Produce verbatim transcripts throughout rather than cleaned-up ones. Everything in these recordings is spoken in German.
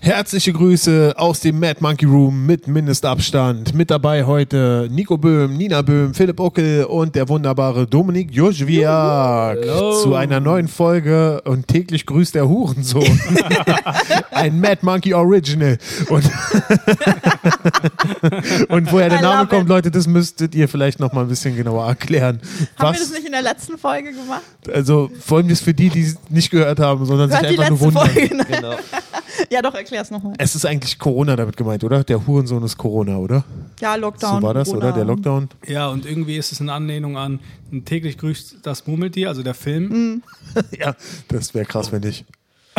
Herzliche Grüße aus dem Mad Monkey Room mit Mindestabstand. Mit dabei heute Nico Böhm, Nina Böhm, Philipp Uckel und der wunderbare Dominik Joschwiak zu einer neuen Folge und täglich grüßt der Hurensohn. Ein Mad Monkey Original. Und, und woher der Name kommt, Leute, das müsstet ihr vielleicht noch mal ein bisschen genauer erklären. Haben Was, wir das nicht in der letzten Folge gemacht? Also folgendes für die, die es nicht gehört haben, sondern Hört sich einfach nur wundern. Folge, ne? Genau. Ja, doch, erklär's nochmal. Es ist eigentlich Corona damit gemeint, oder? Der Hurensohn ist Corona, oder? Ja, Lockdown. So war das, Corona. oder? Der Lockdown. Ja, und irgendwie ist es eine Anlehnung an täglich grüßt das Murmeltier, also der Film. Mhm. Ja, das wäre krass, wenn nicht.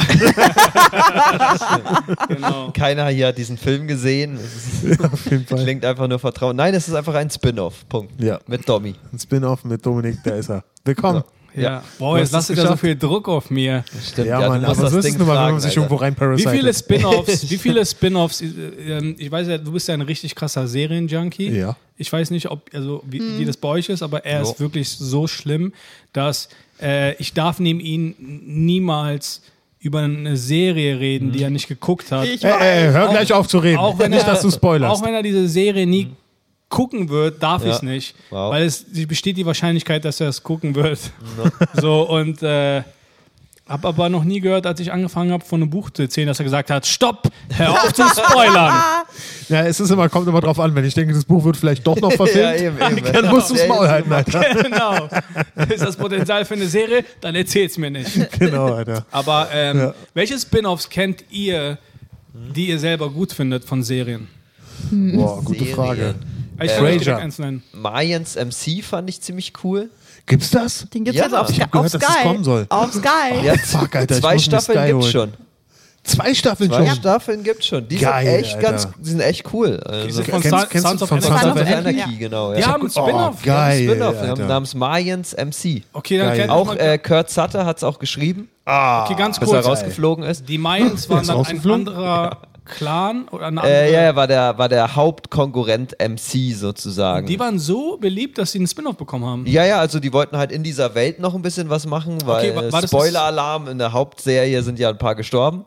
Genau. Keiner hier hat diesen Film gesehen. Ja, auf jeden Fall. Klingt einfach nur Vertrauen. Nein, es ist einfach ein Spin-off. Punkt. Ja. Mit Domi. Ein Spin-off mit Dominik, da ist er. Willkommen. Ja. Ja. Boah, jetzt lasst ihr da so viel Druck auf mir. Stimmt, ja, ja, Mann, aber so ist es nun mal, wenn man sich irgendwo rein parasite. Wie viele Spin-Offs, wie viele Spin-Offs, äh, ich weiß ja, du bist ja ein richtig krasser Serienjunkie. Ja. Ich weiß nicht, ob, also wie, hm. wie das bei euch ist, aber er so. ist wirklich so schlimm, dass äh, ich darf neben ihn niemals über eine Serie reden, die er nicht geguckt hat. Ich ey, ey, hör auch, gleich auf zu reden. Auch wenn nicht, er, dass du spoilerst. Auch wenn er diese Serie nie gucken wird, darf ja. ich es nicht. Wow. Weil es besteht die Wahrscheinlichkeit, dass er es gucken wird. No. So, und äh, habe aber noch nie gehört, als ich angefangen habe, von einem Buch zu erzählen, dass er gesagt hat, stopp, hör auf zu spoilern. Ja, es ist immer, kommt immer drauf an, wenn ich denke, das Buch wird vielleicht doch noch verfilmt, ja, eben, eben. dann musst du es Maul halten, Alter. Genau. Ist das Potenzial für eine Serie? Dann erzähl's mir nicht. Genau, Alter. Aber ähm, Ja. welche Spin-Offs kennt ihr, die ihr selber gut findet von Serien? Boah, gute Serien. Frage. Ich Äh, kann euch Frasier. direkt eins nennen. Mayans M C fand ich ziemlich cool. Gibt's das? Den gibt's Ja, jetzt auf, ich Sky, hab gehört, auf dass das Sky. kommen soll. Auf Sky. Ja, Fuck, Alter, ich zwei muss mir Sky Staffeln gibt's holen. schon. Zwei Staffeln Zwei schon? Staffeln gibt's schon. Die Geil, sind echt Alter. ganz, die sind echt cool. Also, Diese von Kennst- Sons kennst du Sons of von Anarchy. Sons of Sons of Anarchy? Anarchy, genau. Die Ja. haben einen Spin-Off. Oh, geil, Spin-off. Wir haben Alter. namens Mayans M C. Okay, dann Geil. kennt Auch mal, äh, Kurt Sutter hat es auch geschrieben, okay, ganz bis er kurz. rausgeflogen ist. Die Mayans waren Ist dann ein rausgeflogen? anderer Clan oder eine andere. Äh, ja, er war der, war der Hauptkonkurrent M C sozusagen. Die waren so beliebt, dass sie einen Spin-off bekommen haben. Ja, ja, also die wollten halt in dieser Welt noch ein bisschen was machen, weil Okay, wa- war das Spoiler-Alarm, in der Hauptserie sind ja ein paar gestorben.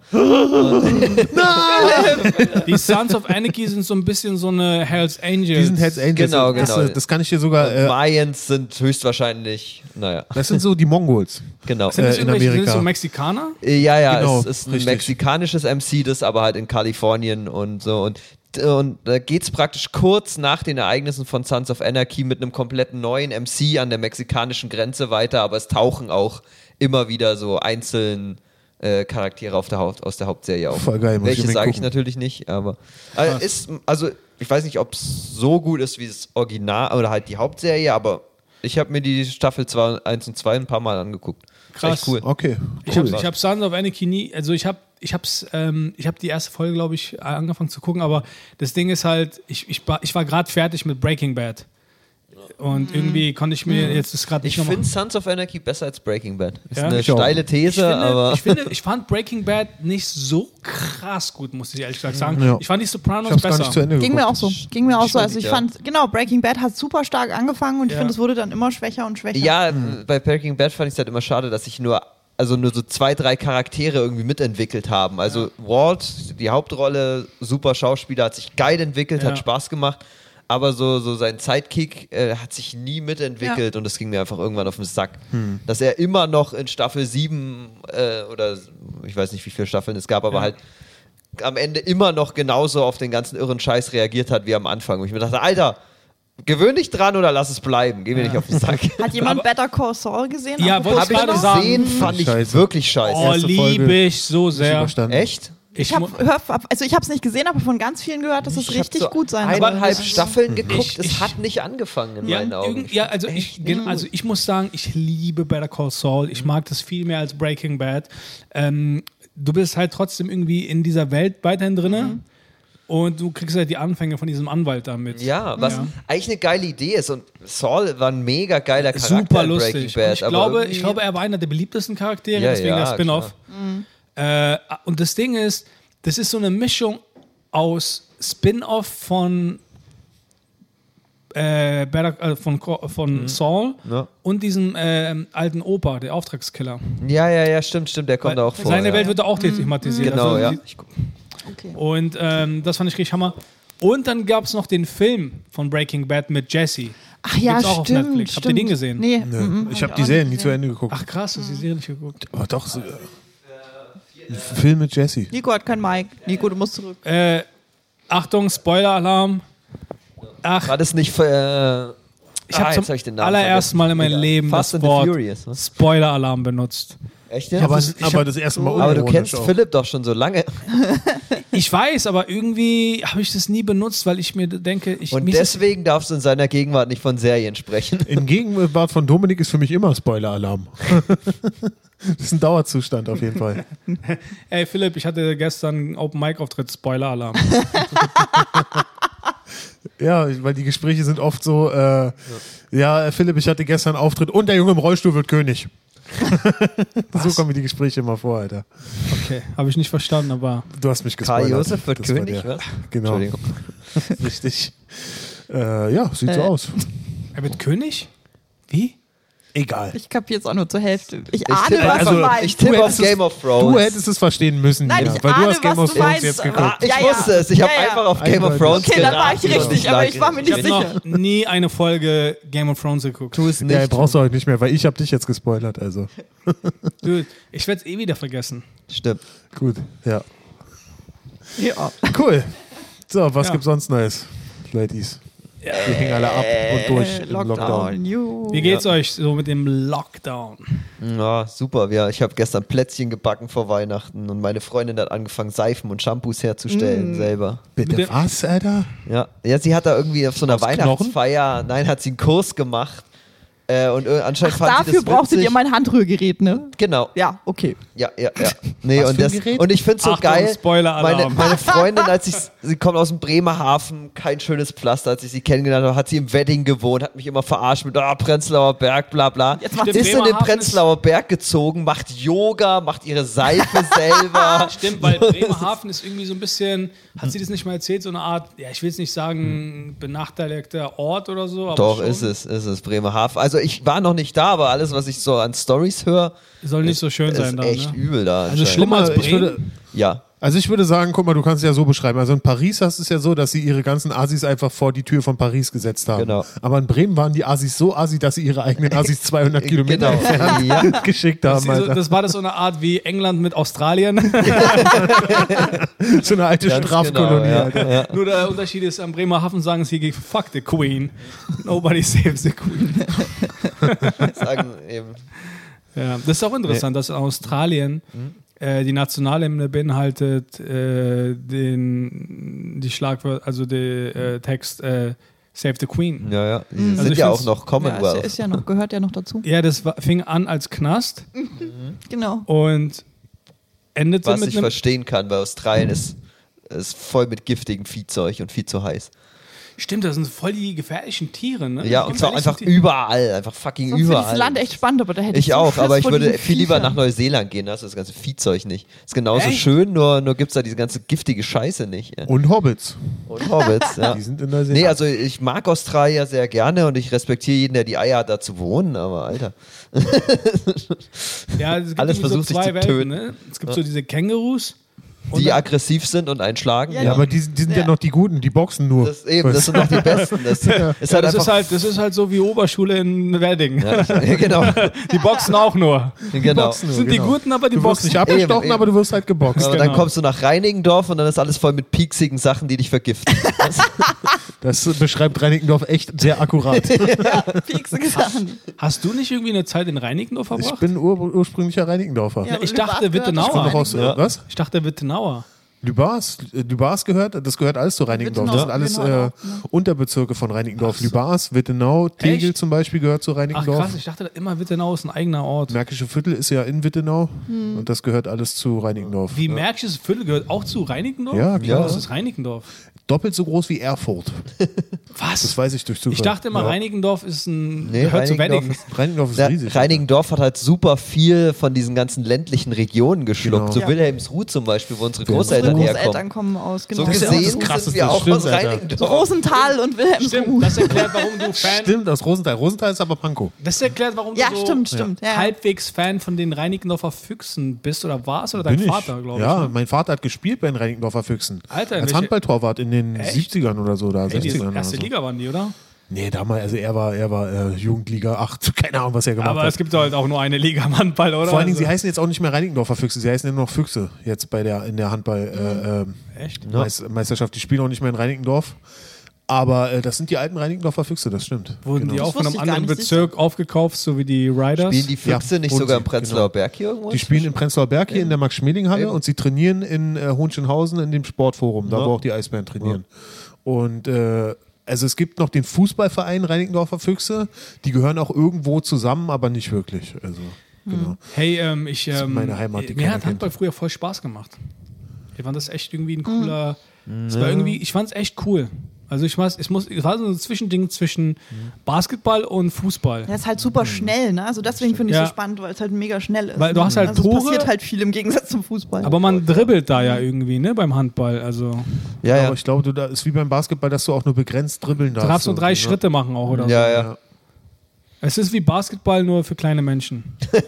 Die Sons of Anarchy sind so ein bisschen so eine Hells Angels. Die sind Hells Angels. Genau, das, genau. Das kann ich dir sogar... Äh, Mayans sind höchstwahrscheinlich, naja, das sind so die Mongols. genau. Sind das äh, in irgendwelche- Amerika. Sind das so Mexikaner? Äh, Ja, ja, Genau, es ist ein richtig. mexikanisches M C, das aber halt in Kalifornien und so. Und, und da geht es praktisch kurz nach den Ereignissen von Sons of Anarchy mit einem kompletten neuen M C an der mexikanischen Grenze weiter, aber es tauchen auch immer wieder so einzeln äh, Charaktere auf der Haupt, aus der Hauptserie auf. Voll geil, muss ich Welche unbedingt sage ich gucken. natürlich nicht, aber äh, ist, also ich weiß nicht, ob es so gut ist wie das Original oder halt die Hauptserie, aber ich habe mir die Staffel eins und zwei ein paar Mal angeguckt. Krass. Echt cool. Okay, Ich cool. habe ich hab Sons of Anarchy nie, also ich habe ich hab's, ähm, ich habe die erste Folge, glaube ich, angefangen zu gucken, aber das Ding ist halt, ich, ich, war- ich war gerade fertig mit Breaking Bad. Und irgendwie konnte ich mir jetzt das gerade nicht Ich nochmal... finde Sons of Anarchy besser als Breaking Bad. Ist Ja? eine Ich auch. steile These, Ich finde, aber ich, finde, ich fand Breaking Bad nicht so krass gut, muss ich ehrlich gesagt sagen. Ja. Ich fand die Sopranos Ich hab's gar besser. nicht zu Ende Ging geguckt. mir auch so. Ging mir auch so. Also ich ja. fand, genau, Breaking Bad hat super stark angefangen und ich Ja. finde, es wurde dann immer schwächer und schwächer. ja, bei Breaking Bad fand ich es halt immer schade, dass ich nur also nur so zwei, drei Charaktere irgendwie mitentwickelt haben. Also Walt, die Hauptrolle, super Schauspieler, hat sich geil entwickelt, Ja. hat Spaß gemacht, aber so, so sein Sidekick äh, hat sich nie mitentwickelt und das ging mir einfach irgendwann auf den Sack. Hm. Dass er immer noch in Staffel sieben äh, oder ich weiß nicht, wie viele Staffeln es gab, aber Ja. halt am Ende immer noch genauso auf den ganzen irren Scheiß reagiert hat wie am Anfang. Und ich mir dachte, Alter, gewöhn dich dran oder lass es bleiben. Geh mir nicht auf den Sack. Hat jemand Better Call Saul gesehen? Ja, Apropos wollte ich Hab ich gerade Spin-off? sagen. gesehen, fand ich Scheiße. wirklich scheiße. Oh, erste liebe Folge ich so Nicht sehr. überstanden. Echt? Ich Ich mu- habe also ich habe es nicht gesehen, aber von ganz vielen gehört, dass es Ich hab richtig so gut sein soll. eineinhalb Das ist- Staffeln geguckt, Ich- es ich- hat nicht angefangen in Ja, meinen Augen. irgend- ja, also ich, gen- also ich muss sagen, ich liebe Better Call Saul. Ich mag das viel mehr als Breaking Bad. Ähm, du bist halt trotzdem irgendwie in dieser Welt weiterhin drin und du kriegst halt die Anfänge von diesem Anwalt damit. Ja, was Ja. eigentlich eine geile Idee ist. Und Saul war ein mega geiler Charakter Super in lustig. Breaking Und Bad. ich, aber glaube, irgendwie- ich glaube, er war einer der beliebtesten Charaktere, Ja, deswegen ja, der Spin-off. Äh, und das Ding ist, das ist so eine Mischung aus Spin-off von äh, Better, äh, von, Co- von Saul Ja. und diesem ähm, alten Opa, der Auftragskiller. ja, ja, ja, stimmt, stimmt, der kommt Weil auch vor. Seine ja. Welt wird auch thematisiert. Genau, also, ja. die- Okay. Und ähm, das fand ich richtig Hammer. Und dann gab es noch den Film von Breaking Bad mit Jesse. Ach ja, Gibt's auch auf stimmt. Netflix. Stimmt. Habt ihr den gesehen? Nee. Nö. mhm, Ich hab habe die auch Serien nie nicht zu gesehen. Ende geguckt. Ach krass, du hast die Serie nicht geguckt. Oh, doch. So, ein Film mit Jesse. Nico hat kein Mic. Nico, du musst zurück. Äh, Achtung, Spoiler-Alarm. Ach, War das nicht für. Äh, ich habe ah, zum jetzt hab ich den Namen allerersten Mal in meinem vergessen. Leben Fast das and the Wort Furious, was? Spoiler-Alarm benutzt. Echt, Ja, ja? aber, das- ich aber hab- das erste Mal Aber du unironisch kennst auch. Philipp doch schon so lange. Ich weiß, aber irgendwie habe ich das nie benutzt, weil ich mir denke, ich Und mir ist es- deswegen darfst du in seiner Gegenwart nicht von Serien sprechen. In Gegenwart von Dominik ist für mich immer Spoiler-Alarm. Das ist ein Dauerzustand auf jeden Fall. Ey Philipp, ich hatte gestern einen Open Mic Auftritt, Spoiler-Alarm. Ja, weil die Gespräche sind oft so, äh, ja. ja, Philipp, ich hatte gestern einen Auftritt und der Junge im Rollstuhl wird König. So kommen mir die Gespräche immer vor, Alter. Okay, habe ich nicht verstanden, aber Du hast mich Karl gespoilert. Josef wird Das war König, der. was? Genau, Entschuldigung. richtig. Äh, ja, sieht so Äh. aus. er wird König? Wie? Egal. Ich kapiere jetzt auch nur zur Hälfte. Ich, Ich ahne, tippe, was also, du meinst. ich tippe Du auf hättest es- Game of Thrones. Du hättest es verstehen müssen, Nein, Nina, ich weil du ahne, hast Game was of du Thrones meinst, jetzt aber- geguckt. Ich Ja, ja. wusste es. Ich habe Ja, ja. einfach auf Game of Eindeutig. Thrones Okay, dann war ich geraten. richtig, aber ich war mir Ich nicht habe sicher. noch nie eine Folge Game of Thrones geguckt. Tu es Nee, nicht. brauchst du heute nicht mehr, weil ich habe dich jetzt gespoilert, also. Dude, ich werde es eh wieder vergessen. Stimmt. Gut, ja. Ja. Cool. So, was Ja. gibt's sonst Neues, Ladies? Wir hängen alle ab und durch Äh, im Lockdown. Lockdown. You. Wie geht's euch so mit dem Lockdown? Ja, super. Ja, ich habe gestern Plätzchen gebacken vor Weihnachten und meine Freundin hat angefangen, Seifen und Shampoos herzustellen selber. Bitte Mit dem- was, Alter? Ja. ja, sie hat da irgendwie auf so einer Aus Knochen? Weihnachtsfeier, nein, hat sie einen Kurs gemacht. Äh, und äh, anscheinend Ach, fand sie dafür das brauchtet witzig. ihr mein Handrührgerät, ne? Genau. Ja, okay. Ja, ja, ja. Nee, Was und, für ein das, Gerät? und ich find's so Achtung, geil. Spoiler-Alarm. Meine, meine Freundin, als ich, sie kommt aus dem Bremerhaven, kein schönes Pflaster, als ich sie kennengelernt habe, hat sie im Wedding gewohnt, hat mich immer verarscht mit ah, Prenzlauer Berg, bla bla. Jetzt macht ist sie in den Bremerhaven Prenzlauer Berg gezogen, macht Yoga, macht ihre Seife selber. Stimmt, weil Bremerhaven ist irgendwie so ein bisschen, hat sie das nicht mal erzählt, so eine Art, ja, ich will jetzt nicht sagen, benachteiligter Ort oder so. Aber Doch, schon. ist es, ist es, Bremerhaven. Also ich war noch nicht da, aber alles, was ich so an Stories höre, Soll nicht so schön ist sein da. echt Ne? übel da. Also anscheinend. schlimmer als ich Bremen. würde, Ja. also ich würde sagen, guck mal, du kannst es ja so beschreiben. Also in Paris hast du es ja so, dass sie ihre ganzen Assis einfach vor die Tür von Paris gesetzt haben. Genau. Aber in Bremen waren die Assis so assi, dass sie ihre eigenen Assis zweihundert Kilometer Genau. entfernt Ja. geschickt Das, haben. ist so, Alter. das war das so eine Art wie England mit Australien. So eine alte Ganz Strafkolonie. genau, ja. Alter. Ja. Nur der Unterschied ist, am Bremerhaven sagen sie, fuck the Queen. Nobody saves the Queen. Sagen eben. Ja, das ist auch interessant, dass in Australien äh, die Nationalhymne beinhaltet äh, den, die Schlagwörter, also der äh, Text äh, Save the Queen. Ja, ja. Die Also sind ich ja auch find's- noch Ja, Commonwealth. ist, ist ja noch, gehört ja noch dazu. Ja, das war, fing an als Knast Genau. und endete Was mit ich einem... verstehen kann, weil Australien ist, ist voll mit giftigem Viehzeug und viel zu heiß. Stimmt, das sind voll die gefährlichen Tiere, ne? Ja, Die und zwar gefährlichsten einfach Tiere. überall, einfach fucking Sonst finde ich das überall. Land echt spannend, aber da hätte ich Ich so auch, Schiss aber ich vor würde diesen viel lieber Viechern. nach Neuseeland gehen, da hast du das ganze Viehzeug nicht. Ist genauso Echt? schön, nur, nur gibt es da diese ganze giftige Scheiße nicht. Ja. Und Hobbits. Und Hobbits, ja. Die sind in Neuseeland. Nee, also ich mag Australier sehr gerne und ich respektiere jeden, der die Eier hat, da zu wohnen, aber Alter. Ja, es gibt Alles irgendwie versucht, so sich zwei zu Welten, töten. ne? Es gibt so diese Kängurus. und Die dann- aggressiv sind und einschlagen. Ja, ja, aber die, die sind ja. Ja. noch die Guten, die boxen nur. Das, eben, das sind doch die Besten. Das, ist ja, halt das, einfach, ist halt, das ist halt so wie Oberschule in Wedding. ja, ja, genau. Die boxen auch nur. genau. boxen nur, Sind die genau. Guten, aber die Du wirst boxen. nicht abgestochen, Eben, eben. aber du wirst halt geboxt. Aber Genau. dann kommst du nach Reinickendorf und dann ist alles voll mit pieksigen Sachen, die dich vergiften. Das beschreibt Reinickendorf echt sehr akkurat. Piekse Sachen. Hast du nicht irgendwie eine Zeit in Reinickendorf Ich verbracht? bin ur ursprünglicher Reinickendorfer. Ja, ich aber dachte, Lübars gehört Wittenauer. Ich komme doch aus, Ja. was? Ich dachte Wittenauer. Lübars, äh, Lübars gehört, das gehört alles zu Reinickendorf. Das sind Wittenau, alles genau, äh, Unterbezirke von Reinickendorf. Ach so. Lübars, Wittenau, Tegel Echt? zum Beispiel gehört zu Ach Reinickendorf. krass, ich dachte immer Wittenau ist ein eigener Ort. Märkische Viertel ist ja in Wittenau und das gehört alles zu Reinickendorf. Wie Märkisches Viertel gehört auch zu Reinickendorf? Ja, klar. Das ist Reinickendorf. Doppelt so groß wie Erfurt. Was? Das weiß ich durch Zufall. Ich dachte immer, ja. Reinickendorf ist ein. Nee, gehört zu Reinickendorf Wedding. ist- Reinickendorf ist Ja, riesig. Reinickendorf hat halt super viel von diesen ganzen ländlichen Regionen geschluckt. Genau. So Ja. Wilhelmsruh zum Beispiel, wo unsere Wilhelmsruh. Großeltern Unsere herkommen. Großeltern kommen aus, genau. So Das ist ja auch das gesehen Krasseste, sind wir auch stimmt, aus Alter. So Reinickendorf. Rosenthal und Wilhelmsruh. Stimmt, das erklärt, warum du Fan. Stimmt, aus Rosenthal. Rosenthal ist aber Pankow. Das erklärt, warum Ja, du so stimmt, stimmt. Ja. Ja. halbwegs Fan von den Reinickendorfer Füchsen bist oder warst oder dein Bin ich. Vater, glaube ich. Ja, ne? mein Vater hat gespielt bei den Reinickendorfer Füchsen. Alter, in Als welche- Handballtorwart in den Echt? siebzigern oder so, oder Ey, die sechzigern. erste oder so. Liga waren die, oder? Nee, damals, also er war, er war äh, Jugendliga acht, keine Ahnung, was er gemacht Aber hat. es gibt halt auch nur eine Liga im Handball, oder? Vor allen Dingen, sie Also- heißen jetzt auch nicht mehr Reinickendorfer Füchse, sie heißen ja nur noch Füchse jetzt bei der, in der Handball äh, ähm, Echt? Meis- Meisterschaft. Die spielen auch nicht mehr in Reinickendorf. Aber äh, das sind die alten Reinickendorfer Füchse, das stimmt. Wurden Genau. die auch von wusste einem ich gar anderen nicht, Bezirk aufgekauft, so wie die Riders? Spielen die Füchse Ja, nicht und sogar sie, im Prenzlauer Berg hier irgendwo? Die spielen in Prenzlauer Berg hier in der Max-Schmeling-Halle Eben. und sie trainieren in äh, Hohenschönhausen in dem Sportforum, da Ja. wo auch die Eisbären trainieren. Und äh, also es gibt noch den Fußballverein Reinickendorfer Füchse, die gehören auch irgendwo zusammen, aber nicht wirklich. Also, genau. Hey, ähm, ich, ist ähm, meine Heimat, die mir keiner hat Handball früher voll Spaß gemacht. Ich fand das echt irgendwie ein cooler, es war irgendwie, ich fand es echt cool. Also ich weiß, es muss, es war so ein Zwischending zwischen Basketball und Fußball. Der ist halt super schnell, ne? Also deswegen finde ich Ja. so spannend, weil es halt mega schnell ist. Weil du hast halt also Tore- es passiert halt viel im Gegensatz zum Fußball. Aber man dribbelt da ja irgendwie, ne, beim Handball. Also Ja, ja. Aber ich glaube, du da ist wie beim Basketball, dass du auch nur begrenzt dribbeln du darfst. darfst nur drei irgendwie, ne? Schritte machen auch oder Ja, so. ja. Ja. Es ist wie Basketball nur für kleine Menschen.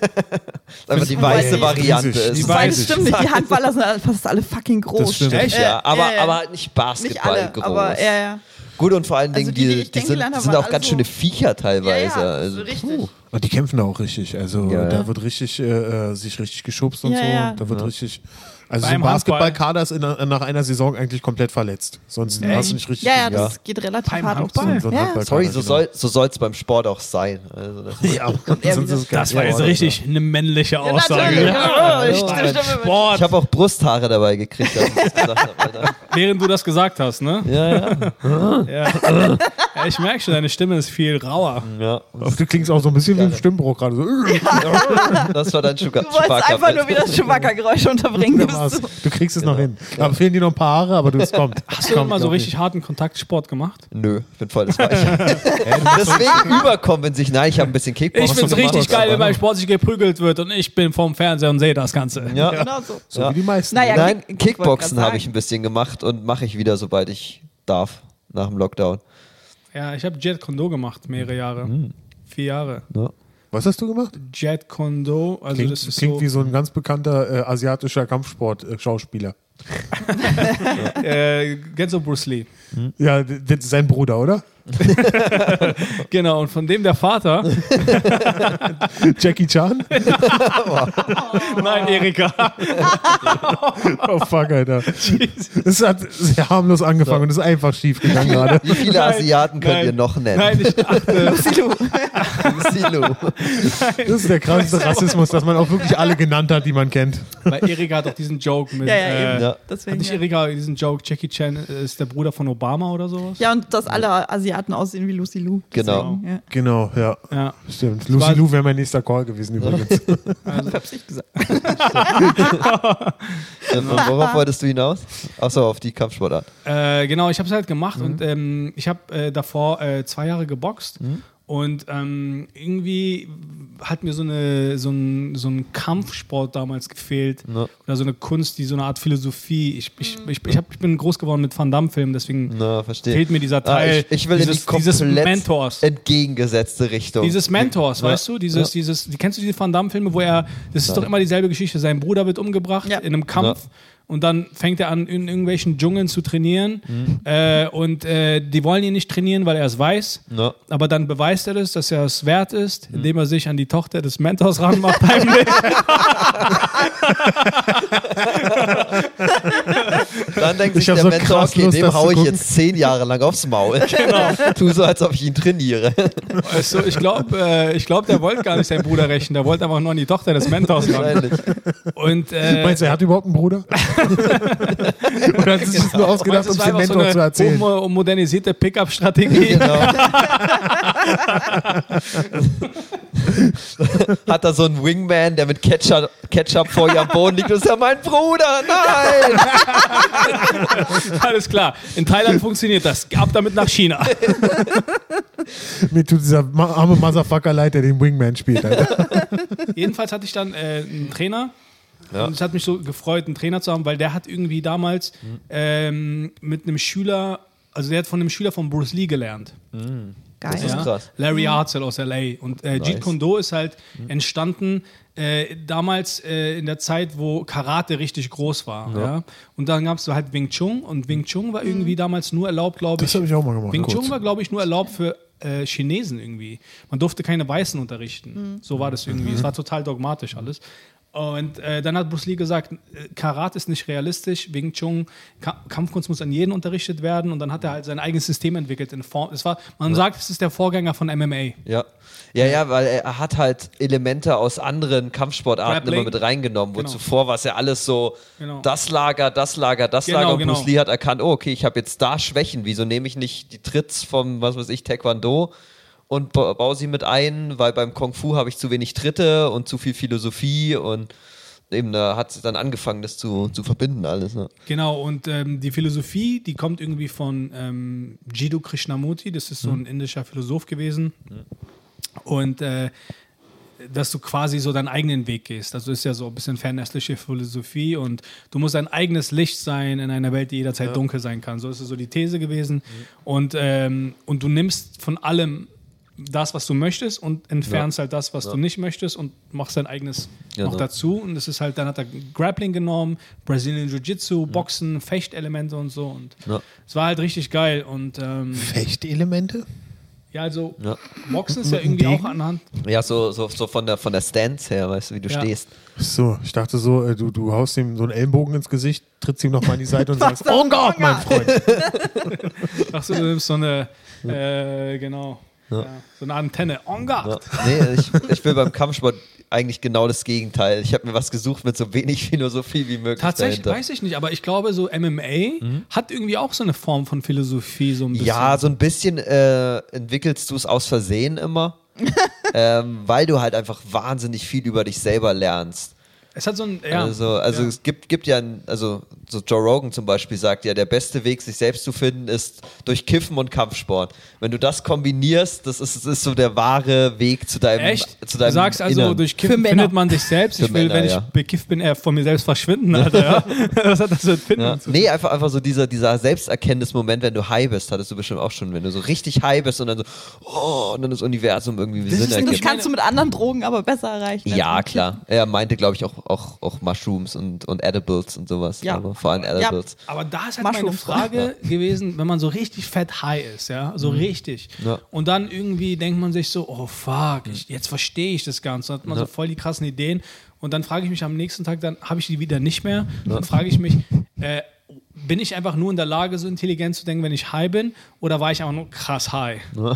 Aber die Wobei weiße die- Variante riesig. ist. Die Wobei, weiß das ich. stimmt nicht, die Handballer sind alle- fast alle fucking groß. Das stimmt. Echt, Äh, ja. Aber, äh, aber nicht Nicht Basketball alle, groß. aber ja, ja. Gut, und vor allen Dingen, Also die, die die, ich die, sind, kennengelernt die habe, sind waren auch ganz alle schöne so- Viecher Ja, teilweise. ja, also, so richtig. puh. Und die kämpfen da auch richtig. Also Ja, da ja. wird richtig äh, sich richtig geschubst und Ja, so. ja. Da wird Ja. richtig. Also so Beim ein Basketballkader ist in, nach einer Saison eigentlich komplett verletzt. Sonst hast du nicht richtig. Ja, ja, gespielt. das geht relativ Beim hart auf Handball? zu. So ein Ja. Handballkader, Sorry, so genau. soll so soll's beim Sport auch sein. Also das Ja, er sonst wieder- ist es Das war kein jetzt Sport. richtig eine männliche Aussage. natürlich. Ja. Ja, ich stimme mit. Sport. Ich habe auch Brusthaare dabei gekriegt, als ich das gesagt habe. Alter. Während du das gesagt hast, ne? Ja, ja. Ja. Ja, ich merke schon, deine Stimme ist viel rauer. ja. Du klingst auch so ein bisschen wie ein Stimmbruch gerade. So. Das war dann Chewbacca. Du wolltest einfach nur wieder das Chewbacca-Geräusch unterbringen. Da gibst war's. du. Du kriegst es noch hin. Aber fehlen dir noch ein paar Haare, aber du, es kommt. Hast du immer so richtig harten Kontaktsport gemacht? Nö, ich bin voll das Falsche. Deswegen überkompensiert. Nein, ich habe ein bisschen Kickboxen Ich find's gemacht, richtig geil, wenn aber- beim Sport sich geprügelt wird und ich bin vorm Fernseher und sehe das Ganze. Ja. Genau so. So Ja. wie die meisten. Naja, Nein, Kick- ich Kickboxen wollte grad habe ich sagen. ein bisschen gemacht und mache ich wieder, sobald ich darf, nach dem Lockdown. Ja, ich habe Jet Kondo gemacht, mehrere Jahre. Vier Jahre. Ja. Was hast du gemacht? Jet Kondo, also Klingt, das ist klingt so, wie so ein ganz bekannter äh, asiatischer Kampfsport-Schauspieler. äh, kennst du Bruce Lee? Ja, d- das ist sein Bruder, oder? Genau, und von dem der Vater, Jackie Chan? nein, Erika. Oh fuck, Alter. Das hat sehr harmlos angefangen und ist einfach schief gegangen gerade. Wie viele Nein, Asiaten könnt nein, ihr noch nennen? Nein, ich dachte, Silo. Das ist der krasseste Rassismus, dass man auch wirklich alle genannt hat, die man kennt. weil Erika hat doch diesen Joke mit, Ja, ja, äh, eben. Ja. hat Deswegen, nicht ja. Erika diesen Joke, Jackie Chan ist der Bruder von Obama oder sowas? ja, und dass alle Asiaten aussehen wie Lucy Lou. Genau. Deswegen, ja. Genau, ja. Ja. Stimmt. war- Lucy Lou wäre mein nächster Call gewesen übrigens. Hab's ich gesagt. Und worauf wolltest du hinaus? Achso, auf die Kampfsportart. Äh, genau, ich habe es halt gemacht Mhm. und ähm, ich habe äh, davor äh, zwei Jahre geboxt und ähm, irgendwie hat mir so, eine, so, ein, so ein Kampfsport damals gefehlt Ja. oder so eine Kunst, die so eine Art Philosophie. Ich, ich, ich, ich, hab, ich bin groß geworden mit Van Damme-Filmen, deswegen Na, verstehe. fehlt mir dieser Ah, Teil ich, ich will dieses, in die dieses komplett Mentors. entgegengesetzte Richtung. Dieses Mentors, Ja. weißt du? Dieses, Ja. dieses, die, kennst du diese Van Damme-Filme, wo er, das ist doch immer dieselbe Geschichte, sein Bruder wird umgebracht Ja. in einem Kampf und dann fängt er an, in irgendwelchen Dschungeln zu trainieren äh, und äh, die wollen ihn nicht trainieren, weil er es weiß, Ja. aber dann beweist er das, dass er es wert ist, indem er sich an die Tochter des Mentors ranmacht heimlich. Dann denkt Ich sich hab der so Mentor, krass okay, Lust, dem das hau zu ich gucken. jetzt zehn Jahre lang aufs Maul. Tu so, als ob ich ihn trainiere. Also, ich glaube, äh, ich glaub, der wollte gar nicht seinen Bruder rächen, der wollte einfach nur an die Tochter des Mentors ran. Wahrscheinlich. Und, äh, Meinst du, er hat überhaupt einen Bruder? Oder hat er sich das nur ausgedacht, meinst du, um es es dem war einfach so Mentor zu eine erzählen? homo- modernisierte Pickup-Strategie? Genau. Hat er so einen Wingman, der mit Ketchup, Ketchup vor ihr am Boden liegt und ist ja mein Bruder, nein! Alles klar. In Thailand funktioniert das. Ab damit nach China. Mir tut dieser ma- arme Motherfucker leid, der den Wingman spielt, Alter. Jedenfalls hatte ich dann äh, einen Trainer. Ja. Und es hat mich so gefreut, einen Trainer zu haben, weil der hat irgendwie damals Mhm. ähm, mit einem Schüler, also der hat von einem Schüler von Bruce Lee gelernt. Geil. Das ist krass. Larry Hartzell aus L A. Und äh, Nice. Jeet Kune Do ist halt entstanden äh, damals äh, in der Zeit, wo Karate richtig groß war. Ja. Und dann gab es so halt Wing Chun. Und Wing Chun war irgendwie damals nur erlaubt, glaube ich. Das habe ich auch mal gemacht. Wing kurz. Chun war, glaube ich, nur erlaubt für äh, Chinesen irgendwie. Man durfte keine Weißen unterrichten. So war das irgendwie. Es war total dogmatisch alles. Und äh, dann hat Bruce Lee gesagt, äh, Karate ist nicht realistisch, Wing Chun, Ka Kampfkunst muss an jeden unterrichtet werden. Und dann hat er halt sein eigenes System entwickelt in Form. Es war, man sagt, es ist der Vorgänger von M M A. Ja. Ja, ja, weil er hat halt Elemente aus anderen Kampfsportarten Grappling. immer mit reingenommen, wo Genau. zuvor war es ja alles so, Genau. das Lager, das Lager, das Genau, Lager und genau. Bruce Lee hat erkannt, oh, okay, ich habe jetzt da Schwächen, wieso nehme ich nicht die Tritts vom, was weiß ich, Taekwondo und ba baue sie mit ein, weil beim Kung Fu habe ich zu wenig Tritte und zu viel Philosophie und eben da hat es dann angefangen, das zu, zu verbinden alles. Ne? Genau, und ähm, die Philosophie, die kommt irgendwie von ähm, Jiddu Krishnamurti, das ist so ein indischer Philosoph gewesen. Und äh, dass du quasi so deinen eigenen Weg gehst. Also ist ja so ein bisschen fernöstliche Philosophie und du musst ein eigenes Licht sein in einer Welt, die jederzeit Ja. dunkel sein kann. So ist so die These gewesen. Und, ähm, und du nimmst von allem das, was du möchtest und entfernst halt das, was Ja. du nicht möchtest und machst dein eigenes Genau. noch dazu. Und das ist halt, dann hat er Grappling genommen, Brazilian Jiu-Jitsu, Boxen, Fechtelemente und so. Und Ja. es war halt richtig geil. Und ähm, Fechtelemente? ja, also Ja. Boxen ist ja Mit dem irgendwie auch Degen? anhand. Ja, so, so, so von der von der Stance her, weißt du, wie du Ja. stehst. So, ich dachte so, äh, du, du haust ihm so einen Ellenbogen ins Gesicht, trittst ihm nochmal an die Seite und Was sagst, denn? oh Gott, mein Oh Freund. Achso, du nimmst so eine, äh, genau, ja, so eine Antenne. En Ja. garde. Nee, ich, ich will beim Kampfsport eigentlich genau das Gegenteil. Ich habe mir was gesucht mit so wenig Philosophie wie möglich Tatsächlich dahinter. weiß ich nicht, aber ich glaube, so M M A hat irgendwie auch so eine Form von Philosophie, so ein bisschen. Ja, so ein bisschen äh, entwickelst du es aus Versehen immer, ähm, weil du halt einfach wahnsinnig viel über dich selber lernst. Es hat so ein, ja. Also, also ja. es gibt, gibt ja, ein- also so Joe Rogan zum Beispiel sagt ja, der beste Weg, sich selbst zu finden, ist durch Kiffen und Kampfsport. Wenn du das kombinierst, das ist, das ist so der wahre Weg zu deinem, Echt? zu deinem Du sagst also, Innern. durch Für Kiffen Männer. findet man sich selbst. Für Ich will, Männer, wenn ich ja. bekifft bin, eher von mir selbst verschwinden, Alter. Ja? Was hat das mit Finden Ja. zu tun? Nee, einfach, einfach so dieser, dieser Selbsterkenntnismoment, wenn du high bist, hattest du bestimmt auch schon, wenn du so richtig high bist und dann so, oh, und dann das Universum irgendwie Das Sinn ist Das ergibt. kannst du mit anderen Drogen aber besser erreichen. als Ja, mit klar. Er meinte, glaube ich, auch, auch, auch Mushrooms und, und Edibles und sowas. Ja. Aber vor allem Edibles. Aber da ist halt meine Mushrooms. Frage gewesen, wenn man so richtig fett high ist, ja, so richtig. Ja. Und dann irgendwie denkt man sich so, oh fuck, ich, jetzt verstehe ich das Ganze. Dann hat man Ja. so voll die krassen Ideen. Und dann frage ich mich am nächsten Tag, dann habe ich die wieder nicht mehr. Und dann frage ich mich, äh, bin ich einfach nur in der Lage, so intelligent zu denken, wenn ich high bin? Oder war ich einfach nur krass high?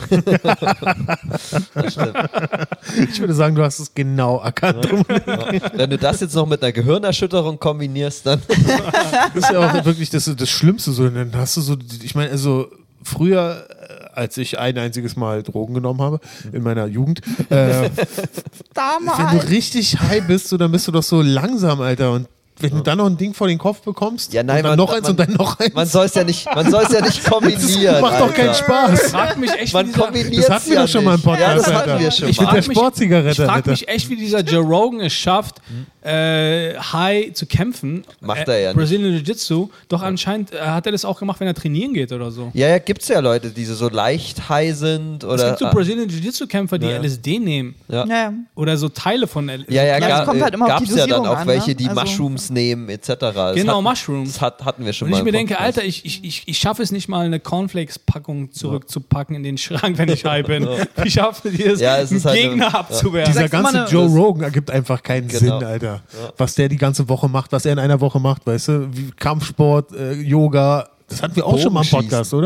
Das stimmt. Ich würde sagen, du hast es genau erkannt. Wenn du das jetzt noch mit einer Gehirnerschütterung kombinierst, dann Das ist ja auch wirklich das, das Schlimmste. So. Dann hast du so, ich meine, also früher, äh, als ich ein einziges Mal Drogen genommen habe, in meiner Jugend, äh, wenn Damals. du richtig high bist, so, dann bist du doch so langsam, Alter. Und wenn du dann noch ein Ding vor den Kopf bekommst, Ja, nein, und dann man- noch eins man- und dann noch eins, man soll es ja nicht, man soll es ja nicht kombinieren. macht doch keinen Alter. Spaß. Frag mich echt, Man wie dieser, kombiniert Das hatten wir ja doch schon mal im nicht. Podcast, Ja, das Alter. hatten wir schon Ich mal. bin der frag mich- Sportzigarette, ich frage Alter. mich echt, wie dieser Joe Rogan es schafft, äh, high zu kämpfen. Macht äh, er ja nicht. Brazilian Jiu-Jitsu. Doch anscheinend äh, hat er das auch gemacht, wenn er trainieren geht oder so. Ja, ja, gibt's ja Leute, die so leicht high sind Es oder. gibt so Brazilian Jiu-Jitsu-Kämpfer, die Ja. L S D nehmen. ja. Ja. Oder so Teile von L S D. Ja, ja, Ja, ga, es kommt halt immer auf die gab's ja dann Dosierung auch an, welche, ne? die Also- Mushrooms nehmen, et cetera. Das Genau, hat, Mushrooms. Das hat, hatten wir schon Und mal. ich mir im denke, Podcast. Alter, ich, ich, ich, ich schaffe es nicht mal, eine Cornflakes-Packung zurückzupacken in den Schrank, wenn ich high bin. Ich schaffe es, Ja, es einen ist halt Gegner eine- abzuwehren. Dieser Sagst du mal ganze eine- Joe Das- Rogan ergibt einfach keinen Genau. Sinn, Alter. Was der die ganze Woche macht, was er in einer Woche macht, weißt du? Wie Kampfsport, äh, Yoga, das hatten wir auch schon mal im Bogenschießen. Podcast, oder?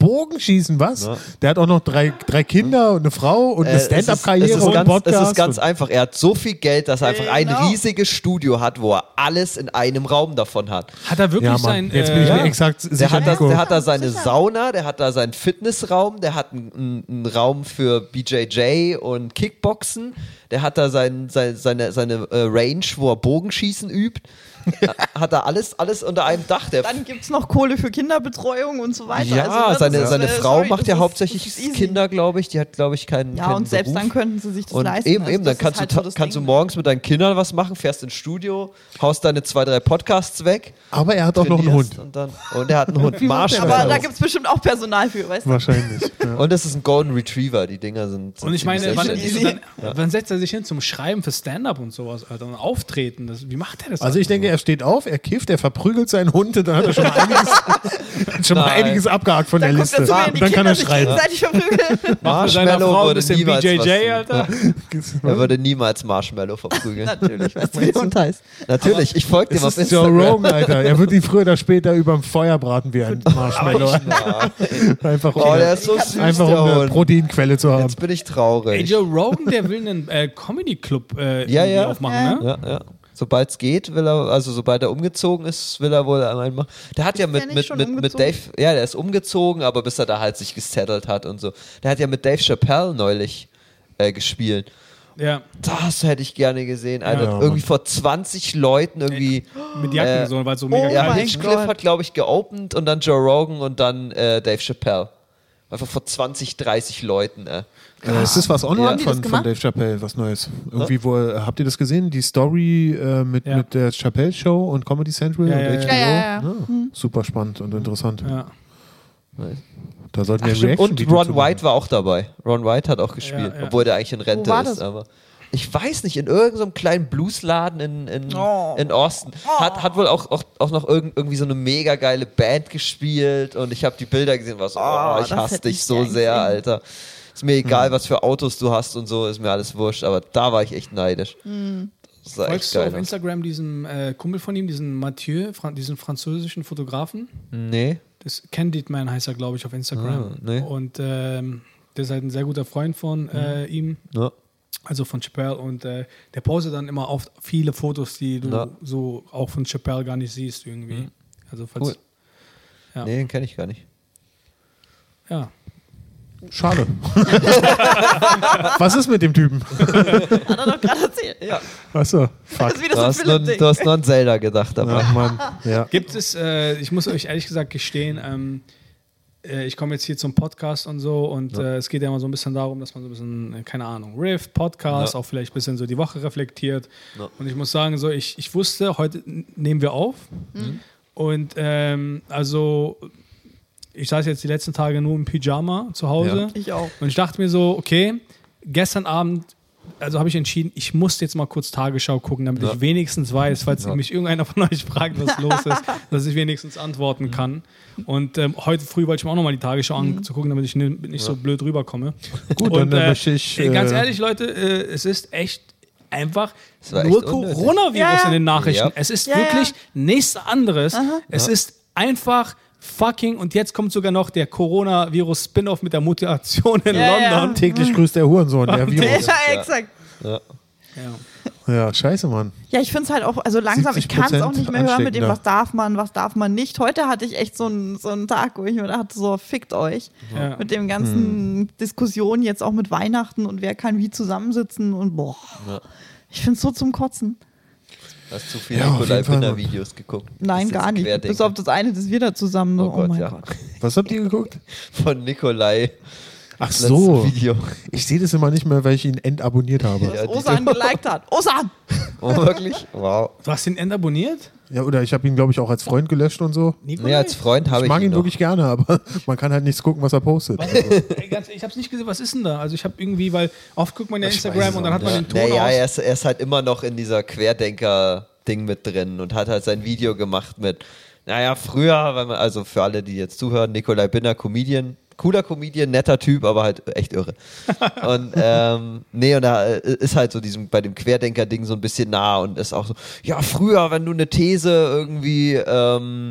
Bogenschießen, was? Ja. Der hat auch noch drei, drei Kinder und eine Frau und eine Äh, es ist- Stand-Up-Karriere es ist und ganz, Podcast. Es ist ganz einfach. Er hat so viel Geld, dass er einfach ein Genau. riesiges Studio hat, wo er alles in einem Raum davon hat. Hat er wirklich Ja, Mann. sein. Jetzt bin ich äh, mir exakt Der sicher. hat, das, Nico. der hat da seine Sicher. Sauna, der hat da seinen Fitnessraum, der hat einen, einen Raum für B J J und Kickboxen, der hat da sein, sein, seine, seine äh, Range, wo er Bogenschießen übt. Hat da alles, alles unter einem Dach. Der Dann gibt es noch Kohle für Kinderbetreuung und so weiter. ja, also, ne, das seine, ist, seine äh, Frau sorry, macht das ja ist- hauptsächlich das ist easy. Kinder, glaube ich. Die hat, glaube ich, keinen Ja, keinen und selbst Beruf. dann könnten sie sich das Und leisten. eben, Also eben, das dann kannst, ist halt du, so das kannst du Ding. morgens mit deinen Kindern was machen, fährst ins Studio, haust deine zwei, drei Podcasts weg. Aber er hat auch noch einen trainierst Hund. Und, dann, und er hat einen Hund, Marshmallow. Aber da gibt es bestimmt auch Personal für, weißt du? Wahrscheinlich. Ja. Und es ist ein Golden Retriever, die Dinger sind. sind Und ich meine, ziemlich wann, selbstständig. dann, wann setzt er sich hin zum Schreiben für Stand-up und sowas, Alter, und Auftreten? Das, wie macht er das? Also ich denke, er steht auf, er kifft, er verprügelt seinen Hund und dann hat er schon mal einiges, schon mal Nein. einiges abgehakt von Dann der guckt er Liste. zu mir in die Und dann kann Kinder er sich schreiben. gegenseitig verprügeln. Marshmallow Frau ein würde bisschen niemals B J J, was- Alter. Er würde niemals Marshmallow verprügeln. Natürlich, weißt du, wie der Hund heißt. Natürlich, ich folge dem Das auf ist Joe Instagram. Rogan, Alter. Er wird ihn früher oder später überm Feuer braten wie ein Marshmallow. Einfach um, Oh, der ist so süß, einfach der um eine Hund. Proteinquelle zu haben. Jetzt bin ich Ey, traurig. Joe Rogan, der will einen äh, Comedy-Club äh, Ja, irgendwie ja. aufmachen, Ja. ne? Ja, ja. Sobald es geht, will er, also sobald er umgezogen ist, will er wohl einen machen. Der hat ja der mit, nicht mit, schon mit, mit umgezogen? Dave, ja, der ist umgezogen, aber bis er da halt sich gesettelt hat und so. Der hat ja mit Dave Chappelle neulich äh, gespielt. Ja, Das hätte ich gerne gesehen. Alter. Ja, irgendwie Mann. vor zwanzig Leuten irgendwie. mit Jacken Äh, so, weil es so mega oh kalt Ja, mein ist. Hinchcliffe Gott. hat, glaube ich, geopend und dann Joe Rogan und dann äh, Dave Chappelle. Einfach vor zwanzig, dreißig Leuten. Äh. Äh, es ist was online haben die das von, von gemacht? Dave Chappelle, was Neues. Irgendwie, wo, äh, habt ihr das gesehen? Die Story äh, mit, Ja. mit der Chappelle Show und Comedy Central Ja, und ja, H ja. B O? Ja, ja, ja. Super spannend und interessant. Ja. Da sollten wir Ach, ein stimmt. Und Reaction-Video Ron zu machen. White war auch dabei. Ron White hat auch gespielt, Ja, ja. obwohl der eigentlich in Rente war ist. das? Aber ich weiß nicht, in irgendeinem kleinen Bluesladen in, in, Oh. in Austin. Hat, hat wohl auch, auch, auch noch irgend, irgendwie so eine mega geile Band gespielt und ich habe die Bilder gesehen und war so, oh, Oh, ich das hasse hätte dich ich so gern sehr, gesehen. Alter. Ist mir egal, Hm. was für Autos du hast und so, ist mir alles wurscht, aber da war ich echt neidisch. Das sah echt Folgst du geil auf aus. Instagram diesen äh, Kumpel von ihm, diesen Mathieu, Fran diesen französischen Fotografen? Nee. Das Candid Man heißt er, glaube ich, auf Instagram. Ah, nee. Und ähm, der ist halt ein sehr guter Freund von äh, ihm, Ja. also von Chappelle. Und äh, der postet dann immer oft viele Fotos, die du Ja. so auch von Chappelle gar nicht siehst irgendwie. Also falls, Cool. Ja. Nee, den kenne ich gar nicht. ja. Schade. Was ist mit dem Typen? Hat er doch gerade erzählt. Ja. Achso, fuck. Das ist wieder Du so ein hast, nur, Philipp-Ding. du hast nur an Zelda gedacht dabei. Ach Mann, ja. Gibt es, äh, ich muss euch ehrlich gesagt gestehen, ähm, äh, ich komme jetzt hier zum Podcast und so und äh, es geht ja immer so ein bisschen darum, dass man so ein bisschen, äh, keine Ahnung, Riff, Podcast, Ja. auch vielleicht ein bisschen so die Woche reflektiert. Ja. Und ich muss sagen, so ich, ich wusste, heute n- nehmen wir auf und ähm, also ich saß jetzt die letzten Tage nur im Pyjama zu Hause. Ich auch. Und ich dachte mir so, okay, gestern Abend, also habe ich entschieden, ich muss jetzt mal kurz Tagesschau gucken, damit Ja. ich wenigstens weiß, falls Ja. mich irgendeiner von euch fragt, was los ist, dass ich wenigstens antworten kann. Und ähm, heute früh wollte ich mir auch nochmal die Tagesschau anzugucken, damit ich nicht, nicht so blöd rüberkomme. Gut, Und, dann äh, äh, möchte ich. Ey, ganz äh, ehrlich, Leute, äh, es ist echt einfach war nur echt unnötig. Coronavirus Ja, ja. in den Nachrichten. Ja. Es ist Ja, wirklich ja. nichts anderes. Es ist einfach fucking, und jetzt kommt sogar noch der Coronavirus-Spin-Off mit der Mutation in Ja, ja. London. Täglich grüßt der Hurensohn, der Virus. Ja, exakt. Ja. Ja. Ja, scheiße, Mann. Ja, ich finde es halt auch, also langsam, ich siebzig kann es auch Prozent nicht mehr hören mit dem, ansteckender. was darf man, was darf man nicht. Heute hatte ich echt so einen, so einen Tag, wo ich mir dachte, so, fickt euch. Ja. Mit dem ganzen Diskussionen jetzt auch mit Weihnachten und wer kann wie zusammensitzen und boah. Ja. Ich finde es so zum Kotzen. Hast zu viel Ja, auf Nikolai jeden Fall, Binder Mann. Videos geguckt? Nein, Das ist gar nicht. Querdenker. Bis auf das eine, das wir da zusammen. Oh Oh, Gott, mein ja. Gott. Was habt ihr geguckt? Von Nikolai. Ach Letztes so. Video. Ich sehe das immer nicht mehr, weil ich ihn entabonniert habe. Was Ja, die- Osan geliked hat. Osan! Oh, wirklich? Wow. Du hast den End abonniert? Ja, oder ich habe ihn, glaube ich, auch als Freund gelöscht und so. Nikolai? Nee, als Freund habe Ich ich, mag ihn noch. wirklich gerne, aber man kann halt nichts gucken, was er postet. Ey, ganz, ich hab's nicht gesehen, was ist denn da? Also ich habe irgendwie, weil oft guckt man ja Instagram und dann hat man Ja. den Ton Naja, aus. er ist, er ist halt immer noch in dieser Querdenker-Ding mit drin und hat halt sein Video gemacht mit, naja, früher, wenn man, also für alle, die jetzt zuhören, Nikolai Binder, Comedian, cooler Comedian, netter Typ, aber halt echt irre. Und ähm, nee, und da ist halt so diesem, bei dem Querdenker-Ding so ein bisschen nah und ist auch so, ja, früher, wenn du eine These irgendwie ähm,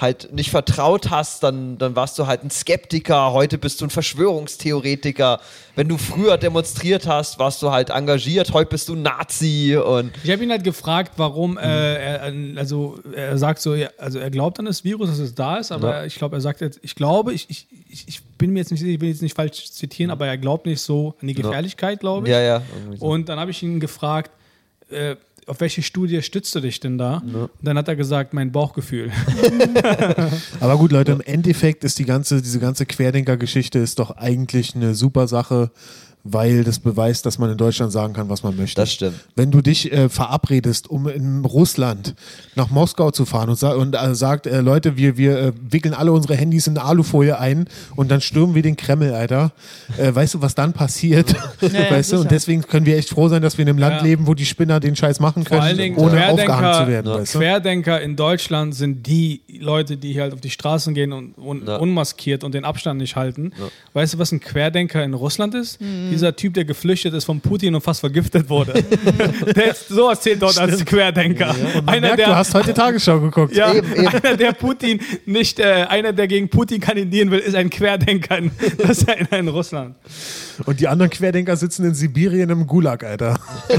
halt nicht vertraut hast, dann, dann warst du halt ein Skeptiker, heute bist du ein Verschwörungstheoretiker. Wenn du früher demonstriert hast, warst du halt engagiert, heute bist du Nazi. Und ich habe ihn halt gefragt, warum, äh, er, also er sagt so, ja, also er glaubt an das Virus, dass es da ist, aber Ja. ich glaube, er sagt jetzt, ich glaube, ich, ich, ich, ich bin mir jetzt nicht sicher, ich will jetzt nicht falsch zitieren, aber er glaubt nicht so an die Gefährlichkeit, glaube ich. ja, ja. irgendwie so. Und dann habe ich ihn gefragt, äh, auf welche Studie stützt du dich denn da? Und dann hat er gesagt, mein Bauchgefühl. Aber gut, Leute, im Endeffekt ist die ganze, diese ganze Querdenker-Geschichte ist doch eigentlich eine super Sache, weil das beweist, dass man in Deutschland sagen kann, was man möchte. Das stimmt. Wenn du dich äh, verabredest, um in Russland nach Moskau zu fahren und, sa und äh, sagt, äh, Leute, wir, wir äh, wickeln alle unsere Handys in Alufolie ein und dann stürmen wir den Kreml, Alter. Äh, weißt du, was dann passiert? Ja, ja, weißt du? Und sicher. deswegen können wir echt froh sein, dass wir in einem Land Ja. leben, wo die Spinner den Scheiß machen Vor können, allen Dingen ohne Querdenker- aufgehangen zu werden. Ja. Weißt du? Querdenker in Deutschland sind die Leute, die hier halt auf die Straßen gehen und, und Ja. unmaskiert und den Abstand nicht halten. Weißt du, was ein Querdenker in Russland ist? Mhm. Dieser Typ, der geflüchtet ist von Putin und fast vergiftet wurde. Der ist so erzählt dort als Querdenker. Und man Einer, merkt, der, du hast heute Tagesschau geguckt. ja, Eben, eben. einer, der Putin nicht, äh, einer, der gegen Putin kandidieren will, ist ein Querdenker. In, das ist einer in Russland. Und die anderen Querdenker sitzen in Sibirien im Gulag, Alter.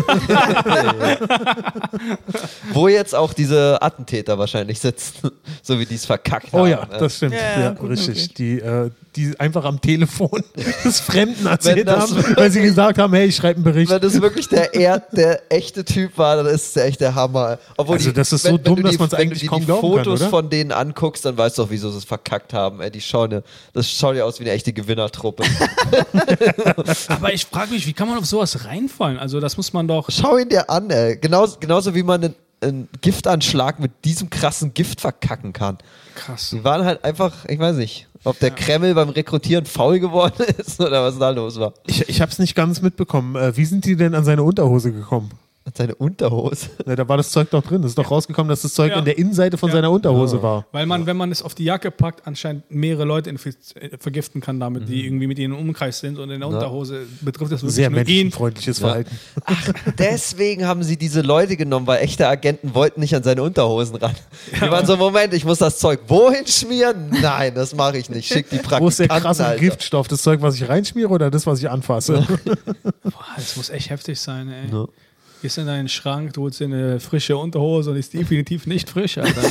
Wo jetzt auch diese Attentäter wahrscheinlich sitzen, so wie die es verkackt Oh haben. ja, das stimmt. Ja, Ja, gut richtig. möglich. Die, äh, die einfach am Telefon des Fremden erzählt das- haben, weil sie gesagt haben, hey, ich schreibe einen Bericht. Wenn das wirklich der, er, der echte Typ war, dann ist es echt der Hammer. Obwohl Also die, das ist wenn, so wenn dumm, du dass die- man's wenn eigentlich du dir kaum die glauben kann, Fotos oder? von denen anguckst, dann weißt du doch, wieso sie es verkackt haben. Ey, die schauen ja, das schaut ja aus wie eine echte Gewinnertruppe. Aber ich frage mich, wie kann man auf sowas reinfallen? Also das muss man doch... Schau ihn dir an, ey. Genauso, genauso wie man einen, einen Giftanschlag mit diesem krassen Gift verkacken kann. Krass. Die waren halt einfach, ich weiß nicht, ob der Kreml beim Rekrutieren faul geworden ist oder was da los war. Ich, ich habe es nicht ganz mitbekommen. Äh, wie sind die denn an seine Unterhose gekommen? Hat seine Unterhose. Na, da war das Zeug doch drin. Es ist doch rausgekommen, dass das Zeug Ja. in der Innenseite von Ja. seiner Unterhose war. Weil man, wenn man es auf die Jacke packt, anscheinend mehrere Leute infiz- äh, vergiften kann damit, die irgendwie mit ihnen im Umkreis sind und in der Unterhose betrifft das wirklich Sehr nur ihn. menschenfreundliches Verhalten. Deswegen haben sie diese Leute genommen, weil echte Agenten wollten nicht an seine Unterhosen ran. Die waren so, Moment, ich muss das Zeug wohin schmieren? Nein, das mache ich nicht. Schick die Praktikanten, Wo ist der krasse Alter. Giftstoff? Das Zeug, was ich reinschmiere oder das, was ich anfasse? Boah, das muss echt heftig sein, ey. Gehst in deinen Schrank, du holst dir eine frische Unterhose und ist definitiv nicht frisch, Alter.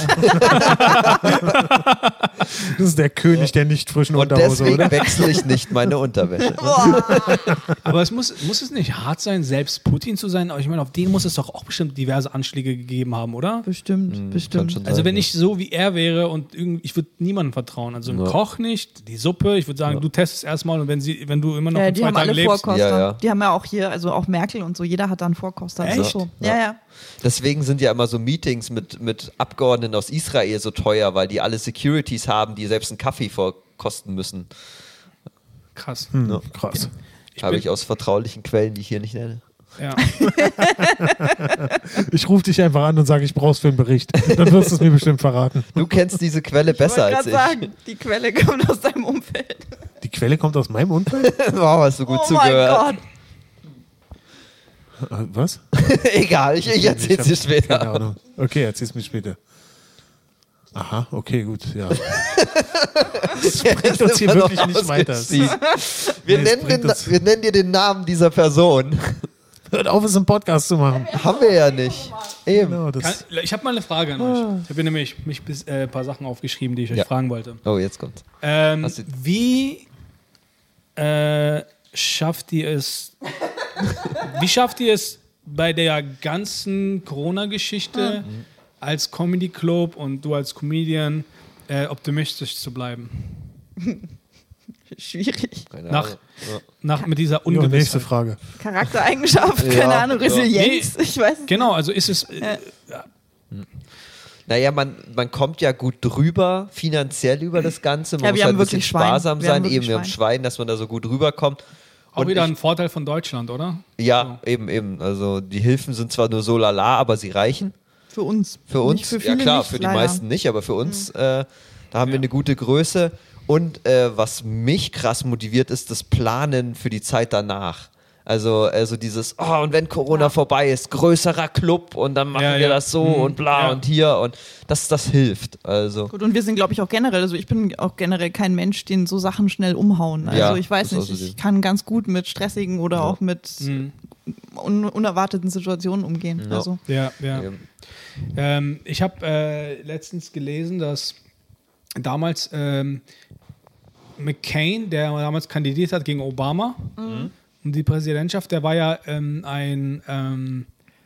Das ist der König der nicht frischen Und Unterhose, deswegen oder? wechsle ich nicht meine Unterwäsche. Aber es muss, muss es nicht hart sein, selbst Putin zu sein? Aber ich meine, auf den muss es doch auch bestimmt diverse Anschläge gegeben haben, oder? Bestimmt, Kann bestimmt. schon Also sein, wenn ja. ich so wie er wäre und irgendwie, ich würde niemandem vertrauen. Also im Ja. Koch nicht, die Suppe, ich würde sagen, du testest erstmal und wenn sie, wenn du immer noch Ja, in die zwei haben Tagen alle lebst. Vorkoster. Ja, ja. Die haben ja auch hier, also auch Merkel und so, jeder hat da einen Vorkoster. Das ist Echt? so. Ja, ja. Deswegen sind ja immer so Meetings mit, mit Abgeordneten aus Israel so teuer, weil die alle Securities haben, die selbst einen Kaffee vorkosten müssen. Krass. Hm, Ja. krass. Habe bin- ich aus vertraulichen Quellen, die ich hier nicht nenne. Ja. Ich rufe dich einfach an und sage, ich brauch's für einen Bericht. Dann wirst du es mir bestimmt verraten. Du kennst diese Quelle besser ich als wollte ich. gerade sagen, die Quelle kommt aus deinem Umfeld. Die Quelle kommt aus meinem Umfeld? Wow, hast du gut oh zugehört. mein Gott. Äh, Was? Egal, ich, ich erzähl's dir hab Keine später. Ahnung. Okay, erzähl's mir später. Aha, okay, gut, ja. Das bringt uns hier wirklich nicht weiter. Wir, Nee, es nennen bringt den, uns- wir nennen dir den Namen dieser Person. Hört auf, es im Podcast zu machen. Haben wir ja nicht. Eben. Genau, Kann, das, ich habe mal eine Frage an euch. Ich habe nämlich mich bis, äh, ein paar Sachen aufgeschrieben, die ich euch Ja. fragen wollte. Oh, jetzt kommt's. Ähm, Hast du- wie äh, schafft ihr es? Wie schafft ihr es bei der ganzen Corona-Geschichte als Comedy Club und du als Comedian äh, optimistisch zu bleiben? Schwierig. Keine Nach- Ahnung. Ja. Nach mit dieser jo, nächste Ungewissheit. Frage. Charaktereigenschaft, Ja, keine Ahnung, ja. Resilienz, ich weiß nicht. Genau, also ist es. Äh, Ja. Naja, man, man kommt ja gut drüber, finanziell über das Ganze. Man Ja, muss wir halt haben ein bisschen wirklich Schwein. sparsam Wir haben sein, wirklich eben mit dem Schwein. Schwein, dass man da so gut rüberkommt. auch Und wieder ich- ein Vorteil von Deutschland, oder? Ja, eben, eben. Also die Hilfen sind zwar nur so lala, aber sie reichen. Für uns. Für uns, Nicht für ja viele klar, nicht, für die leider. meisten nicht, aber für uns, äh, da haben wir Ja. eine gute Größe. Und äh, was mich krass motiviert, ist das Planen für die Zeit danach. Also, also dieses, oh, und wenn Corona ja. vorbei ist, größerer Club und dann machen ja, wir ja. das so mhm. und bla ja. und hier und das, das hilft. Also. Gut, und wir sind, glaube ich, auch generell, also ich bin auch generell kein Mensch, den so Sachen schnell umhauen. Also ja, ich weiß nicht, ich kann ganz gut mit stressigen oder ja. auch mit mhm. un- unerwarteten Situationen umgehen. Ja, also. ja. ja. Ähm, ich habe äh, letztens gelesen, dass damals ähm, McCain, der damals kandidiert hat gegen Obama, mhm. um die Präsidentschaft, der war ja ähm, ein, ähm,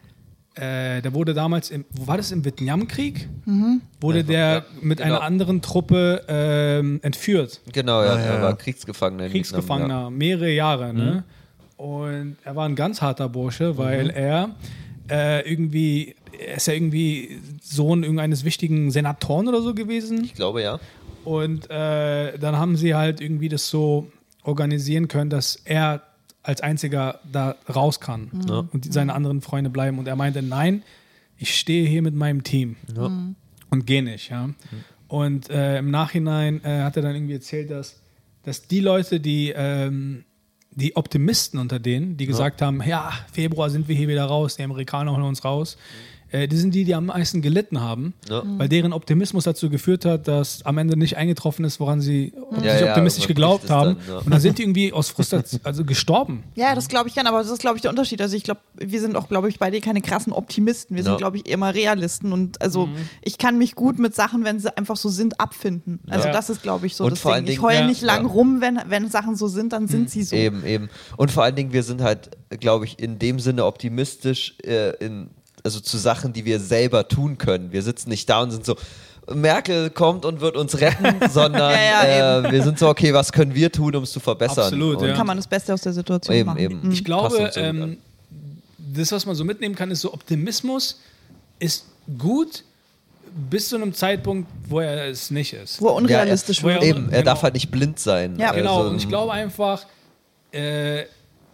äh, der wurde damals, im, wo war das, im Vietnamkrieg? Mhm. Wurde ja, der ja, mit genau. einer anderen Truppe ähm, entführt. Genau, ja, ah, ja, er war Kriegsgefangener. Kriegsgefangener, Vietnam, ja. mehrere Jahre, mhm. ne? Und er war ein ganz harter Bursche, weil mhm. er äh, irgendwie, er ist ja irgendwie Sohn irgendeines wichtigen Senatoren oder so gewesen. Ich glaube, ja. Und äh, dann haben sie halt irgendwie das so organisieren können, dass er als einziger da raus kann mhm. und seine anderen Freunde bleiben. Und er meinte, nein, ich stehe hier mit meinem Team ja. und gehe nicht. Ja? Mhm. Und äh, im Nachhinein äh, hat er dann irgendwie erzählt, dass, dass die Leute, die, ähm, die Optimisten unter denen, die gesagt ja. haben, ja, Februar sind wir hier wieder raus, die Amerikaner holen uns raus, äh, die sind die, die am meisten gelitten haben, ja. weil deren Optimismus dazu geführt hat, dass am Ende nicht eingetroffen ist, woran sie ja, ja, optimistisch geglaubt haben. Dann, ja. Und dann sind die irgendwie aus Frustration also gestorben. Ja, das glaube ich gerne, aber das ist, glaube ich, der Unterschied. Also ich glaube, wir sind auch, glaube ich, bei dir keine krassen Optimisten. Wir ja. sind, glaube ich, immer Realisten. Und also mhm. ich kann mich gut mit Sachen, wenn sie einfach so sind, abfinden. Also ja. das ist, glaube ich, so und das vor Ding. Dingen, ich heule ja. nicht lang ja. rum, wenn, wenn Sachen so sind, dann sind mhm. sie so. Eben, eben. Und vor allen Dingen, wir sind halt, glaube ich, in dem Sinne optimistisch äh, in also zu Sachen, die wir selber tun können. Wir sitzen nicht da und sind so, Merkel kommt und wird uns retten, sondern ja, ja, äh, wir sind so, okay, was können wir tun, um es zu verbessern? Absolut, und ja. kann man das Beste aus der Situation eben, machen. Eben. Ich glaube, so ähm, das, was man so mitnehmen kann, ist so, Optimismus ist gut bis zu einem Zeitpunkt, wo er es nicht ist. Wo er unrealistisch ja, er, wird. Eben, er genau. darf halt nicht blind sein. Ja, genau. Also, und ich glaube einfach, äh,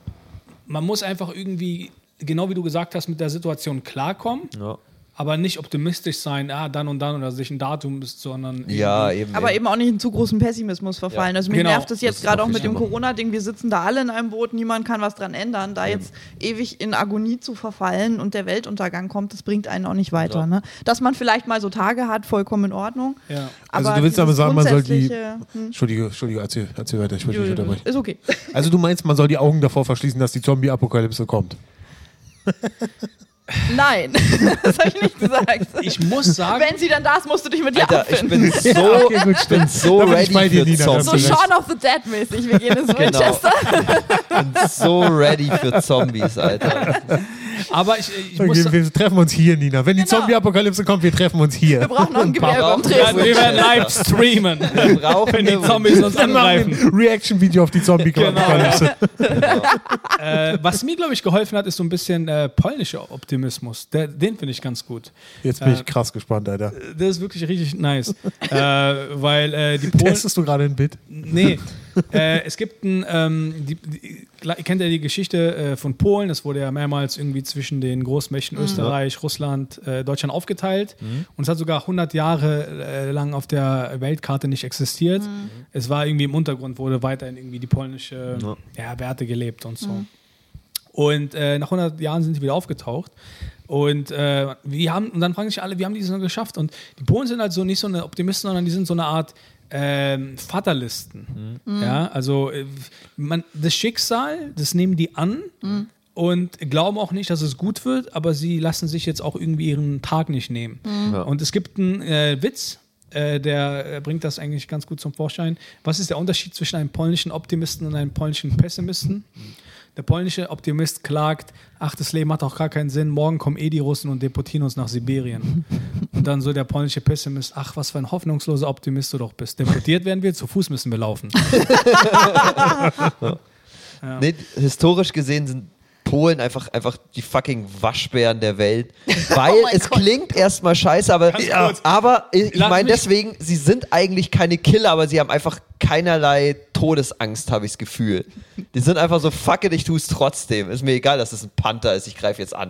man muss einfach irgendwie, genau wie du gesagt hast, mit der Situation klarkommen, ja. aber nicht optimistisch sein, ah, dann und dann oder sich ein Datum ist, sondern ja, eben, aber eben. eben auch nicht in zu großen Pessimismus verfallen. Ja. Also mir genau. nervt es jetzt gerade auch mit dem Corona-Ding, wir sitzen da alle in einem Boot, niemand kann was dran ändern, da eben. jetzt ewig in Agonie zu verfallen und der Weltuntergang kommt, das bringt einen auch nicht weiter. Ja. Ne? Dass man vielleicht mal so Tage hat, vollkommen in Ordnung. Ja. Also aber du willst aber sagen, man soll die... Hm? Entschuldige, Entschuldige, erzähl, erzähl weiter, ich will dich nicht unterbrechen. Ist okay. Also du meinst, man soll die Augen davor verschließen, dass die Zombie-Apokalypse kommt? Nein, das habe ich nicht gesagt. Ich muss sagen... Wenn sie dann da ist, musst du dich mit dir Alter, abfinden. ich bin so, okay, gut, ich bin so ready bei dir, für Nina, Zombies. So Shaun of the Dead mäßig, wir gehen ins Winchester. Ich bin so ready für Zombies, Alter. Aber ich, ich okay, muss... Wir treffen uns hier, Nina. Wenn die genau. Zombie-Apokalypse kommt, wir treffen uns hier. Wir brauchen noch ein Gewehr beim ja, wir werden live streamen, wir brauchen wenn die Zombies uns angreifen. Reaction-Video auf die Zombie-Apokalypse. Genau, ja. äh, was mir, glaube ich, geholfen hat, ist so ein bisschen äh, polnischer Optimismus. Der, den finde ich ganz gut. Jetzt bin äh, ich krass gespannt, Alter. Das ist wirklich richtig nice. äh, weil äh, die Polen... Testest du gerade ein Bit? Nee. äh, es gibt ein... Ähm, die, die, ihr kennt ja die Geschichte äh, von Polen. Das wurde ja mehrmals irgendwie zwischen den Großmächten mhm. Österreich, Russland, äh, Deutschland aufgeteilt. Mhm. Und es hat sogar hundert Jahre äh, lang auf der Weltkarte nicht existiert. Mhm. Es war irgendwie im Untergrund, wurde weiterhin irgendwie die polnische ja. Ja, Werte gelebt und so. Mhm. Und äh, nach hundert Jahren sind sie wieder aufgetaucht. Und, äh, wir haben, und dann fragen sich alle, wie haben die es noch geschafft? Und die Polen sind halt so nicht so eine Optimisten, sondern die sind so eine Art ähm, Fatalisten. Mhm. Ja, also man, das Schicksal, das nehmen die an mhm. und glauben auch nicht, dass es gut wird, aber sie lassen sich jetzt auch irgendwie ihren Tag nicht nehmen. Mhm. Ja. Und es gibt einen äh, Witz, äh, der bringt das eigentlich ganz gut zum Vorschein. Was ist der Unterschied zwischen einem polnischen Optimisten und einem polnischen Pessimisten? Mhm. Der polnische Optimist klagt, ach, das Leben hat auch gar keinen Sinn, morgen kommen eh die Russen und deportieren uns nach Sibirien. Und dann so der polnische Pessimist, ach, was für ein hoffnungsloser Optimist du doch bist. Deportiert werden wir, zu Fuß müssen wir laufen. ja. Ja. Nee, historisch gesehen sind Polen einfach, einfach die fucking Waschbären der Welt. Weil oh es Gott. Klingt erstmal scheiße, aber, ja, aber ich, ich meine deswegen, sie sind eigentlich keine Killer, aber sie haben einfach keinerlei Todesangst, habe ich das Gefühl. Die sind einfach so, fuck it, ich tue es trotzdem. Ist mir egal, dass es ein Panther ist, ich greife jetzt an.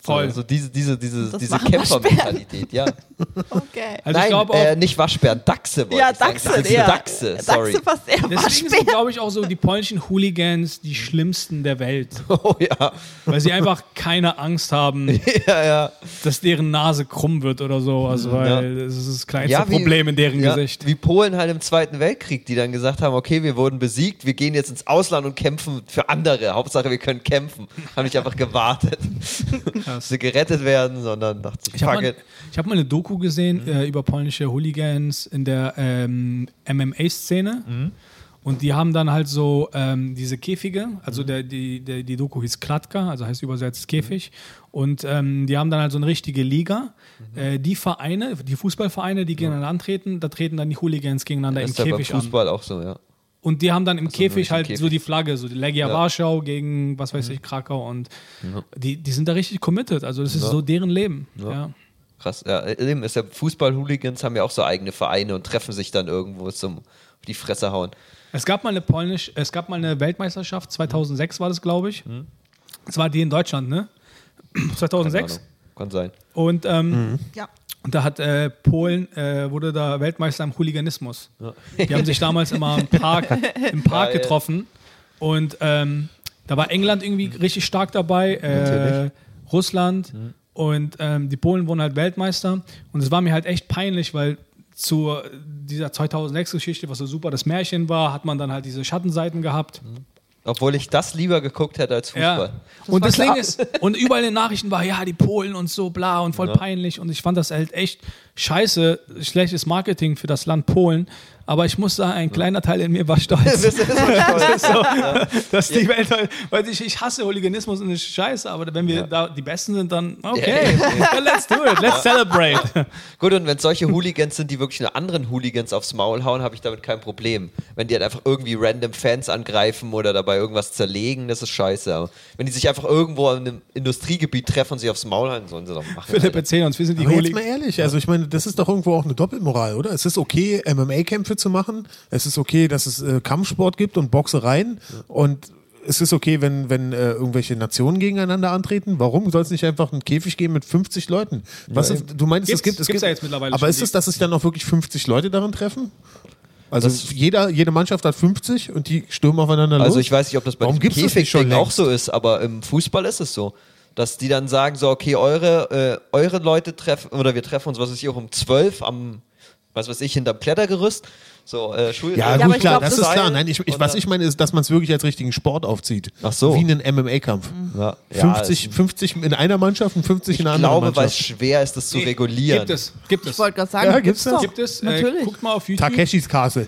Voll. So, so diese, diese, diese, Das diese machen Kämpfermentalität, ja. Okay. Also Nein, ich glaube auch, äh, nicht Waschbären, Dachse. wollte Ja, ich sagen. Dachse, Dachse, ja. Dachse, sorry. Dachse passt eher deswegen sind, Waschbär. glaube ich, auch so die polnischen Hooligans die schlimmsten der Welt. Oh ja. Weil sie einfach keine Angst haben, Ja, ja. dass deren Nase krumm wird oder so. Also, weil das ist das kleinste Ja, wie- Problem in deren ja, Gesicht. Wie Polen halt im Zweiten Weltkrieg, die dann gesagt haben, okay, wir wurden besiegt, wir gehen jetzt ins Ausland und kämpfen für andere. Hauptsache, wir können kämpfen. Haben nicht einfach gewartet, dass sie gerettet werden, sondern dachte sich, Ich habe fuck mal, it. ich hab mal eine Doku gesehen Mhm. äh, über polnische Hooligans in der ähm, M M A-Szene. Mhm. Und die haben dann halt so ähm, diese Käfige, also Mhm. der, die, der, die Doku hieß Klatka, also heißt übersetzt Käfig. Und ähm, die haben dann halt so eine richtige Liga. Mhm. Äh, die Vereine, die Fußballvereine, die gegeneinander antreten, da treten dann die Hooligans gegeneinander Das im ist ja beim Käfig an. Fußball auch so, ja. Und die haben dann im nur Käfig nicht im halt Käfig. so die Flagge, so die Legia Ja. Mhm. Warschau gegen, was weiß ich, Krakau. Und die, die sind da richtig committed. Also das ist Ja. so deren Leben. Ja. Ja. Krass, ja, eben ist ja Fußball-Hooligans haben ja auch so eigene Vereine und treffen sich dann irgendwo zum auf die Fresse hauen. Es gab mal eine polnisch, es gab mal eine Weltmeisterschaft, zweitausendsechs war das, glaube ich. Das war die in Deutschland, ne? Keine zweitausendsechs. Ahnung. Kann sein. Und ähm, Ja. und da hat äh, Polen, äh, wurde da Weltmeister im Hooliganismus. Die haben sich damals immer im Park, im Park Geil. getroffen. Und ähm, da war England irgendwie richtig stark dabei, äh, Russland und ähm, die Polen wurden halt Weltmeister. Und es war mir halt echt peinlich, weil zu dieser zweitausendsechs-Geschichte, was so super das Märchen war, hat man dann halt diese Schattenseiten gehabt. Obwohl ich das lieber geguckt hätte als Fußball. Ja. Und war das Ding klar. ist, und überall in den Nachrichten war, ja, die Polen und so, bla, und voll Ja. peinlich. Und ich fand das halt echt scheiße, schlechtes Marketing für das Land Polen. Aber ich muss sagen, ein kleiner Teil in mir war stolz. Das ist Das ist so, dass die Welt, weil ich, ich hasse Hooliganismus und das ist scheiße, aber wenn wir Ja. da die Besten sind, dann okay, then let's do it, let's celebrate. Gut, und wenn es solche Hooligans sind, die wirklich nur anderen Hooligans aufs Maul hauen, habe ich damit kein Problem. Wenn die halt einfach irgendwie random Fans angreifen oder dabei irgendwas zerlegen, das ist scheiße. Aber wenn die sich einfach irgendwo in einem Industriegebiet treffen und sich aufs Maul hauen, sollen sie doch machen. Philipp, Alter. erzähl uns, wir sind die Aber jetzt mal Hooligans. ehrlich, also ich meine, das ist doch irgendwo auch eine Doppelmoral, oder? Es ist okay, M M A-Kämpfe zu machen. Es ist okay, dass es äh, Kampfsport gibt und Boxereien. Und es ist okay, wenn, wenn äh, irgendwelche Nationen gegeneinander antreten. Warum soll es nicht einfach einen Käfig geben mit fünfzig Leuten? Was Ja, ist, du meinst, es Gibt's- gibt es gibt's gibt, ja jetzt mittlerweile aber schon ist es, dass sich dann auch wirklich fünfzig Leute darin treffen? Also Das- jeder, jede Mannschaft hat fünfzig und die stürmen aufeinander los? Also ich weiß nicht, ob das bei Warum dem gibt's das nicht schon Käfig-Ding auch längst? so ist, aber im Fußball ist es so. Dass die dann sagen, so, okay, eure, äh, eure Leute treffen, oder wir treffen uns, was weiß ich, auch um zwölf am, was weiß ich, hinterm Klettergerüst. So, äh, Schul Ja, Ja, gut, aber ich klar, glaub, das das ist klar. Seil Nein, ich, ich, und was dann- ich meine, ist, dass man es wirklich als richtigen Sport aufzieht. Ach so. Wie einen M M A-Kampf. Ja, fünfzig, ja, fünfzig in einer Mannschaft und fünfzig ich in einer anderen glaube, weil es Mannschaft. schwer ist, das zu regulieren. Gibt es, gibt Ich es. wollte gerade sagen, Ja, gibt's gibt's das? doch. Gibt es, äh, Natürlich. guckt mal auf YouTube. Takeshis Castle.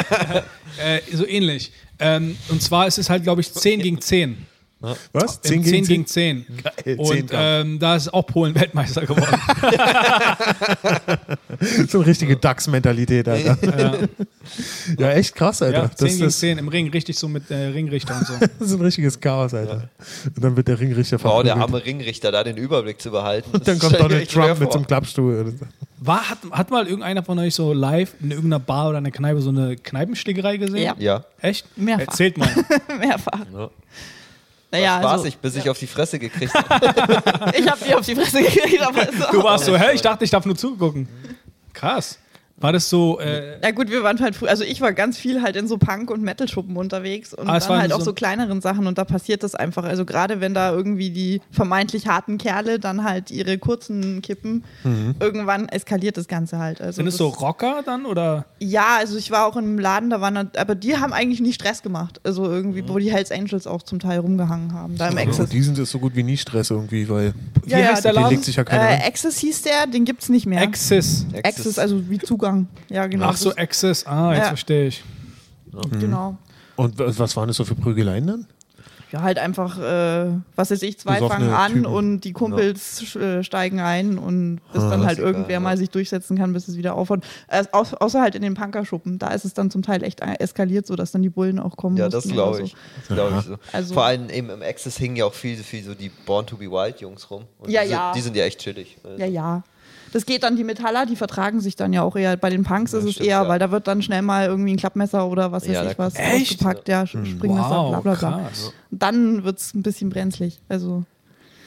Äh, so ähnlich. Ähm, und zwar ist es halt, glaube ich, zehn gegen zehn. Was? zehn gegen zehn. Geil, Und Zehnkampf. ähm, da ist auch Polen Weltmeister geworden. So eine richtige Dachs-Mentalität, Alter. ja, Ja, echt krass, Alter. ja, das, zehn gegen das, zehn im Ring, richtig so mit äh, Ringrichter und so. das ist ein richtiges Chaos, Alter. Und dann wird der Ringrichter Wow, der verprügelt. arme Ringrichter, da den Überblick zu behalten. Und dann das kommt stell ich mir Donald echt schwer Trump mit vor. so einem Klappstuhl. oder so. War, hat, hat mal irgendeiner von euch so live in irgendeiner Bar oder einer Kneipe so eine Kneipenschlägerei gesehen? Ja. Ja. Echt? Mehrfach. Erzählt mal. Mehrfach. Ja. Naja, War also, spaßig, bis ich auf die Fresse gekriegt habe. ich habe die auf die Fresse gekriegt, aber ist Du auch. warst so, hä, ich dachte, ich darf nur zugucken. Krass. War das so, äh, Ja gut, wir waren halt früh, also ich war ganz viel halt in so Punk- und Metal-Schuppen unterwegs und Ah, es dann waren halt auch so- so kleineren Sachen und da passiert das einfach. Also gerade wenn da irgendwie die vermeintlich harten Kerle dann halt ihre kurzen kippen, irgendwann eskaliert das Ganze halt. Also sind es das- so Rocker dann oder? Ja, also ich war auch in einem Laden, da waren, dann- aber die haben eigentlich nie Stress gemacht. Also irgendwie, wo die Hells Angels auch zum Teil rumgehangen haben, da im Also, Access. die sind jetzt so gut wie nie Stress irgendwie, weil Wie Ja, ja, heißt der den Laden? legt sich ja keiner Äh, an. Access hieß der, den gibt's nicht mehr. Access. Access, also wie Zugang. Ja, genau. Ach so, Access. Ah, jetzt Ja. verstehe ich. Genau. Und was was waren das so für Prügeleien dann? Ja, halt einfach, äh, was weiß ich, zwei Besoffene fangen an Typen. und die Kumpels sch- äh, steigen ein und bis Ah, dann halt Klassiker, irgendwer ja. mal sich durchsetzen kann, bis es wieder aufhört. Äh, au außer halt in den Punkerschuppen, da ist es dann zum Teil echt eskaliert, sodass dann die Bullen auch kommen Ja, das mussten glaube oder ich. so. Das glaube ich so. Also- Vor allem eben im Access hingen ja auch viel, viel so die Born to be Wild Jungs rum. Und Ja, die, sind, ja. die sind ja echt chillig. Ja, ja. Das geht dann, die Metaller, die vertragen sich dann ja auch eher. Bei den Punks Ja, ist es stimmt, eher, ja. weil da wird dann schnell mal irgendwie ein Klappmesser oder was weiß Ja, da ich was kommt- Echt? ausgepackt, ja, Springmesser, Wow, bla bla bla. krass. Dann wird es ein bisschen brenzlig. Also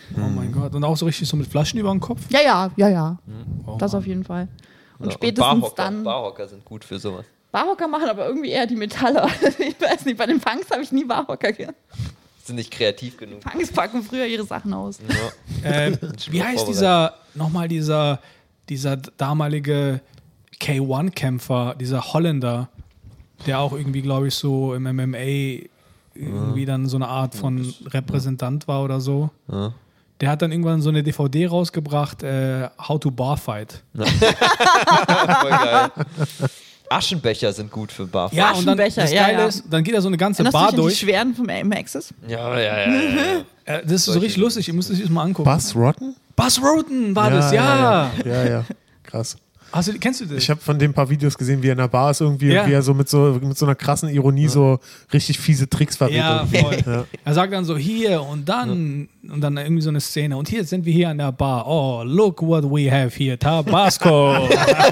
Oh mein Gott. Und auch so richtig so mit Flaschen über dem Kopf? Ja, ja, ja, ja. Oh Das Mann. auf jeden Fall. Und Ja, spätestens und Barhocker, dann. Barhocker sind gut für sowas. Barhocker machen aber irgendwie eher die Metalle. Ich weiß nicht, bei den Punks habe ich nie Barhocker gehört. Sind nicht kreativ genug. Punks packen früher ihre Sachen aus. Ja. Ähm, wie heißt dieser, nochmal dieser, dieser damalige K eins Kämpfer, dieser Holländer, der auch irgendwie, glaube ich, so im M M A irgendwie dann so eine Art von Repräsentant war oder so. Ja. Der hat dann irgendwann so eine D V D rausgebracht, äh, How to Bar Fight. Voll geil. Aschenbecher sind gut für Barfight. Ja, und dann, Aschenbecher, das ja, Geile ja. ist, dann geht er so eine ganze Erinnerst du Bar dich an die durch. Schweren vom Maxis? Ja, ja, ja. ja, ja. Äh, das ist so Solche richtig lustig, ihr müsst euch das mal angucken. Buzz Rotten? Buzz Roden war das, ja. Ja, ja, ja. Krass. Hast du, kennst du das? Ich habe von dem ein paar Videos gesehen, wie er in der Bar ist irgendwie Ja. und wie er so mit so mit so einer krassen Ironie so richtig fiese Tricks verrät. Ja, irgendwie. voll. Ja. Er sagt dann so, hier und dann, und dann irgendwie so eine Szene. Und hier sind wir hier an der Bar. Oh, look what we have here. Tabasco.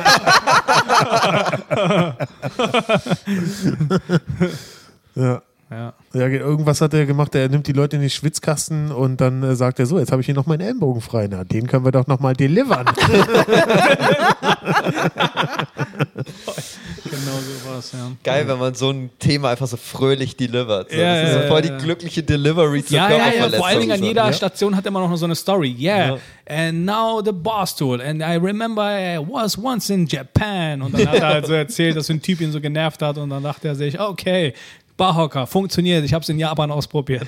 Ja. Ja. Ja, irgendwas hat er gemacht, er nimmt die Leute in den Schwitzkasten und dann äh, sagt er so, jetzt habe ich hier noch meinen Ellenbogen frei. Na, den können wir doch nochmal delivern. Genau so was, ja. Geil, wenn man so ein Thema einfach so fröhlich delivert. So. Ja, das ist ja, so voll ja, die ja. glückliche Delivery zur Ja, ja, ja, Körperverletzung. vor allen Dingen an So. jeder Ja. Station hat er immer noch so eine Story. Yeah, and now the boss tool. And I remember I was once in Japan. Und dann hat er halt so erzählt, dass ein Typ ihn so genervt hat. Und dann dachte er sich, okay, Barhocker, funktioniert. Ich habe es in Japan ausprobiert.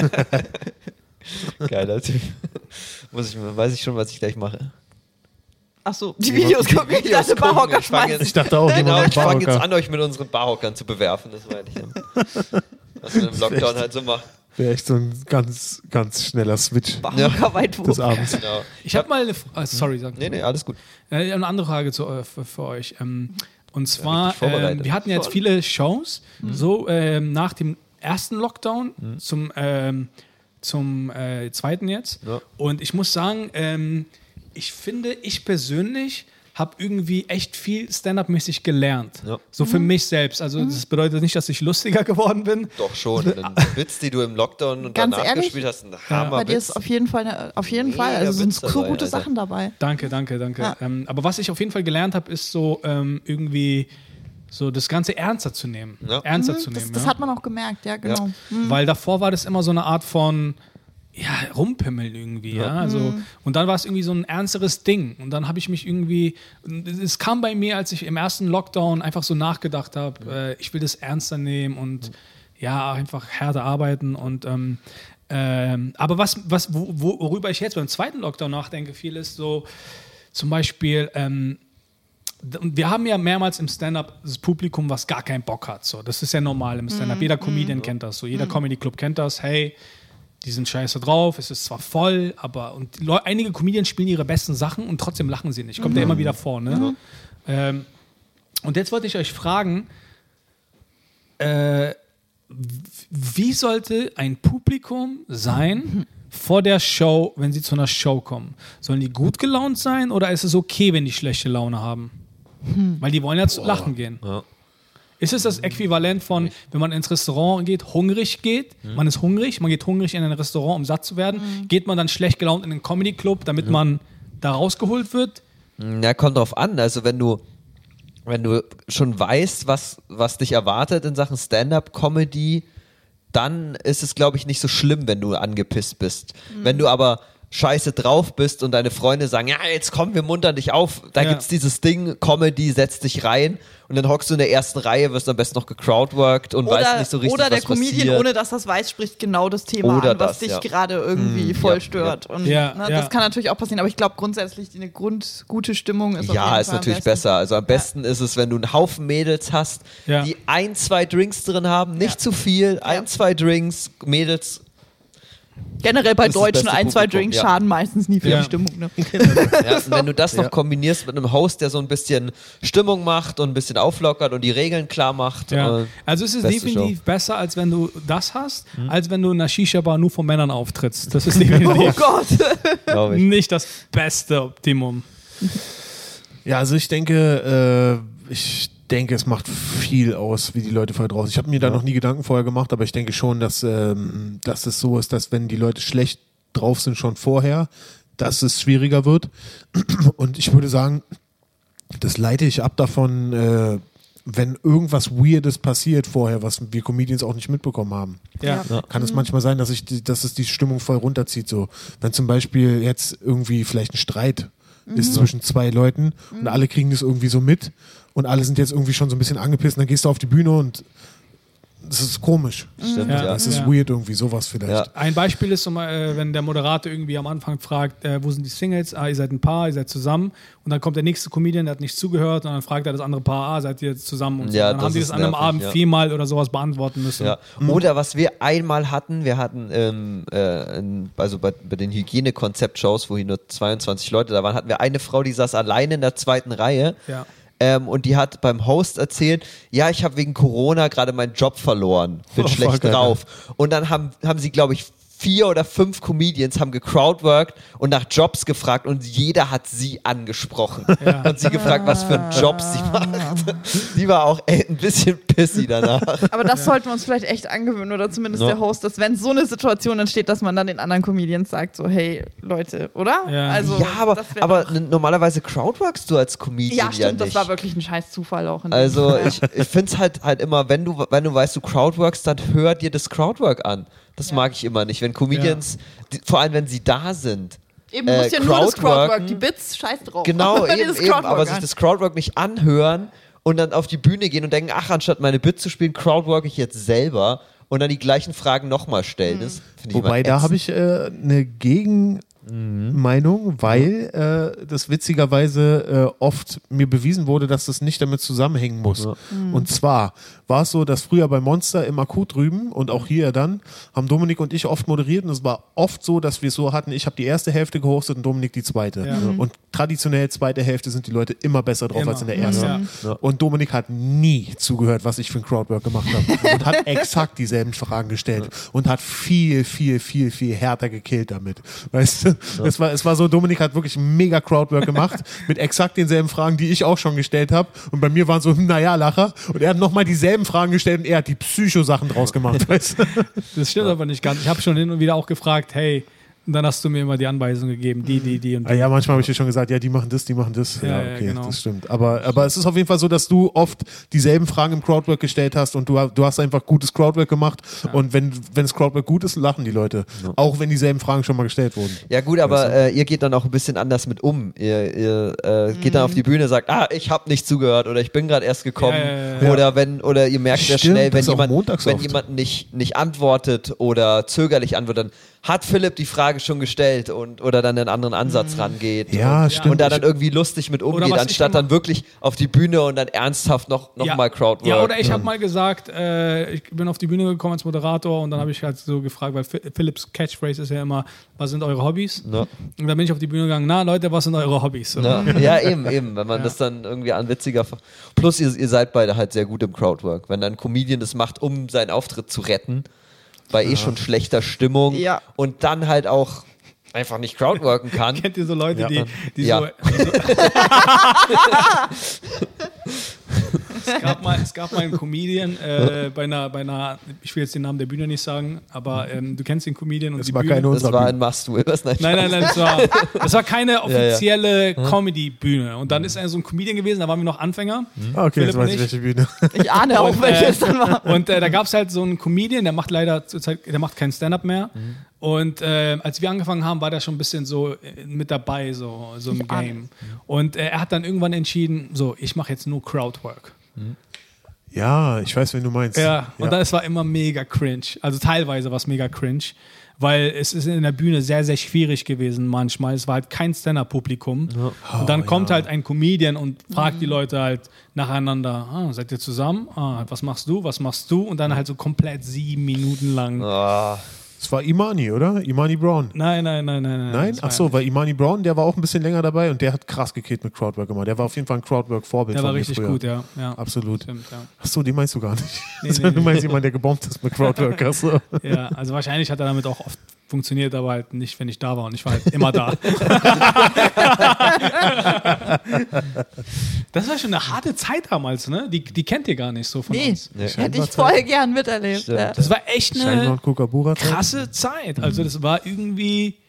Geiler Typ. Muss ich, weiß ich schon, was ich gleich mache. Achso, die Videos gucken, ich dachte gucken. Barhocker Ich fang schmeißen. Ich dachte auch, Genau, jemand ich fange jetzt Barhocker. an, euch mit unseren Barhockern zu bewerfen. Das meine ich. Ja. Was man im Lockdown halt so macht. Wäre echt so ein ganz, ganz schneller Switch Barhocker weit des wo. Abends. Genau. Ich habe mal eine F- ah, sorry, sag. Nee, nee, alles gut. Äh, eine andere Frage zu, äh, für, für euch. Ähm, und zwar, richtig vorbereitet. ähm, wir hatten jetzt Voll. viele Shows, so ähm, nach dem ersten Lockdown zum, ähm, zum äh, zweiten jetzt. Ja. Und ich muss sagen, ähm, ich finde, ich persönlich habe irgendwie echt viel Stand-up-mäßig gelernt. Ja. So für mich selbst. Also das bedeutet nicht, dass ich lustiger geworden bin. Doch schon. Den Witz, die du im Lockdown und Ganz danach ehrlich? gespielt hast, ein Hammer. Bei dir ist auf jeden Fall, eine, auf jeden Fall, Mega also sind Witz so dabei, gute Alter. Sachen dabei. Danke, danke, danke. Ja. Ähm, aber was ich auf jeden Fall gelernt habe, ist so ähm, irgendwie so das Ganze ernster zu nehmen. Ja. Ernster Mhm, zu das nehmen. das ja. hat man auch gemerkt, ja, genau. Mhm. Weil davor war das immer so eine Art von ja, rumpimmeln irgendwie, ja. Also, und dann war es irgendwie so ein ernsteres Ding. Und dann habe ich mich irgendwie, es kam bei mir, als ich im ersten Lockdown einfach so nachgedacht habe, äh, ich will das ernster nehmen und ja, einfach härter arbeiten und ähm, ähm, aber was, was, wo, worüber ich jetzt beim zweiten Lockdown nachdenke, viel ist so zum Beispiel, ähm, und wir haben ja mehrmals im Stand-Up das Publikum, was gar keinen Bock hat. So. Das ist ja normal im Stand-Up. Jeder Comedian kennt das. So. Jeder Comedy-Club kennt das. Hey, die sind scheiße drauf, es ist zwar voll, aber und Leu- einige Comedians spielen ihre besten Sachen und trotzdem lachen sie nicht. Kommt ja immer wieder vor. Ne? Ähm, und jetzt wollte ich euch fragen, äh, wie sollte ein Publikum sein vor der Show, wenn sie zu einer Show kommen? Sollen die gut gelaunt sein oder ist es okay, wenn die schlechte Laune haben? Weil die wollen ja zu lachen gehen. Ja. Ist es das Äquivalent von, wenn man ins Restaurant geht, hungrig geht, man ist hungrig, man geht hungrig in ein Restaurant, um satt zu werden, geht man dann schlecht gelaunt in den Comedy-Club, damit man da rausgeholt wird? Na, kommt drauf an. Also wenn du, wenn du schon weißt, was, was dich erwartet in Sachen Stand-up-Comedy, dann ist es, glaube ich, nicht so schlimm, wenn du angepisst bist. Wenn du aber scheiße drauf bist und deine Freunde sagen, ja, jetzt komm, wir muntern dich auf, da Ja. gibt's dieses Ding, Comedy, setz dich rein und dann hockst du in der ersten Reihe, wirst am besten noch gecrowdworked und weißt Oder, nicht so richtig, oder der was Comedian, passiert. ohne dass das weiß, spricht genau das Thema Oder an, was das, dich ja. gerade irgendwie voll ja, stört. Und Ja, ne, ja. das kann natürlich auch passieren, aber ich glaube grundsätzlich, die eine Grund, gute Stimmung ist auf Ja, jeden ist Fall am natürlich besten. besser. Also am besten ist es, wenn du einen Haufen Mädels hast, Ja. die ein, zwei Drinks drin haben, nicht Ja. zu viel, ein, zwei Drinks, Mädels. Generell bei Das ist das Deutschen beste ein, zwei Publikum, Drinks ja. schaden meistens nie für Ja. die Stimmung. Ne? Ja, und wenn du das noch kombinierst mit einem Host, der so ein bisschen Stimmung macht und ein bisschen auflockert und die Regeln klar macht. Ja. äh, Also es ist beste definitiv besser, als wenn du das hast, Hm. als wenn du in einer Shisha-Bar nur von Männern auftrittst. Das ist definitiv Oh Gott. glaub ich. nicht das beste Optimum. Ja, also ich denke, äh, ich denke, es macht viel aus, wie die Leute vorher draußen. Ich habe mir da noch nie Gedanken vorher gemacht, aber ich denke schon, dass, ähm, dass es so ist, dass wenn die Leute schlecht drauf sind schon vorher, dass es schwieriger wird. Und ich würde sagen, das leite ich ab davon, äh, wenn irgendwas Weirdes passiert vorher, was wir Comedians auch nicht mitbekommen haben. Ja. Ja. Kann es manchmal sein, dass, ich, die- dass es die Stimmung voll runterzieht. So. Wenn zum Beispiel jetzt irgendwie vielleicht ein Streit ist zwischen zwei Leuten und alle kriegen das irgendwie so mit und alle sind jetzt irgendwie schon so ein bisschen angepisst und dann gehst du auf die Bühne und das ist komisch. Stimmt, Ja. ja. Das ist Ja. weird irgendwie, sowas vielleicht. Ja. Ein Beispiel ist, äh, wenn der Moderator irgendwie am Anfang fragt, äh, wo sind die Singles? Ah, ihr seid ein Paar, ihr seid zusammen. Und dann kommt der nächste Comedian, der hat nicht zugehört und dann fragt er das andere Paar, ah, seid ihr jetzt zusammen? Und so. Ja, dann das haben die ist das an einem nervig, Abend ja. viermal oder sowas beantworten müssen. Ja. Oder was wir einmal hatten, wir hatten ähm, äh, in, also bei, bei den Hygienekonzept-Shows, wo hier nur zweiundzwanzig Leute da waren, hatten wir eine Frau, die saß alleine in der zweiten Reihe. Ja. Ähm, und die hat beim Host erzählt, ja, ich habe wegen Corona gerade meinen Job verloren, bin Oh, schlecht fuck, Alter. drauf. Und dann haben, haben sie, glaube ich, vier oder fünf Comedians haben gecrowdworked und nach Jobs gefragt und jeder hat sie angesprochen. Ja. Hat sie gefragt, was für einen Job sie macht. Die war auch ey, ein bisschen pissy danach. Aber das sollten wir uns vielleicht echt angewöhnen oder zumindest Ja. der Host, dass wenn so eine Situation entsteht, dass man dann den anderen Comedians sagt, so hey Leute, oder? Ja. Also, ja, aber, das wär aber doch- n- normalerweise crowdworkst du als Comedian ja, ja, stimmt, nicht. das war wirklich ein scheiß Zufall auch. In dem Also Fall. ich, ich finde es halt, halt immer, wenn du, wenn du weißt, du crowdworkst, dann hör dir das Crowdwork an. Das Ja. mag ich immer nicht. Wenn Comedians, die, vor allem wenn sie da sind. Eben, du musst äh, ja nur das Crowdworken. Crowdwork, die Bits, scheiß drauf. Genau, Hör dir eben, das eben, Crowdwork aber sich an. das Crowdwork nicht anhören und dann auf die Bühne gehen und denken, ach, anstatt meine Bits zu spielen, crowdwork ich jetzt selber und dann die gleichen Fragen nochmal stellen. Das finde ich Wobei, immer da habe ätzend. ich äh, eine Gegenmeinung, weil äh, das witzigerweise äh, oft mir bewiesen wurde, dass das nicht damit zusammenhängen muss. Und zwar war es so, dass früher bei Monster im Akut drüben und auch hier dann, haben Dominik und ich oft moderiert und es war oft so, dass wir es so hatten, ich habe die erste Hälfte gehostet und Dominik die zweite. Ja. Und traditionell zweite Hälfte sind die Leute immer besser drauf Immer. als in der ersten. Ja. Ja. Und Dominik hat nie zugehört, was ich für ein Crowdwork gemacht habe. Und hat exakt dieselben Fragen gestellt. Und hat viel, viel, viel, viel härter gekillt damit. Weißt du? Es, war, es war so, Dominik hat wirklich mega Crowdwork gemacht. Mit exakt denselben Fragen, die ich auch schon gestellt habe. Und bei mir waren so, naja, Lacher. Und er hat nochmal dieselben Fragen gestellt und er hat die Psycho-Sachen draus gemacht. Weißt du? Das stimmt aber nicht ganz. Ich habe schon hin und wieder auch gefragt, hey, und dann hast du mir immer die Anweisung gegeben, die, die, die und die. Ah, ja, manchmal habe ich dir schon gesagt, ja, die machen das, die machen das. Ja, Ja, ja, okay, genau. das stimmt. Aber, aber es ist auf jeden Fall so, dass du oft dieselben Fragen im Crowdwork gestellt hast und du, du hast einfach gutes Crowdwork gemacht. Und wenn, wenn das Crowdwork gut ist, lachen die Leute. Auch wenn dieselben Fragen schon mal gestellt wurden. Ja gut, aber äh, ihr geht dann auch ein bisschen anders mit um. Ihr, ihr äh, geht dann auf die Bühne, sagt, ah, ich habe nicht zugehört oder ich bin gerade erst gekommen. Ja, ja, ja. Oder wenn oder ihr merkt sehr Stimmt, schnell, wenn das ist auch jemand, montags wenn oft. jemand nicht, nicht antwortet oder zögerlich antwortet, dann hat Philipp die Frage schon gestellt und oder dann einen anderen Ansatz rangeht. Ja, und, stimmt. Und da dann irgendwie lustig mit umgeht, was ich anstatt immer- dann wirklich auf die Bühne und dann ernsthaft noch, noch ja. mal Crowdwork. Ja, oder ich habe mal gesagt, äh, ich bin auf die Bühne gekommen als Moderator und dann habe ich halt so gefragt, weil Ph- Philips Catchphrase ist ja immer, was sind eure Hobbys? Ja. Und dann bin ich auf die Bühne gegangen, na Leute, was sind eure Hobbys? So. Ja, ja, eben, eben, wenn man Ja. das dann irgendwie an witziger. ver- Plus, ihr, ihr seid beide halt sehr gut im Crowdwork. Wenn dann ein Comedian das macht, um seinen Auftritt zu retten, bei eh schon schlechter Stimmung Ja. und dann halt auch einfach nicht crowdworken kann. Kennt ihr so Leute, Ja. die, die Ja. so. Die so es, gab mal, es gab mal einen Comedian äh, bei, einer, bei einer, ich will jetzt den Namen der Bühne nicht sagen, aber ähm, du kennst den Comedian und Das die war Bühne. keine Das unserer war Bühne. ein Must-Do. Was? Nein, Nein, nein, nein, das war, das war keine offizielle Ja, Comedy-Bühne. Und dann ist er so ein Comedian gewesen, da waren wir noch Anfänger. Ah, okay, Philipp jetzt weiß und ich, ich. welche Bühne. Ich ahne auch, Und, welches äh, dann war. Und äh, da gab es halt so einen Comedian, der macht leider zurzeit, der macht keinen Stand-up mehr. Und äh, als wir angefangen haben, war der schon ein bisschen so äh, mit dabei, so, so im Game. Und äh, er hat dann irgendwann entschieden, so, ich mache jetzt nur Crowdwork. Ja, ich weiß, wen du meinst. Ja, und das war immer mega cringe. Also teilweise war es mega cringe, weil es ist in der Bühne sehr, sehr schwierig gewesen manchmal. Es war halt kein Stand-up-Publikum. Und dann Oh, kommt ja. halt ein Comedian und fragt die Leute halt nacheinander, ah, seid ihr zusammen? Ah, was machst du? Was machst du? Und dann halt so komplett sieben Minuten lang. Ah, Es war Imani, oder? Imani Brown. Nein, nein, nein, nein, nein. Nein? das war- Ach so, weil Imani Brown, der war auch ein bisschen länger dabei und der hat krass gekillt mit Crowdwork immer. Der war auf jeden Fall ein Crowdwork-Vorbild. Der war von mir richtig früher. gut, ja. ja. Absolut. Stimmt, ja. Ach so, die meinst du gar nicht. Nee, Also, nee, du nee. meinst jemand, der gebombt ist mit Crowdwork. Ach so. Ja, also wahrscheinlich hat er damit auch oft funktioniert, aber halt nicht, wenn ich da war. Und ich war halt immer da. Das war schon eine harte Zeit damals, ne? Die, die kennt ihr gar nicht so von Nee, uns. Nee. hätte ich voll gern miterlebt. Stimmt. Ja. Das war echt Scheinbar eine und Kookaburra. krasse Zeit. Also das war irgendwie,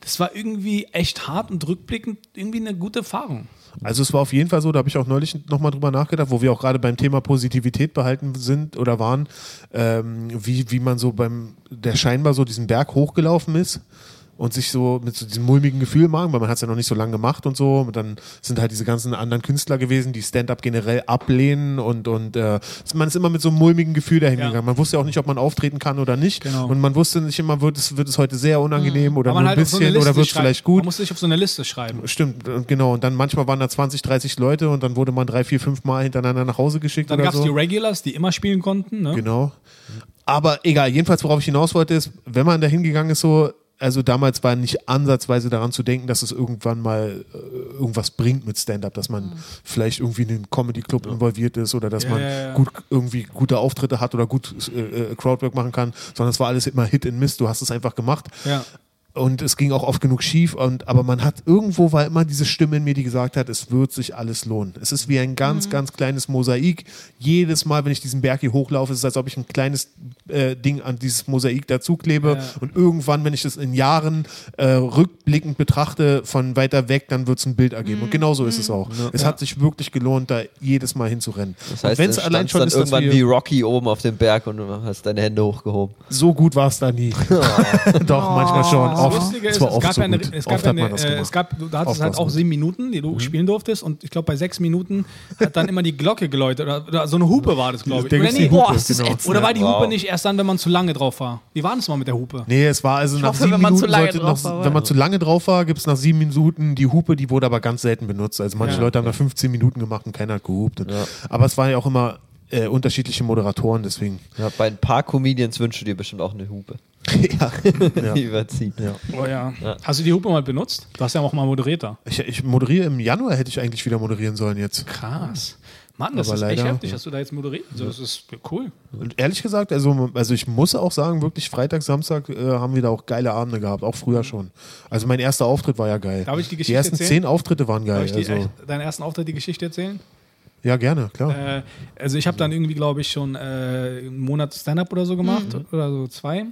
das war irgendwie echt hart und rückblickend irgendwie eine gute Erfahrung. Also es war auf jeden Fall so, da habe ich auch neulich nochmal drüber nachgedacht, wo wir auch gerade beim Thema Positivität behalten sind oder waren, ähm, wie, wie man so beim, der scheinbar so diesen Berg hochgelaufen ist und sich so mit so diesem mulmigen Gefühl machen, weil man hat es ja noch nicht so lange gemacht und so. Und dann sind halt diese ganzen anderen Künstler gewesen, die Stand-Up generell ablehnen und, und äh, man ist immer mit so einem mulmigen Gefühl dahin Ja. gegangen. Man wusste ja auch nicht, ob man auftreten kann oder nicht. Genau. Und man wusste nicht immer, wird es, wird es heute sehr unangenehm oder Weil nur man ein halt auf so eine bisschen Liste oder wird es schreibt. vielleicht gut. Man muss sich auf so eine Liste schreiben. Stimmt, und genau. Und dann manchmal waren da zwanzig, dreißig Leute und dann wurde man drei, vier, fünf Mal hintereinander nach Hause geschickt Dann oder gab es so. die Regulars, die immer spielen konnten. Ne? Genau. Aber egal, jedenfalls, worauf ich hinaus wollte, ist, wenn man da hingegangen ist, so, also damals war nicht ansatzweise daran zu denken, dass es irgendwann mal äh, irgendwas bringt mit Stand-Up, dass man vielleicht irgendwie in einen Comedy-Club involviert ist oder dass Ja, man ja, ja. gut irgendwie gute Auftritte hat oder gut äh, äh, Crowdwork machen kann, sondern es war alles immer Hit and Miss, du hast es einfach gemacht. Ja. Und es ging auch oft genug schief. Und, aber man hat, irgendwo war immer diese Stimme in mir, die gesagt hat, es wird sich alles lohnen. Es ist wie ein ganz, mhm. ganz kleines Mosaik. Jedes Mal, wenn ich diesen Berg hier hochlaufe, ist es, als ob ich ein kleines äh, Ding an dieses Mosaik dazuklebe. Ja. Und irgendwann, wenn ich das in Jahren äh, rückblickend betrachte, von weiter weg, dann wird es ein Bild ergeben. Mhm. Und genau so ist es auch. Ja. Es Ja. hat sich wirklich gelohnt, da jedes Mal hinzurennen. Das heißt, wenn es du allein standst schon dann ist, dass irgendwann wir, wie Rocky oben auf dem Berg und du hast deine Hände hochgehoben. so gut war es da nie. Doch, manchmal schon. Das Oft. Lustige Es ist, war es oft gab so eine, gut. es Oft gab hat man eine, das äh, gemacht. es gab, du hattest Oft halt war's auch gut. sieben Minuten, die du spielen durftest und ich glaube bei sechs Minuten hat dann immer die Glocke geläutet oder, oder so eine Hupe war das, glaube ich. Da Oder, gibt's die nee, Hupe, oh, ist das genau. ätzend. Oder war die Wow. Hupe nicht erst dann, wenn man zu lange drauf war? Wie war das mal mit der Hupe? Nee, es war also nach hoffe, sieben wenn man zu Minuten, lange sollte drauf noch, war, wenn man zu lange drauf war, gibt es nach sieben Minuten die Hupe, die wurde aber ganz selten benutzt. Also manche Ja. Leute haben da fünfzehn Minuten gemacht und keiner hat gehupt. Und, Ja. aber es waren ja auch immer äh, unterschiedliche Moderatoren, deswegen. Ja, bei ein paar Comedians wünschst du dir bestimmt auch eine Hupe. ja. ja. Die überziehen. ja. Oh ja. Ja. Hast du die Hupe mal benutzt? Du hast ja auch mal Moderator. Ich, ich moderiere im Januar, hätte ich eigentlich wieder moderieren sollen jetzt. Krass. Mann, das Aber ist leider, echt heftig, ja. dass du da jetzt moderiert. Also, das ist cool. Und ehrlich gesagt, also, also ich muss auch sagen, wirklich Freitag, Samstag äh, haben wir da auch geile Abende gehabt, auch früher schon. Also mein erster Auftritt war ja geil. Darf ich die Geschichte Die ersten erzählen? zehn Auftritte waren Darf geil. ich die, Also, deinen ersten Auftritt, die Geschichte erzählen? ja, gerne, klar. Äh, also ich habe dann irgendwie, glaube ich, schon äh, einen Monat Stand-Up oder so gemacht oder so zwei.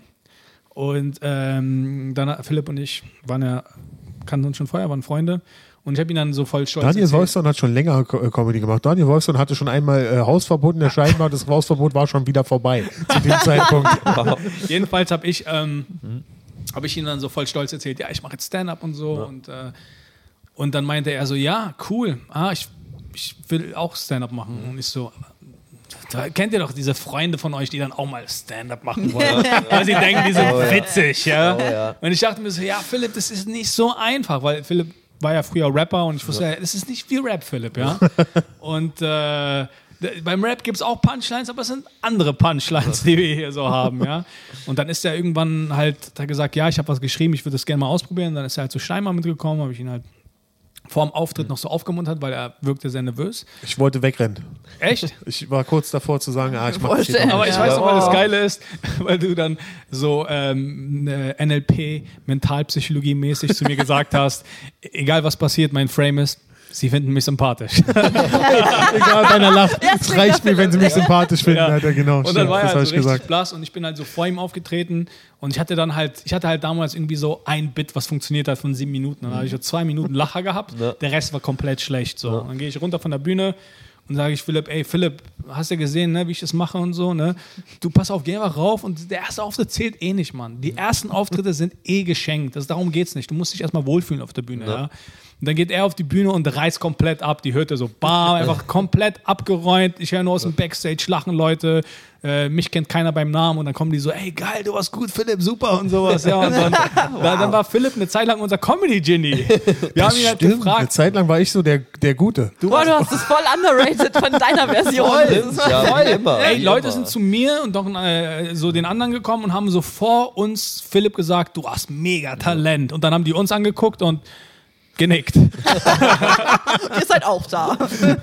Und ähm, dann Philipp und ich waren ja, kannten uns schon vorher, waren Freunde. Und ich habe ihn dann so voll stolz Daniel erzählt. Wolfson hat schon länger Co- äh, Comedy gemacht. Daniel Wolfson hatte schon einmal äh, Hausverbot in der Scheinbar. Das Hausverbot war schon wieder vorbei zu dem Zeitpunkt. Jedenfalls habe ich, ähm, hab ich ihm dann so voll stolz erzählt, ja, ich mache jetzt Stand-Up und so. Und, äh, und dann meinte er so, ja, cool, ah, ich, ich will auch Stand-Up machen. Und ich so, da kennt ihr doch diese Freunde von euch, die dann auch mal Stand-Up machen wollen. Weil sie denken, die sind Oh, ja. witzig. Ja? Oh, ja. Und ich dachte mir so, ja, Philipp, das ist nicht so einfach, weil Philipp war ja früher Rapper und ich wusste, ja, das ist nicht wie Rap, Philipp, ja. Und äh, d- beim Rap gibt es auch Punchlines, aber es sind andere Punchlines, die wir hier so haben, ja. Und dann ist er irgendwann halt, hat er gesagt, ja, ich habe was geschrieben, ich würde das gerne mal ausprobieren. Dann ist er halt zu Steinmar mitgekommen, habe ich ihn halt vor dem Auftritt noch so aufgemuntert, weil er wirkte sehr nervös. Ich wollte wegrennen. Echt? Ich war kurz davor zu sagen, ah, ich mach das Vorstellen. jetzt Aber noch ich nicht. weiß noch, weil das Oh. Geile ist, weil du dann so ähm, äh, N L P, Mentalpsychologie-mäßig zu mir gesagt hast, egal was passiert, mein Frame ist, sie finden mich sympathisch. Egal, deiner lacht. Es reicht mir, wenn sie mich sympathisch finden, Ja. Alter, genau. Und dann stimmt, war er das halt habe so ich richtig gesagt. blass und ich bin halt so vor ihm aufgetreten und ich hatte dann halt, ich hatte halt damals irgendwie so ein Bit, was funktioniert hat von sieben Minuten. Dann habe ich so zwei Minuten Lacher gehabt, Ja. der Rest war komplett schlecht. So. Dann gehe ich runter von der Bühne und sage ich Philipp, ey Philipp, hast ja gesehen, ne, wie ich das mache und so, ne? Du pass auf, geh einfach rauf und der erste Auftritt zählt eh nicht, Mann. Die ersten Auftritte sind eh geschenkt. Das, darum geht's nicht. Du musst dich erstmal wohlfühlen auf der Bühne, ja. Und dann geht er auf die Bühne und reißt komplett ab. Die hört er so, bam, einfach komplett abgeräumt. Ich höre nur aus dem Backstage lachen Leute. Äh, mich kennt keiner beim Namen. Und dann kommen die so, ey, geil, du warst gut, Philipp, super und sowas. Ja, und dann, wow. dann, dann war Philipp eine Zeit lang unser Comedy-Genie. Wir haben ihn halt Stimmt, eine gefragt. Zeit lang war ich so der, der Gute. Boah, du hast es voll underrated von deiner Version. Das ist Ja, voll. wie immer. Ey, wie Leute immer. sind zu mir und doch äh, so den anderen gekommen und haben so vor uns Philipp gesagt, du hast mega Talent. Und dann haben die uns angeguckt und genickt. Ihr seid auch da.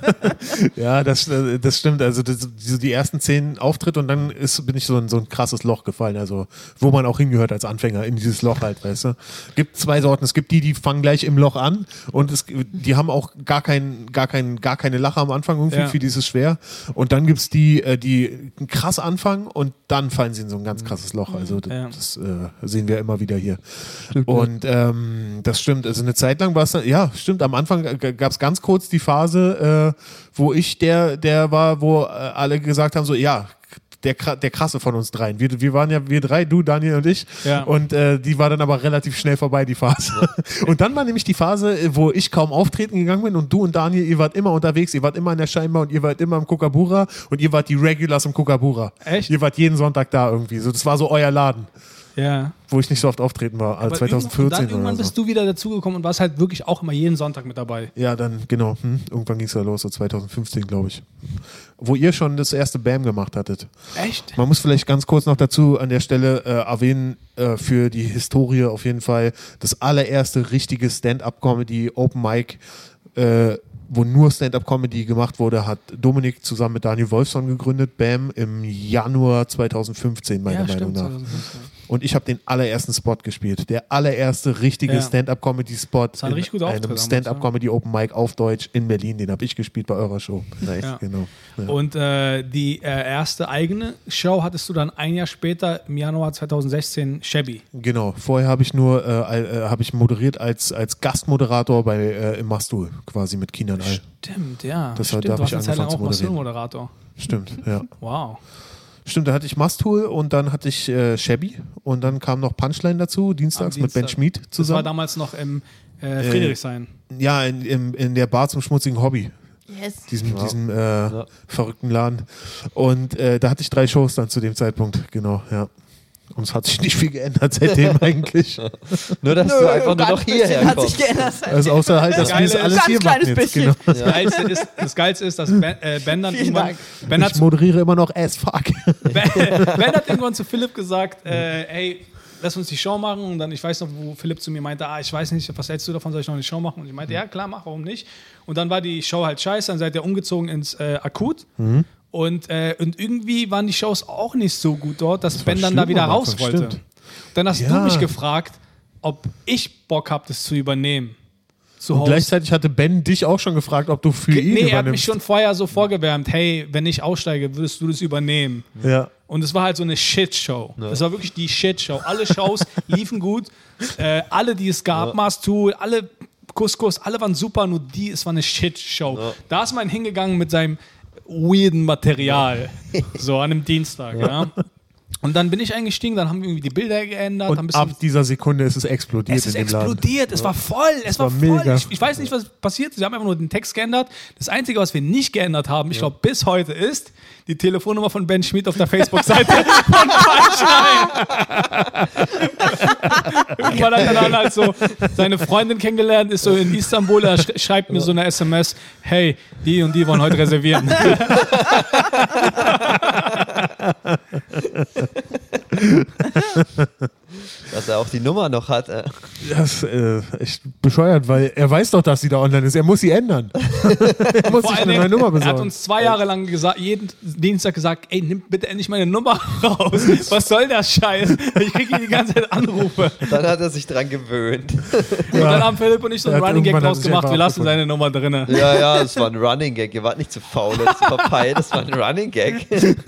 Ja, das, das stimmt. Also das, die, die ersten zehn Auftritte und dann ist, bin ich so in so ein krasses Loch gefallen. Also wo man auch hingehört als Anfänger, in dieses Loch halt, weißt du. Es gibt zwei Sorten. Es gibt die, die fangen gleich im Loch an und es, die haben auch gar, kein, gar, kein, gar keine Lache am Anfang irgendwie, Ja. für die ist es schwer. Und dann gibt es die, die krass anfangen und dann fallen sie in so ein ganz krasses Loch. Also das, Ja. das äh, sehen wir immer wieder hier. Und ähm, das stimmt. Also eine Zeit lang war es, ja, stimmt. Am Anfang gab es ganz kurz die Phase, äh, wo ich der, der war, wo äh, alle gesagt haben, so, ja, der, der krasse von uns dreien. Wir, wir waren ja, wir drei, du, Daniel und ich. Ja. Und äh, die war dann aber relativ schnell vorbei, die Phase. Ja. Und dann war nämlich die Phase, wo ich kaum auftreten gegangen bin und du und Daniel, ihr wart immer unterwegs, ihr wart immer in der Scheinbar und ihr wart immer im Kookaburra und ihr wart die Regulars im Kookaburra. Echt? Ihr wart jeden Sonntag da irgendwie. So, das war so euer Laden, Ja. wo ich nicht so oft auftreten war. Also Aber zwanzig irgendwann- vierzehn dann irgendwann oder so. bist du wieder dazugekommen und warst halt wirklich auch immer jeden Sonntag mit dabei. Ja, dann, genau. Hm, irgendwann ging es ja los, so zwanzig fünfzehn, glaube ich. Wo ihr schon das erste B A M gemacht hattet. Echt? Man muss vielleicht ganz kurz noch dazu an der Stelle äh, erwähnen, äh, für die Historie auf jeden Fall, das allererste richtige Stand-Up-Comedy, Open Mic, äh, wo nur Stand-Up-Comedy gemacht wurde, hat Dominik zusammen mit Daniel Wolfson gegründet, B A M, im Januar zwanzig fünfzehn, meiner Ja, Meinung stimmt. nach. zweitausendfünfzehn. Und ich habe den allerersten Spot gespielt. Der allererste richtige Ja. Stand-Up-Comedy-Spot Das war ein richtig guter Auftritt einem damals, Stand-Up-Comedy-Open-Mic auf Deutsch in Berlin. Den habe ich gespielt bei eurer Show. Nice. Ja. Genau. Ja. Und äh, die äh, erste eigene Show hattest du dann ein Jahr später, im Januar zweitausendsechzehn, Shabby. Genau. Vorher habe ich nur äh, äh, habe ich moderiert als, als Gastmoderator bei äh, im Mastul, quasi mit Kinan All. Stimmt, ja. Das war- Stimmt, da hab du warst ich eine Zeit lang auch angefangen zu moderieren. Mastur-Moderator. Stimmt, ja. Wow. Stimmt, da hatte ich Mastul und dann hatte ich äh, Shabby und dann kam noch Punchline dazu, dienstags Am mit Ben Dienstag. Schmid Das war zusammen. damals noch im äh, Friedrichshain. Ja, in, in, in der Bar zum schmutzigen Hobby. Yes. Diesem, diesem äh, verrückten Laden. Und äh, da hatte ich drei Shows dann zu dem Zeitpunkt, genau, ja. Und es hat sich nicht viel geändert seitdem eigentlich. Nur, dass du einfach nur ganz noch hierher bisschen hat sich kommst. geändert. Also außer halt, dass wir Geile das ist- alles Ganz hier machen kleines jetzt. bisschen. Genau. Das, Geilste ist, das Geilste ist, dass Ben, äh, ben dann Vielen irgendwann. Dank. Ben hat, Ich moderiere immer noch as fuck. ben, ben hat irgendwann zu Philipp gesagt: äh, Ey, lass uns die Show machen. Und dann, ich weiß noch, wo Philipp zu mir meinte: Ah, ich weiß nicht, was hältst du davon, soll ich noch eine Show machen? Und ich meinte: Ja, klar, mach, warum nicht? Und dann war die Show halt scheiße. Dann seid ihr umgezogen ins äh, Akut. Mhm. Und, äh, und irgendwie waren die Shows auch nicht so gut dort, dass Ben dann schlimm da wieder am raus Anfang, wollte. stimmt. Dann hast Ja. du mich gefragt, ob ich Bock habe, das zu übernehmen. Zu Und hosten. gleichzeitig hatte Ben dich auch schon gefragt, ob du für ihn Nee, er hat übernimmst. mich schon vorher so vorgewärmt, hey, wenn ich aussteige, würdest du das übernehmen? Ja. Und es war halt so eine Shitshow. Es war wirklich die Shitshow. Alle Shows liefen gut, äh, alle, die es gab, Mastool, alle Couscous, alle waren super, nur die, es war eine Shitshow. Da ist man hingegangen mit seinem weirden Material, so an einem Dienstag, ja. Und dann bin ich eingestiegen, dann haben wir irgendwie die Bilder geändert. haben ein Und bisschen ab dieser Sekunde ist es explodiert es ist in dem Laden. explodiert, es war voll, es war, war voll. mega. Ich, ich weiß nicht, was passiert ist. Wir haben einfach nur den Text geändert. Das Einzige, was wir nicht geändert haben, ich glaube bis heute, ist die Telefonnummer von Ben Schmid auf der Facebook-Seite von Punchline. Irgendwann hat er dann halt so seine Freundin kennengelernt, ist so in Istanbul, er sch schreibt mir so eine S M S, hey, die und die wollen heute reservieren. Dass er auch die Nummer noch hat. Äh. Das ist äh, echt bescheuert, weil er weiß doch, dass sie da online ist. Er muss sie ändern. er muss Vor sich allen eine neue Dingen, Nummer er hat besorgen. uns zwei Jahre lang gesagt, jeden Dienstag gesagt, ey, nimm bitte endlich meine Nummer raus. Was soll das Scheiß? Ich kriege hier die ganze Zeit Anrufe. Dann hat er sich dran gewöhnt. Und dann haben Philipp und ich so Er einen hat Running Gag irgendwann draus hat sich gemacht, wir einfach lassen seine Nummer drinne. Ja, ja, das war ein Running Gag. Ihr wart nicht zu faul, das war Pai, das war ein Running Gag.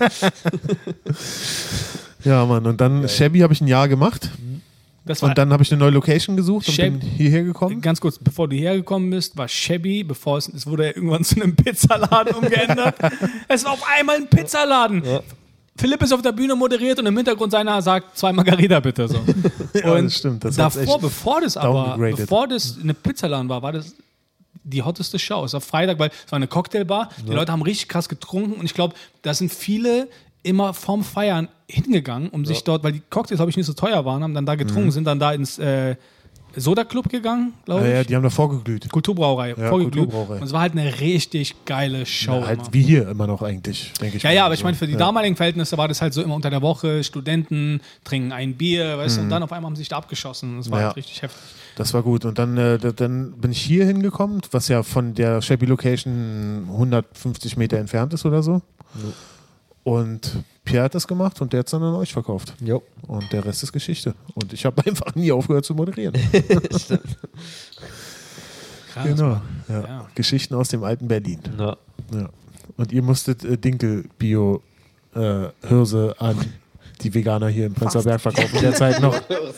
Ja, Mann. Und dann Shabby habe ich ein Jahr gemacht. Das war Und dann habe ich eine neue Location gesucht und Shab- bin hierher gekommen. ganz kurz, bevor du hergekommen bist, war Shabby, bevor es, es wurde ja irgendwann zu einem Pizzaladen umgeändert. Es war auf einmal ein Pizzaladen. Philipp ist auf der Bühne moderiert und im Hintergrund seiner sagt, zwei Margarita bitte. So. Ja, Und das stimmt. Das hat's davor, echt bevor das aber, downgegradet. bevor das eine Pizzaladen war, war das die hotteste Show. Es war Freitag, weil es war eine Cocktailbar. Die Leute haben richtig krass getrunken und ich glaube, da sind viele immer vorm Feiern hingegangen, um sich dort, weil die Cocktails, glaube ich, nicht so teuer waren, haben dann da getrunken, Mhm. sind dann da ins äh, Soda Club gegangen, glaube Ja, ich. ja, die haben da vorgeglüht. Kulturbrauerei. Ja, vorgeglüht. Kulturbrauerei. Und es war halt eine richtig geile Show. Ja, halt immer. wie hier immer noch eigentlich, denke ich. Ja, mal. ja, aber ich So. meine, für die ja. damaligen Verhältnisse war das halt so immer unter der Woche, Studenten trinken ein Bier, weißt du, Mhm. und dann auf einmal haben sie sich da abgeschossen. Das war Ja. halt richtig heftig. Das war gut. Und dann, äh, d- dann bin ich hier hingekommen, was ja von der Shabby Location hundertfünfzig Meter entfernt ist oder so. Und Pierre hat das gemacht und der hat es dann an euch verkauft. Jo. Und der Rest ist Geschichte. Und ich habe einfach nie aufgehört zu moderieren. Krass, Genau. Mann. Ja. Ja. Geschichten aus dem alten Berlin. Ja. Ja. Und ihr musstet äh, Dinkel-Bio-Hirse an die Veganer hier im Prenzlauer Berg verkaufen. Derzeit noch.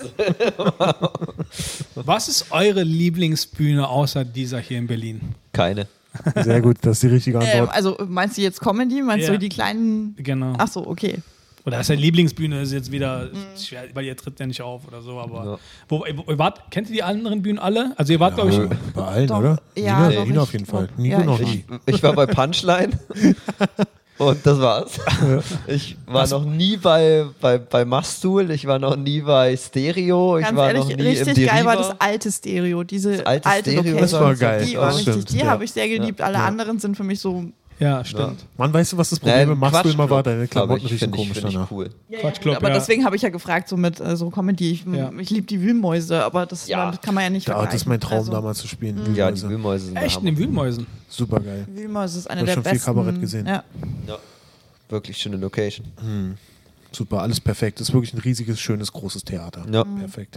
Was ist eure Lieblingsbühne außer dieser hier in Berlin? Keine. Sehr gut, das ist die richtige Ähm, Antwort. also meinst du jetzt Comedy? Meinst Ja. du die kleinen... Genau. Ach so, okay. Oder ist ja Lieblingsbühne ist jetzt wieder schwer, weil ihr tritt ja nicht auf oder so, aber Ja. wo, ihr, ihr wart, kennt ihr die anderen Bühnen alle? Also ihr wart, glaube ich, Ja, bei allen, Doch. oder? Ja, Nina, doch, Nina ich- auf jeden Fall. ja, Nico ich- noch ich- nie. Ich war bei Punchline und das war's. Ich war noch nie bei, bei, bei Machstuhl, ich war noch nie bei Stereo, ich Ganz war ehrlich, noch nie richtig im geil war Deriva. das alte Stereo, diese Das alte alte Stereo, Location. das war geil. Die war Das richtig, stimmt, die ja. habe ich sehr geliebt. Alle Ja. anderen sind für mich so... ja, stimmt. Mann, weißt du, was das Problem Nein, mit Machstuhl immer war? Deine Quatschclub, Klamotten aber ich riechen finde ich, komisch find ich danach. cool. Quatschclub, aber ja. deswegen habe ich ja gefragt, so mit äh, so Comedy. Ich, Ja. ich liebe die Wühlmäuse, aber das Ja. das kann man ja nicht Ja, vergleichen. das ist mein Traum also, damals zu spielen. Ja, die Wühlmäuse. Wühlmäuse sind der Echt, in Hammer. den Wühlmäusen. Super geil. Wühlmäuse ist eine Ich der hab schon viel besten. Kabarett gesehen. Ja. Ja. Wirklich schöne Location. Super, alles perfekt. Das ist wirklich ein riesiges, schönes, großes Theater. Ja. Perfekt.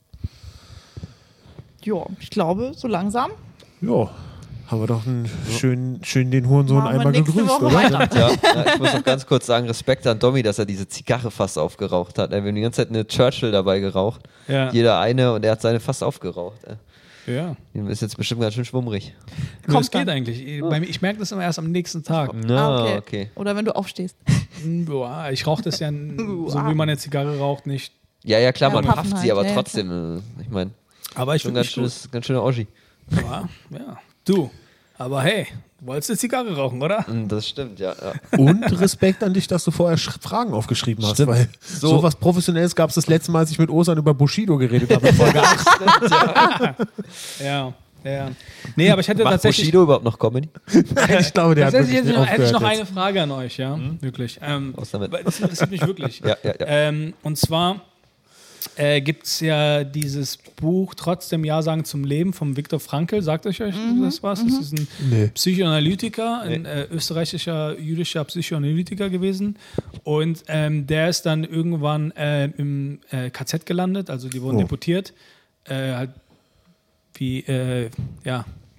ja, ich glaube, so langsam Ja, haben wir doch einen schön, schön den Hurensohn machen wir einmal nächste gegrüßt, Woche oder? weiter. Ja, ja, ich muss noch ganz kurz sagen, Respekt an Domi, dass er diese Zigarre fast aufgeraucht hat. Wir haben die ganze Zeit eine Churchill dabei geraucht. Ja. Jeder eine und er hat seine fast aufgeraucht. Ja. Ihm ist jetzt bestimmt ganz schön schwummrig. Nur das Kommt geht dann. eigentlich. Bei mir, ich merke das immer erst am nächsten Tag. Na, Ah, okay. okay. Oder wenn du aufstehst. Boah, ich rauche das ja n- so, Uah. wie man eine Zigarre raucht, nicht. Ja, ja, klar, Ja, man puffen pafft sie, halt, aber ja, ja, trotzdem, äh, ich meine, Aber ich schon finde ganz ganz schönes, ganz schöner Oschi. Ja, ja. Du, aber hey, du wolltest eine Zigarre rauchen, oder? Mm, Das stimmt, ja. ja. Und Respekt an dich, dass du vorher Sch- Fragen aufgeschrieben hast, Stimmt. weil So- so was Professionelles gab es das letzte Mal, als ich mit Osan über Bushido geredet habe. in Folge acht. Ja, ja. Nee, aber ich hätte Macht tatsächlich. Bushido überhaupt noch Comedy? Ich glaube, der hat Tatsächlich wirklich hätte ich, noch, hätte ich aufgehört noch jetzt. eine Frage an euch, ja, wirklich. Ähm, Raus damit. weil das interessiert mich wirklich. Ja, ja, ja. Ähm, und zwar äh, gibt es ja dieses Buch Trotzdem Ja sagen zum Leben von Viktor Frankl. Sagt euch euch das was? Das ist ein Nee. Psychoanalytiker, ein äh, österreichischer, jüdischer Psychoanalytiker gewesen. Und ähm, der ist dann irgendwann äh, im äh, K Z gelandet, also die wurden Oh. deportiert. Äh, halt wie, äh, ja,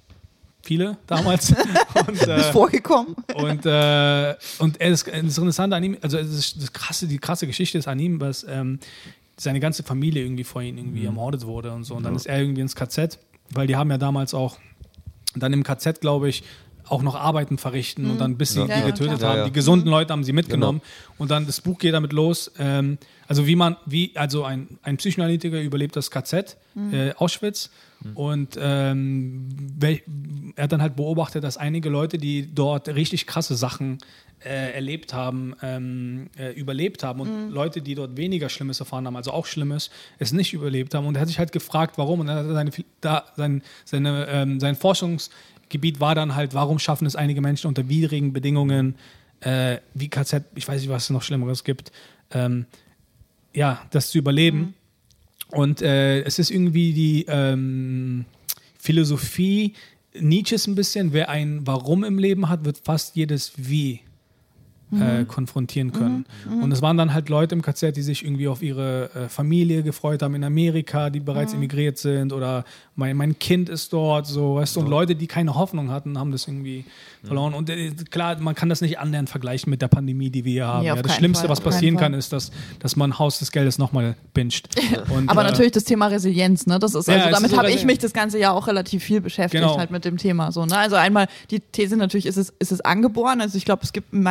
viele damals. Und, Ist äh, vorgekommen. und, äh, und er ist das Interessante an ihm, also es ist das krasse, die krasse Geschichte ist an ihm, dass ähm, seine ganze Familie irgendwie vor ihm irgendwie ermordet wurde und so. Und dann ist er irgendwie ins K Z, weil die haben ja damals auch dann im K Z, glaube ich, auch noch Arbeiten verrichten und dann bis sie Ja, die ja, getötet klar. haben. Ja, ja. Die gesunden Leute haben sie mitgenommen und dann das Buch geht damit los. Ähm, also wie man, wie, also ein, ein Psychoanalytiker überlebt das K Z, äh, Auschwitz und ähm, wel, er hat dann halt beobachtet, dass einige Leute, die dort richtig krasse Sachen äh, erlebt haben, ähm, äh, überlebt haben und Leute, die dort weniger Schlimmes erfahren haben, also auch Schlimmes, es nicht überlebt haben. Und er hat sich halt gefragt, warum. Und dann hat er seine, da, sein, seine, ähm, sein Forschungsgebiet war dann halt, warum schaffen es einige Menschen unter widrigen Bedingungen, äh, wie K Z, ich weiß nicht, was es noch Schlimmeres gibt, ähm, ja, das zu überleben. Und äh, es ist irgendwie die ähm, Philosophie Nietzsches ein bisschen, wer ein Warum im Leben hat, wird fast jedes Wie äh, konfrontieren können. Und es waren dann halt Leute im K Z, die sich irgendwie auf ihre äh, Familie gefreut haben in Amerika, die bereits emigriert sind oder mein, mein Kind ist dort, so, weißt du, und Leute, die keine Hoffnung hatten, haben das irgendwie verloren. Und äh, klar, man kann das nicht annähernd vergleichen mit der Pandemie, die wir hier haben. Nee, auf Ja, das keinen Schlimmste, Fall, was auf keinen passieren Fall. kann, ist, dass, dass man Haus des Geldes nochmal binscht. Und, Aber äh, natürlich das Thema Resilienz, ne? Das ist, Ja, also es damit ist habe ich Resilienz. mich das ganze Jahr auch relativ viel beschäftigt, Genau. halt mit dem Thema. So, ne? Also einmal die These natürlich, ist es, ist es angeboren. Also ich glaube, es gibt manche Menschen,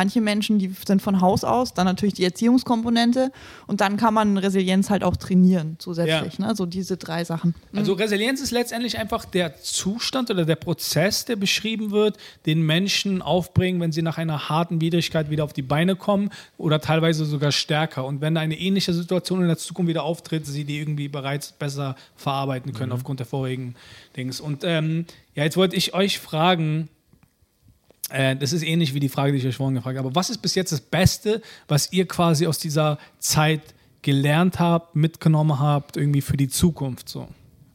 Menschen, die sind von Haus aus, dann natürlich die Erziehungskomponente und dann kann man Resilienz halt auch trainieren zusätzlich, Ja. ne? So diese drei Sachen. Also Resilienz ist letztendlich einfach der Zustand oder der Prozess, der beschrieben wird, den Menschen aufbringen, wenn sie nach einer harten Widrigkeit wieder auf die Beine kommen oder teilweise sogar stärker. Und wenn eine ähnliche Situation in der Zukunft wieder auftritt, sie die irgendwie bereits besser verarbeiten können mhm. aufgrund der vorigen Dings. Und ähm, ja, jetzt wollte ich euch fragen, äh, das ist ähnlich wie die Frage, die ich euch vorhin gefragt habe, aber was ist bis jetzt das Beste, was ihr quasi aus dieser Zeit gelernt habt, mitgenommen habt, irgendwie für die Zukunft so?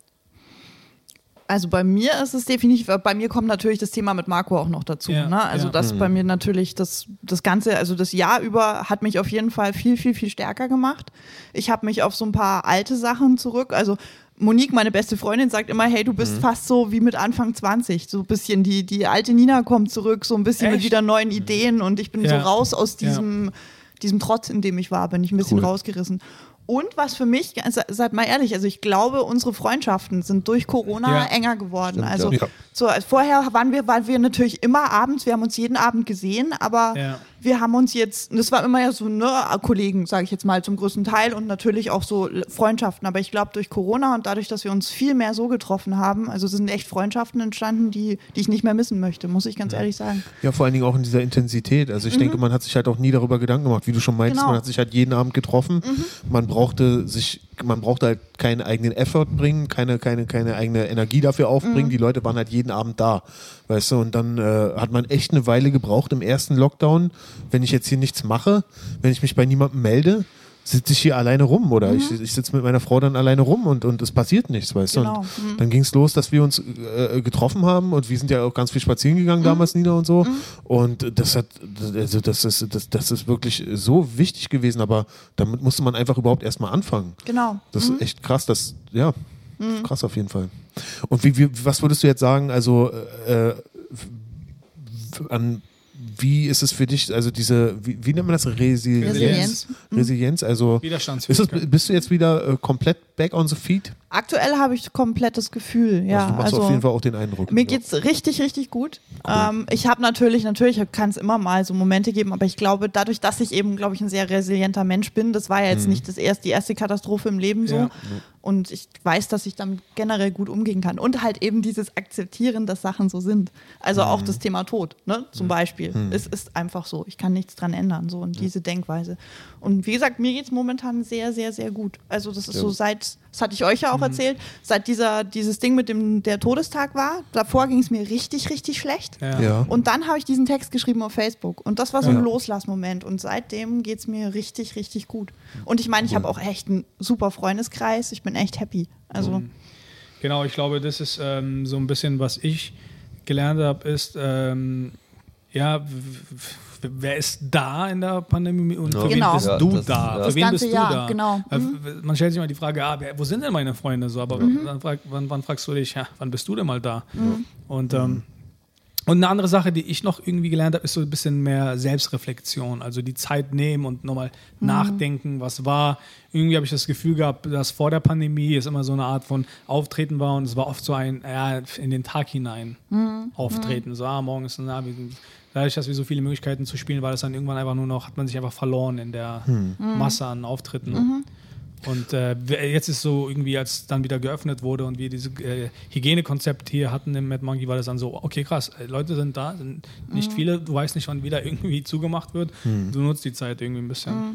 Also bei mir ist es definitiv, bei mir kommt natürlich das Thema mit Marco auch noch dazu. Ja, Ne? Also ja. das Mhm. bei mir natürlich, das, das Ganze, also das Jahr über hat mich auf jeden Fall viel, viel, viel stärker gemacht. Ich habe mich auf so ein paar alte Sachen zurück, also Monique, meine beste Freundin, sagt immer, hey, du bist mhm. fast so wie mit Anfang zwanzig. So ein bisschen, die, die alte Nina kommt zurück, so ein bisschen Echt? mit wieder neuen Ideen und ich bin Ja. so raus aus diesem, ja. diesem Trotz, in dem ich war, bin ich ein bisschen Cool. rausgerissen. Und was für mich, seid mal ehrlich, also ich glaube, unsere Freundschaften sind durch Corona Ja. enger geworden. Stimmt, also ja. so, also vorher waren wir, waren wir natürlich immer abends, wir haben uns jeden Abend gesehen, aber Ja. wir haben uns jetzt, das war immer ja so, ne, Kollegen, sage ich jetzt mal zum größten Teil und natürlich auch so Freundschaften, aber ich glaube durch Corona und dadurch, dass wir uns viel mehr so getroffen haben, also es sind echt Freundschaften entstanden, die, die ich nicht mehr missen möchte, muss ich ganz ehrlich sagen. Ja, vor allen Dingen auch in dieser Intensität. Also ich mhm. denke, man hat sich halt auch nie darüber Gedanken gemacht, wie du schon meinst, Genau. man hat sich halt jeden Abend getroffen, mhm. man brauchte sich, man brauchte halt keinen eigenen Effort bringen, keine, keine, keine eigene Energie dafür aufbringen, mhm. die Leute waren halt jeden Abend da, weißt du, und dann äh, hat man echt eine Weile gebraucht im ersten Lockdown, wenn ich jetzt hier nichts mache, wenn ich mich bei niemandem melde, sitze ich hier alleine rum oder mhm. ich, ich sitze mit meiner Frau dann alleine rum und, und es passiert nichts, weißt Genau. du. Und mhm. dann ging es los, dass wir uns äh, getroffen haben und wir sind ja auch ganz viel spazieren gegangen mhm. damals, Nina und so. Mhm. Und das hat, also das ist, das, das ist wirklich so wichtig gewesen, aber damit musste man einfach überhaupt erstmal anfangen. Genau. Das mhm. ist echt krass, das, ja, mhm. krass auf jeden Fall. Und wie, wie, was würdest du jetzt sagen, also äh, an wie ist es für dich, also diese, wie, wie nennt man das? Resilienz? Resilienz. Resilienz, also ist Widerstandsfähigkeit. es, bist du jetzt wieder äh, komplett back on the feet? Aktuell habe ich komplettes Gefühl, ja. Also du machst also, auf jeden Fall auch den Eindruck. Mir geht's richtig, richtig gut. Cool. Ähm, ich habe natürlich, natürlich kann es immer mal so Momente geben, aber ich glaube, dadurch, dass ich eben, glaube ich, ein sehr resilienter Mensch bin, das war ja jetzt mhm. nicht das erste, die erste Katastrophe im Leben so. Ja. Und ich weiß, dass ich damit generell gut umgehen kann. Und halt eben dieses Akzeptieren, dass Sachen so sind. Also mhm. auch das Thema Tod, ne? Zum Beispiel. Mhm. Es ist einfach so. Ich kann nichts dran ändern. So und diese Denkweise. Und wie gesagt, mir geht es momentan sehr, sehr, sehr gut. Also das ist ja. so seit, das hatte ich euch ja auch mhm. erzählt, seit dieser, dieses Ding mit dem der Todestag war, davor ging es mir richtig, richtig schlecht. Ja. Ja. Und dann habe ich diesen Text geschrieben auf Facebook. Und das war so ja. ein Loslassmoment. Und seitdem geht es mir richtig, richtig gut. Und ich meine, ich habe auch echt einen super Freundeskreis. Ich bin echt happy. Also genau, ich glaube, das ist ähm, so ein bisschen, was ich gelernt habe, ist, ähm, ja, w- w- wer ist da in der Pandemie und Ja. für Genau. wen bist Ja, du das- da? ja. Für Das wen ganze bist du Jahr, da? genau. Äh, Mhm. Man stellt sich immer die Frage, ah, wer, wo sind denn meine Freunde so? Aber Mhm. dann frag, wann, wann fragst du dich, ja, wann bist du denn mal da? Mhm. Und ähm, Und eine andere Sache, die ich noch irgendwie gelernt habe, ist so ein bisschen mehr Selbstreflexion. Also die Zeit nehmen und nochmal mhm. nachdenken, was war. Irgendwie habe ich das Gefühl gehabt, dass vor der Pandemie es immer so eine Art von Auftreten war und es war oft so ein, ja, in den Tag hinein mhm. Auftreten. So, ah, morgen ist ein Abend. Dadurch, dass wir so viele Möglichkeiten zu spielen, war das dann irgendwann einfach nur noch, hat man sich einfach verloren in der Mhm. Masse an Auftritten. Mhm. Und äh, jetzt ist so irgendwie, als dann wieder geöffnet wurde und wir dieses äh, Hygienekonzept hier hatten im Mad Monkey, war das dann so, okay, krass, äh, Leute sind da, sind nicht Mhm. viele, du weißt nicht, wann wieder irgendwie zugemacht wird. Mhm. Du nutzt die Zeit irgendwie ein bisschen. Mhm.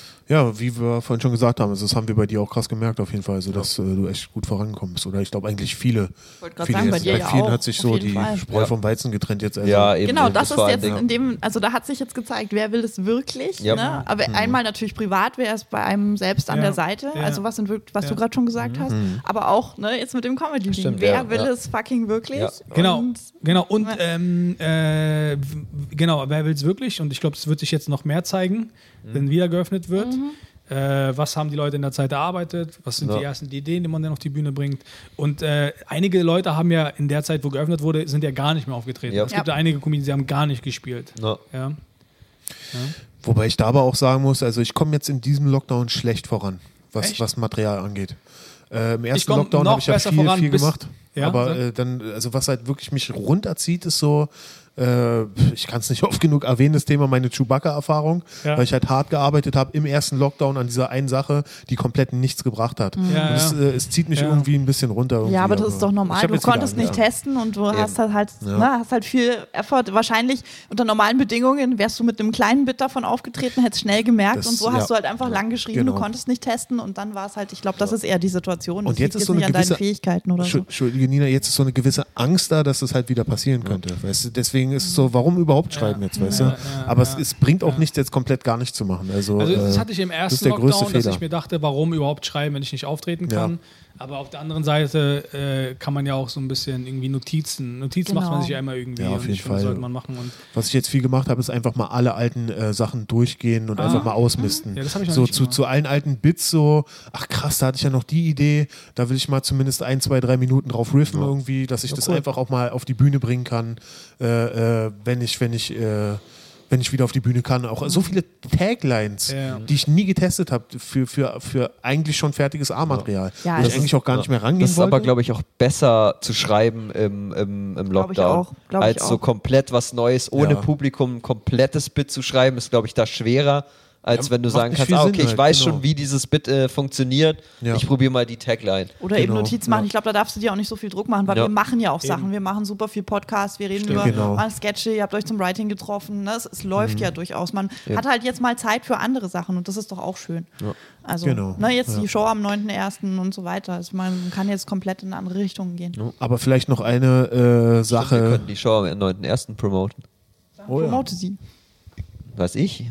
Ja, wie wir vorhin schon gesagt haben, also das haben wir bei dir auch krass gemerkt auf jeden Fall, also dass äh, du echt gut vorankommst. Oder ich glaube eigentlich viele. Ich wollte gerade viele sagen, bei jetzt, dir bei ja vielen auch, hat sich auf so jeden die Fall. Spreu Ja. vom Weizen getrennt jetzt. Also, Ja, eben. Genau, eben, das ist war jetzt ein in dem, also da hat sich jetzt gezeigt, wer will es wirklich, Ja. ne? Aber Mhm. einmal natürlich privat, wer ist bei einem selbst an Ja. der Seite, Ja. also was, sind, wirk- was Ja. du gerade schon gesagt hast, Mhm. aber auch ne, jetzt mit dem Comedy-Ding, Stimmt, wer ja, will ja. es fucking wirklich? Ja. Genau, Und genau. Und Ja. ähm, äh, w- genau, wer will es wirklich? Und ich glaube, es wird sich jetzt noch mehr zeigen, wenn wieder geöffnet wird. Mhm. Äh, was haben die Leute in der Zeit erarbeitet? Was sind Ja. die ersten Ideen, die man dann auf die Bühne bringt? Und äh, einige Leute haben ja in der Zeit, wo geöffnet wurde, sind ja gar nicht mehr aufgetreten. Ja. Es gibt ja Ja. einige Comedians, die haben gar nicht gespielt. Ja. Ja. Wobei ich da aber auch sagen muss, also ich komme jetzt in diesem Lockdown schlecht voran, was, Echt? was Material angeht. Äh, Im Ich ersten komm Lockdown noch habe ich ja besser viel, voran viel bis- gemacht. Ja, aber so. äh, dann, also was halt wirklich mich runterzieht, ist so, äh, ich kann es nicht oft genug erwähnen, das Thema meine Chewbacca-Erfahrung, Ja. weil ich halt hart gearbeitet habe im ersten Lockdown an dieser einen Sache, die komplett nichts gebracht hat. Ja, und ja. es, äh, es zieht mich Ja. irgendwie ein bisschen runter. Irgendwie, Ja, aber das ist doch ich normal. hab Du jetzt wieder konntest nicht angefangen. testen und du Eben. hast halt, halt, Ja. ne, hast halt viel Effort. Wahrscheinlich unter normalen Bedingungen wärst du mit einem kleinen Bit davon aufgetreten, hättest schnell gemerkt Das- und so ja. hast du halt einfach lang geschrieben, Genau. du konntest nicht testen und dann war es halt, ich glaube, das ist eher die Situation. Das Und jetzt liegt ist so nicht eine an deinen gewisse- Fähigkeiten oder so. Entschu- Entschuldige, Nina, jetzt ist so eine gewisse Angst da, dass es halt wieder passieren könnte. Weißt du? Deswegen ist es so, warum überhaupt schreiben jetzt, weißt du? Ja, ja, Aber ja. es, es bringt auch nichts, jetzt komplett gar nichts zu machen. Also, Also das äh, hatte ich im das ersten ist der größte Lockdown, dass Fehler. ich mir dachte, warum überhaupt schreiben, wenn ich nicht auftreten Ja. kann. Aber auf der anderen Seite äh, kann man ja auch so ein bisschen irgendwie Notizen, Notizen Genau. macht man sich ja immer irgendwie. Ja, auf und jeden ich finde, Fall. sollte man machen. Und Was ich jetzt viel gemacht habe, ist einfach mal alle alten äh, Sachen durchgehen und Ah. einfach mal ausmisten. Ja, das habe ich noch so nicht zu, gemacht. zu allen alten Bits so, ach krass, da hatte ich ja noch die Idee, da will ich mal zumindest ein, zwei, drei Minuten drauf riffen irgendwie, dass ich das cool. einfach auch mal auf die Bühne bringen kann, äh, äh, wenn ich, wenn ich, äh, wenn ich wieder auf die Bühne kann. Auch so viele Taglines, Ja. die ich nie getestet habe für, für, für eigentlich schon fertiges A-Material, Ja, wo das ich eigentlich auch gar nicht mehr rangehen Das ist wollte. aber, glaube ich, auch besser zu schreiben im, im, im Glaub ich Lockdown. auch, glaub ich als so auch. komplett was Neues, ohne Ja. Publikum ein komplettes Bit zu schreiben, ist, glaube ich, da schwerer, als Ja, wenn du macht sagen nicht kannst, viel ah, Sinn okay, ich halt, weiß genau. schon, wie dieses Bit äh, funktioniert. Ja. Ich probiere mal die Tagline. Oder eben Genau, Notizen machen. ja. Ich glaube, da darfst du dir auch nicht so viel Druck machen, weil Ja. wir machen ja auch Sachen. Wir machen super viel Podcasts, wir reden Stimmt. über Genau. mal Sketche, ihr habt euch zum Writing getroffen. Ne? Es, es läuft Mhm. ja durchaus. Man hat halt jetzt mal Zeit für andere Sachen und das ist doch auch schön. Also Genau. ne, jetzt Ja. die Show am neunten ersten und so weiter. Also man kann jetzt komplett in andere Richtungen gehen. Aber vielleicht noch eine äh, Wir Sache. können die Show am neunten ersten promoten. Oh ja. Promote sie. Was ich?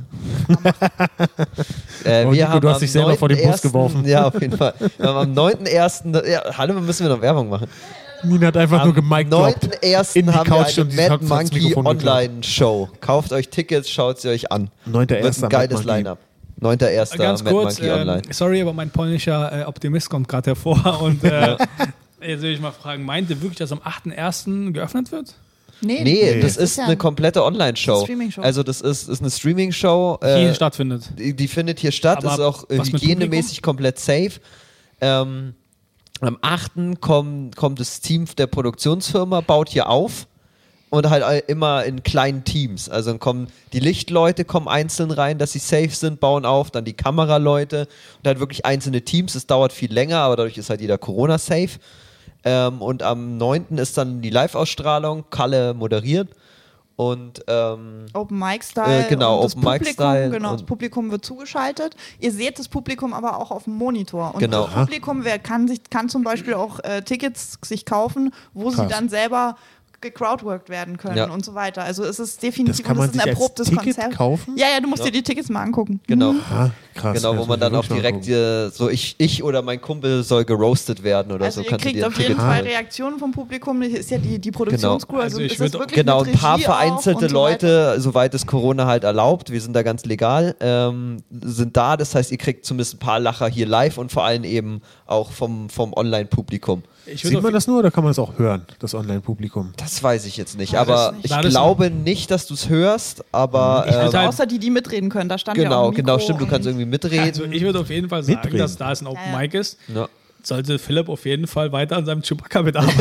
äh, Oh, wir Nico, haben du hast am dich selber vor den Bus neunten geworfen. Ja, auf jeden Fall. Wir haben am neunten ersten Ja, hallo, müssen wir noch Werbung machen. Nina hat einfach nur Am gemicdroppt. neunten ersten in die haben wir Couch und eine die Mad hat ins Monkey Mikrofon geklappt. Online-Show. Kauft euch Tickets, schaut sie euch an. neunter Wird erster ein geiles Mad Monkey. Line-Up. neunter erster ganz Mad kurz, Monkey ähm, Online. sorry, aber mein polnischer äh, Optimist kommt gerade hervor. Und äh, jetzt will ich mal fragen, meint ihr wirklich, dass am achten ersten geöffnet wird? Nee, Nee, das das ist ja eine komplette Online-Show. eine Streaming-Show. Also das ist, ist eine Streaming-Show. Die äh, hier stattfindet. Die, die findet hier statt, Aber ist auch äh, was mit hygienemäßig komplett safe. Ähm, am achten kommt, kommt das Team der Produktionsfirma, baut hier auf und halt all- immer in kleinen Teams. Also dann kommen die Lichtleute kommen einzeln rein, dass sie safe sind, bauen auf, dann die Kameraleute und halt wirklich einzelne Teams. Es dauert viel länger, aber dadurch ist halt jeder Corona-safe. Ähm, und am neunten ist dann die Live-Ausstrahlung, Kalle moderiert. Und ähm, Open Mic Style. Äh, genau, und das Open Mic Publikum, Style genau, das und- Publikum wird zugeschaltet. Ihr seht das Publikum aber auch auf dem Monitor. Und Genau. das Publikum wer kann, sich, kann zum Beispiel auch äh, Tickets sich kaufen, wo sie Krass. dann selber gecrowdworked werden können Ja. und so weiter. Also es ist definitiv Das kann und man es ist ein sich als erprobtes Ticket Konzept. kaufen? Ja, ja, du musst Ja. dir die Tickets mal angucken. genau. Ah, krass. Genau, Ja, wo das man muss dann ich auch wirklich direkt nachgucken. äh, so ich, ich oder mein Kumpel soll geroastet werden oder Also so. ihr Kannst du kriegt dir ein auf jeden Ticket Fall holen. Reaktionen vom Publikum. Das ist ja die, die Produktionscrew. Genau. Also, Also ich es ist würd- wirklich Genau, mit ein paar Regie auch vereinzelte und so weiter. Leute, soweit es Corona halt erlaubt, wir sind da ganz legal, ähm, sind da. Das heißt, ihr kriegt zumindest ein paar Lacher hier live und vor allem eben auch vom, vom Online-Publikum. Ich Sieht man das nur oder kann man das auch hören, das Online-Publikum? Das weiß ich jetzt nicht, Weiß aber ich ich War das glaube nicht, dass du es hörst, aber Ich würd ähm, halt- Außer die, die mitreden können. Da stand ja auch genau, ein Mikro genau, stimmt, du und- kannst irgendwie mitreden. Also ich würde auf jeden Fall sagen, Mitreden. dass da es ein Open Ja, ja. Mic ist, ja. sollte Philipp auf jeden Fall weiter an seinem Chewbacca mitarbeiten.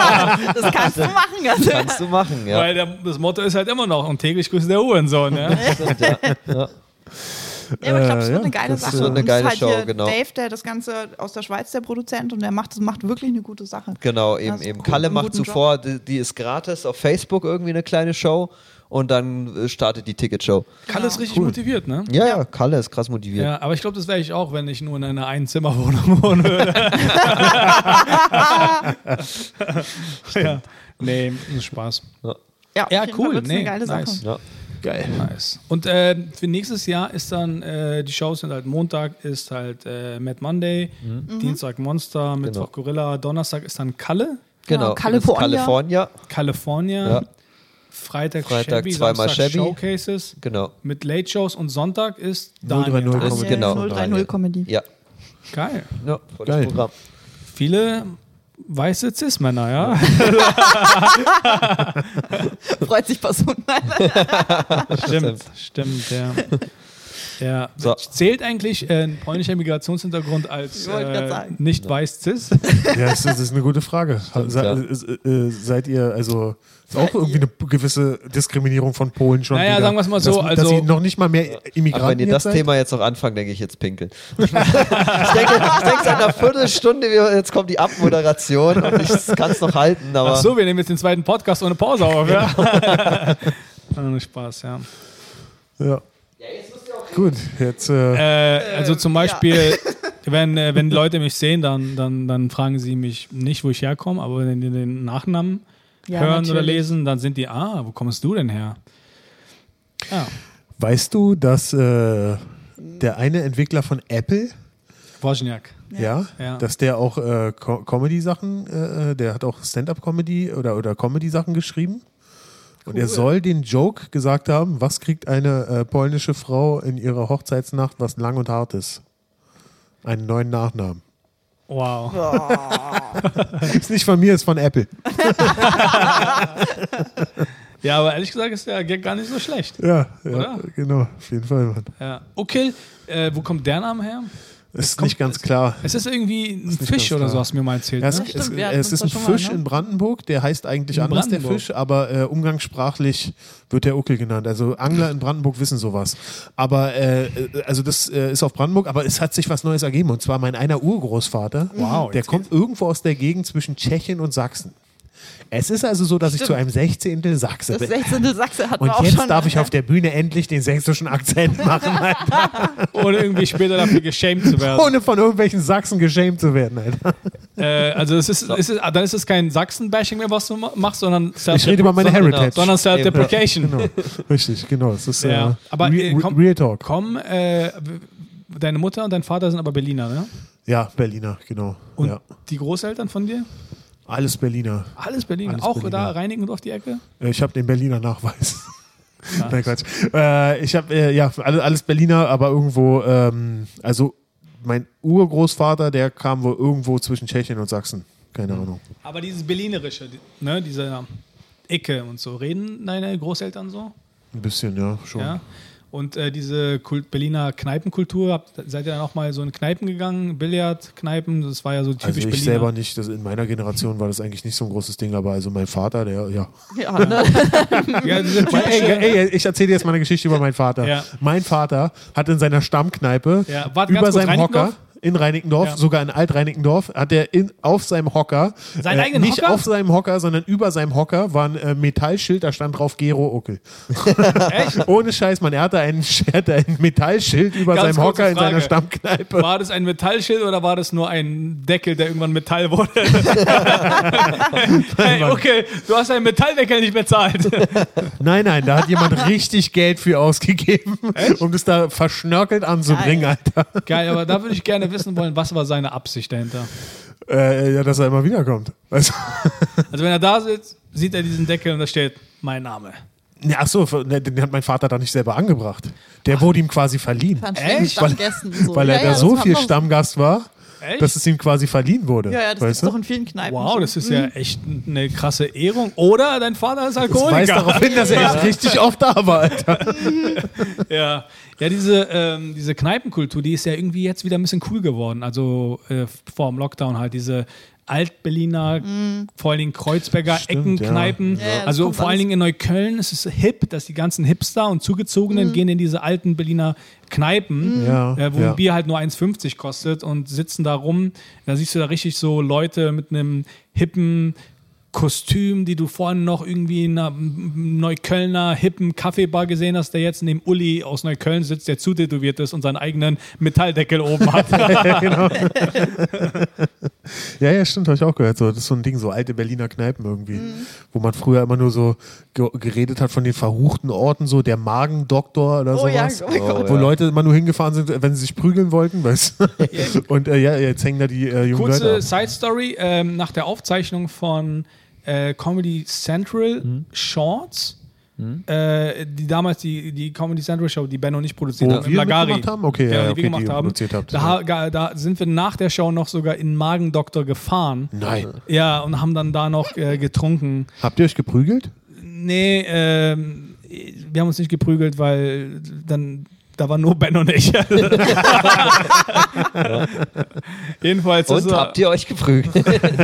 Das kannst du machen. Also. Kannst du machen, ja. Weil der, das Motto ist halt immer noch, und täglich grüßt der Hurensohn. Ja? Stimmt, ja. ja. Ja, aber ich glaube, es Äh, wird ja, eine geile das Sache. wird eine Und es geile ist halt Show, hier genau. Dave, der das Ganze aus der Schweiz, der Produzent, und der macht, das macht wirklich eine gute Sache. Genau, Das eben, ist eben. cool. Kalle Einen macht guten zuvor, die, die ist gratis auf Facebook irgendwie eine kleine Show und dann äh, startet die Ticketshow. Kalle ist richtig Cool. motiviert, ne? Ja, ja, Kalle ist krass motiviert. Ja, aber ich glaube, das wäre ich auch, wenn ich nur in einer Einzimmerwohnung wohnen würde. ja. Nee, das ist Spaß. Ja, Ja, auf jeden cool. Fall wird's Nee, eine geile nice. Sache. Ja. Geil. Nice. Und äh, für nächstes Jahr ist dann, äh, die Shows sind halt Montag ist halt äh, Mad Monday, Mhm. Dienstag Monster, Mittwoch Gorilla, Donnerstag ist dann Kalle, Genau, California. das ist California. California, Ja. Freitag, Freitag Shabby, zweimal Samstag Shabby. Showcases Genau. mit Late Shows und Sonntag ist null drei null Daniel. Das ist Daniel, genau. null drei null Comedy. Ja, Geil. ja volles Geil. Programm. Viele weiße Cis-Männer, ja? Freut sich Person. Stimmt, stimmt, ja. Ja. So. Zählt eigentlich äh, ein polnischer Migrationshintergrund als Ich wollte grad äh, sagen. nicht weiß cis? Ja, das, das ist eine gute Frage. Stimmt, Se, ja. äh, äh, seid ihr, also, ist auch irgendwie eine gewisse Diskriminierung von Polen schon Naja, wieder. sagen wir es mal so, Dass, also- dass ihr noch nicht mal mehr Immigranten Aber wenn ihr jetzt das seid? Thema jetzt noch anfangt, denke ich jetzt pinkeln. ich denke, ich denke seit einer Viertelstunde, wir- jetzt kommt die Abmoderation und ich kann es noch halten, aber Ach so, wir nehmen jetzt den zweiten Podcast ohne Pause auf, ja? Ah, Spaß, ja. Ja. Gut, jetzt. Äh, Äh, also zum Beispiel, wenn, äh, wenn Leute mich sehen, dann, dann, dann fragen sie mich nicht, wo ich herkomme, aber wenn die den Nachnamen Ja, hören oder natürlich. lesen, dann sind die, ah, wo kommst du denn her? Ja, weißt du, dass äh, der eine Entwickler von Apple, Wozniak. ja, Ja. dass der auch äh, Co Comedy-Sachen, äh, der hat auch Stand-up-Comedy oder, oder Comedy-Sachen geschrieben. Und er soll den Joke gesagt haben, was kriegt eine äh, polnische Frau in ihrer Hochzeitsnacht, was lang und hart ist? Einen neuen Nachnamen. Wow. Ist nicht von mir, ist von Apple. Ja, aber ehrlich gesagt ist der Gag gar nicht so schlecht. Ja, ja, Oder? genau, auf jeden Fall, Mann. Ja. Okay, äh, wo kommt der Name her? Ist kommt- nicht ganz klar. Es ist irgendwie ein nicht Fisch ganz oder klar. so, hast du mir mal erzählt. Ja, es, Ne? stimmt, es, wir hatten es uns ist ein das schon mal, Fisch ne? in Brandenburg, der heißt eigentlich In anders, der Brandenburg. Fisch, aber äh, umgangssprachlich wird der Uckel genannt. Also Angler in Brandenburg wissen sowas. Aber äh, äh, also das äh, ist auf Brandenburg, aber es hat sich was Neues ergeben. Und zwar mein einer Urgroßvater, Wow, der jetzt kommt irgendwo aus der Gegend zwischen Tschechien und Sachsen. Es ist also so, dass ich Stimmt. zu einem Sechzehntel Sachse Das bin. sechzehnte Sachse hat Und man auch jetzt schon. darf ich auf der Bühne endlich den sächsischen Akzent machen, Alter. Ohne irgendwie später dafür geschämt zu werden. Ohne von irgendwelchen Sachsen geschämt zu werden, Alter. Äh, also es ist, es ist, dann ist es kein Sachsen-Bashing mehr, was du ma- machst, sondern Ich rede über meine Sondern- Heritage. sondern Self-Deprecation. Genau, richtig, genau. Es ist Ja. äh, Aber, Re äh, komm- Real Talk. Komm, äh, deine Mutter und dein Vater sind aber Berliner, ne? Ja, Berliner, genau. Und ja. die Großeltern von dir? Alles Berliner. Alles Berliner. Alles Auch Berliner. da Reinickendorf die Ecke? Äh, Ich habe den Berliner Nachweis. Nein, Quatsch. Äh, ich habe, äh, ja, alle- alles Berliner, aber irgendwo, ähm, also mein Urgroßvater, der kam wohl irgendwo zwischen Tschechien und Sachsen. Keine Ahnung. Aber dieses Berlinerische, die- ne, diese Ecke und so, reden deine Großeltern so? Ein bisschen, ja, schon. Ja. Und äh, diese Kult Berliner Kneipenkultur, habt, seid ihr dann auch mal so in Kneipen gegangen? Billardkneipen, das war ja so typisch Also ich Berliner. selber nicht, das, in meiner Generation war das eigentlich nicht so ein großes Ding, aber also mein Vater, der, ja. Ja, ne? Ja, diese Mein, typische, ey, ey, ich erzähle dir jetzt mal eine Geschichte über meinen Vater. Ja. Mein Vater hat in seiner Stammkneipe Ja, warte, ganz über kurz, seinem Reinickendorf? Hocker in Reinickendorf, Ja. sogar in Alt-Reinickendorf, hat er in, auf seinem Hocker, Seinen eigenen nicht Hocker? auf seinem Hocker, sondern über seinem Hocker war ein äh, Metallschild, da stand drauf Gero Uckel. Echt? Ohne Scheiß, man, er hatte ein, er hatte ein Metallschild über Ganz seinem kurze Hocker in Frage. seiner Stammkneipe. War das ein Metallschild oder war das nur ein Deckel, der irgendwann Metall wurde? Hey, okay, du hast einen Metalldeckel nicht bezahlt. Nein, nein, da hat jemand richtig Geld für ausgegeben, um das da verschnörkelt anzubringen, Geil. Alter. Geil, aber da würde ich gerne wissen wollen, was war seine Absicht dahinter? Äh, ja, dass er immer wiederkommt. Also, Also wenn er da sitzt, sieht er diesen Deckel und da steht mein Name. ja, ach so, ne, den hat mein Vater da nicht selber angebracht. Der wurde ihm quasi verliehen. Von Echt? Stammgästen so. Weil er ja, da ja, so das viel haben wir- Stammgast war, Echt? dass es ihm quasi verliehen wurde. Ja, ja, das weißt ist doch du? in vielen Kneipen. Wow, so. das ist ja echt eine krasse Ehrung. Oder dein Vater ist Das weist Alkoholiker. darauf hin, dass er echt richtig oft da war, Alter. Ja, ja diese, ähm, diese Kneipenkultur, die ist ja irgendwie jetzt wieder ein bisschen cool geworden. Also äh, vor dem Lockdown halt diese Alt-Berliner, vor allen Dingen Kreuzberger Stimmt, Eckenkneipen. ja. Ja, das also kommt vor allen alles- Dingen in Neukölln ist es hip, dass die ganzen Hipster und Zugezogenen gehen in diese alten Berliner Kneipen, Ja, äh, wo ja. ein Bier halt nur eins fünfzig kostet und sitzen da rum. Da siehst du da richtig so Leute mit einem hippen Kostüm, die du vorhin noch irgendwie in einer Neuköllner hippen Kaffeebar gesehen hast, der jetzt neben Uli aus Neukölln sitzt, der zutätowiert ist und seinen eigenen Metalldeckel oben hat. Ja, ja, stimmt, habe ich auch gehört. So, das ist so ein Ding, so alte Berliner Kneipen irgendwie, wo man früher immer nur so ge geredet hat von den verruchten Orten, so der Magendoktor oder Oh ja, sowas. oh mein Gott. Wo Leute immer nur hingefahren sind, wenn sie sich prügeln wollten, weißt du? Und äh, ja, jetzt hängen da die äh, jungen Leute Kurze ab. Side-Story, ähm, nach der Aufzeichnung von äh, Comedy Central Shorts, äh, die damals die, die Comedy Central Show, die Benno nicht produziert Wo haben, im wir Lagari. mitgemacht haben? Okay, ja, die okay, wir gemacht die ihr haben. produziert habt, Da, ga- da sind wir nach der Show noch sogar in Magendoktor gefahren. Nein. Ja, und haben dann da noch äh, getrunken. Habt ihr euch geprügelt? Nee, ähm, wir haben uns nicht geprügelt, weil dann da war nur Ben und ich. Jedenfalls. Und also, habt ihr euch geprügelt?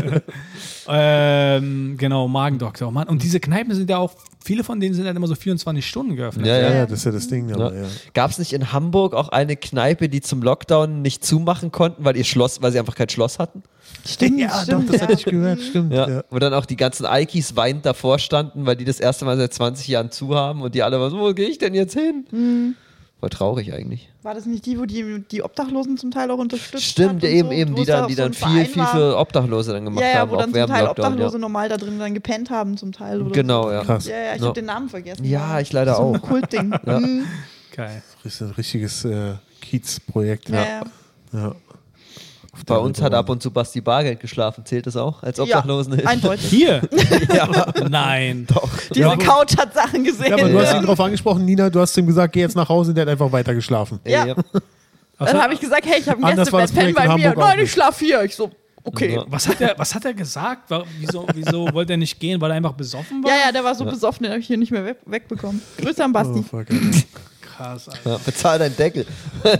ähm, genau, Magendoktor. Mann. Und diese Kneipen sind ja auch, viele von denen sind halt immer so vierundzwanzig Stunden geöffnet. Ja, Ja, ja. ja, das ist ja das Ding. Aber, ja. Ja. Gab es nicht in Hamburg auch eine Kneipe, die zum Lockdown nicht zumachen konnten, weil ihr Schloss, weil sie einfach kein Schloss hatten? Stimmt, Ja, stimmt, doch, das ja. hatte ich gehört, stimmt. Ja. Ja. Wo dann auch die ganzen Ikes weinend davor standen, weil die das erste Mal seit zwanzig Jahren zu haben und die alle waren so, wo gehe ich denn jetzt hin? Mhm. Voll traurig eigentlich. War das nicht die, wo die, die Obdachlosen zum Teil auch unterstützt Stimmt, hat und eben, so? eben, Wo die es da dann, auch die so dann ein viel, Verein viel war? für Obdachlose dann gemacht Ja, ja, haben, wo auch dann zum während Teil Lockdown. Obdachlose Ja. normal da drin dann gepennt haben zum Teil. Oder Genau, so. ja. Krass. Ja, ja, ich Ja. habe den Namen vergessen. Ja, ich leider so auch. ein Kultding. Ja. Mhm. Geil. Das ist ein richtiges äh, Kiez-Projekt. Ja, ja. Ja. Auf Bei der uns hat ab und zu Basti Bargeld geschlafen. Zählt das auch als Ja, Obdachlosenhilfe? eindeutig. Hier? Ja. Nein. Doch. Diese Ja. Couch hat Sachen gesehen. Ja, aber du hast Ja. ihn darauf angesprochen, Nina, du hast ihm gesagt, geh jetzt nach Hause und der hat einfach weiter geschlafen. Ja. Ja. Was Dann hat, habe ich gesagt, hey, ich habe ein Anders war das Gästebett, penn Projekt bei in mir. Hamburg auch Nein, ich nicht. schlaf hier. Ich so, okay. Ja. was, hat er, was hat er gesagt? War, wieso, wieso wollte er nicht gehen? Weil er einfach besoffen war? Ja, ja, der war so besoffen, den habe ich hier nicht mehr weg, wegbekommen. Grüße an Basti. Oh, fuck, Alter. Krass, Alter. Ja, bezahl deinen Deckel.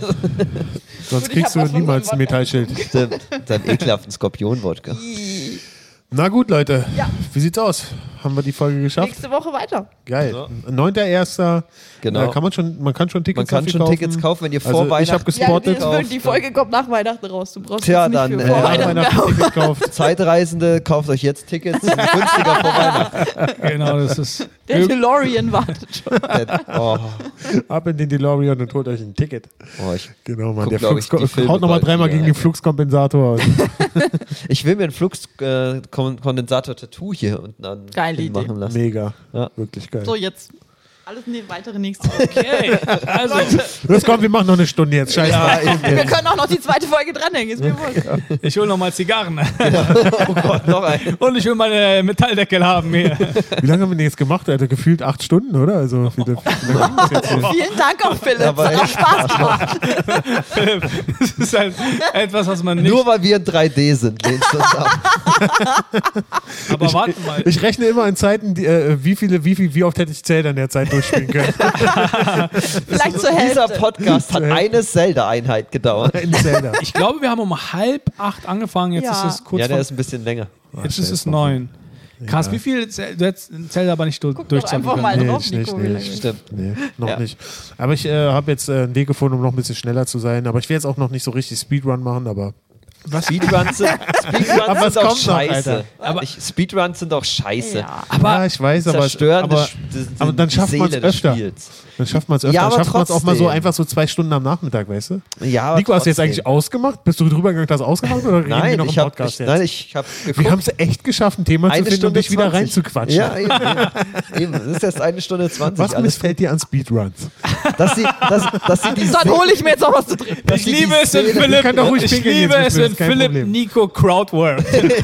Sonst ich kriegst du hab was von niemals so ein einem Metallschild. Stimmt. Dein ekelhaften Skorpion-Wodka. Na gut, Leute. Ja. Wie sieht's aus? Haben wir die Folge geschafft? Nächste Woche weiter. Geil. Ja. neunter erster Genau. Äh, kann man, schon, man kann schon Tickets Man kann dafür schon kaufen. Tickets kaufen, wenn ihr vor Also, ich Weihnachten habe Ja, gespottet. die, die Folge kommt nach Weihnachten raus. Du brauchst Tja, jetzt nicht dann, für äh, vor nach Weihnachten Weihnachten kaufen. Ticket kauft. Zeitreisende, kauft euch jetzt Tickets, sind günstiger vor Weihnachten. Genau, das ist. Der DeLorean wartet schon. Oh, Ab in den DeLorean und holt euch ein Ticket. oh, ich, Genau, Mann. Guck, Der glaub ich, Flux die Filme haut nochmal bald dreimal wieder. gegen den Fluxkompensator. aus. ich will mir einen Fluxkondensator-Tattoo hier unten an Geile Idee. machen lassen. Mega. Ja. Wirklich geil. So, jetzt. Alles ne, weitere nächste Woche. Okay, also. Los, komm, wir machen noch eine Stunde jetzt. Scheiße. Ja, eben. Wir können auch noch die zweite Folge dranhängen. Ist mir wurscht. Ich hole nochmal Zigarren. Oh Gott, noch ein. Und ich will meine Metalldeckel haben hier. Wie lange haben wir denn jetzt gemacht, Alter? Gefühlt acht Stunden, oder? Also, wie, wie lange ging das jetzt hier? Vielen Dank auch, Philipp. Aber Hat auch echt. Spaß gemacht. Das ist halt etwas, was man nicht. Nur weil wir in drei D sind, lehnst du uns ab. aber warte mal. Ich rechne immer in Zeiten, die, äh, wie viele, wie viel, wie oft hätte ich Zelda in der Zeit durchspielen können. Vielleicht zur Dieser Hälfte. Podcast hat eine Zelda-Einheit gedauert. In Zelda. Ich glaube, wir haben um halb acht angefangen. Jetzt Ja. ist es kurz Ja, der vor. ist ein bisschen länger. Jetzt ist es neun. Krass, wie viel Zel- du hättest Zelda aber nicht du- Guck doch durchzocken einfach können. mal Nee, drauf, ich Nico. nicht, wie nee. lange- Stimmt. Nee, noch Ja. nicht. Aber ich äh, habe jetzt äh, einen Weg gefunden, um noch ein bisschen schneller zu sein. Aber ich will jetzt auch noch nicht so richtig Speedrun machen, aber Speedruns sind, Speedruns Aber was sind auch kommt noch, scheiße. Alter? aber ich, Speedruns sind auch scheiße. Ja. Aber ja, ich weiß, aber, Zerstören aber, des- des- aber dann die schafft man es Seele des öfter. Spiels. Dann schafft man es öfter. Ja, dann aber schafft man es auch mal so trotzdem. einfach so zwei Stunden am Nachmittag, weißt du? Ja, aber Nico, hast du jetzt trotzdem. eigentlich ausgemacht? Bist du drüber gegangen, hast du ausgemacht oder reden wir Nein, noch im ich habe Podcast ich, jetzt? nein, ich habe Wir geguckt. haben es echt geschafft, ein Thema zu Eine finden und Stunde dich wieder zwanzig. reinzuquatschen. Ja, eben, eben. eben. Das ist erst eine Stunde zwanzig. Was alles. missfällt dir an Speedruns? Dass sie, dass, dass sie die Dann Se- hole ich mir jetzt auch was zu trinken. dass ich sie die liebe es, wenn Seele- Philipp, kann doch ruhig ich pinkeln liebe jetzt, es, das wenn ist kein Philipp Problem. Nico Crowdwork.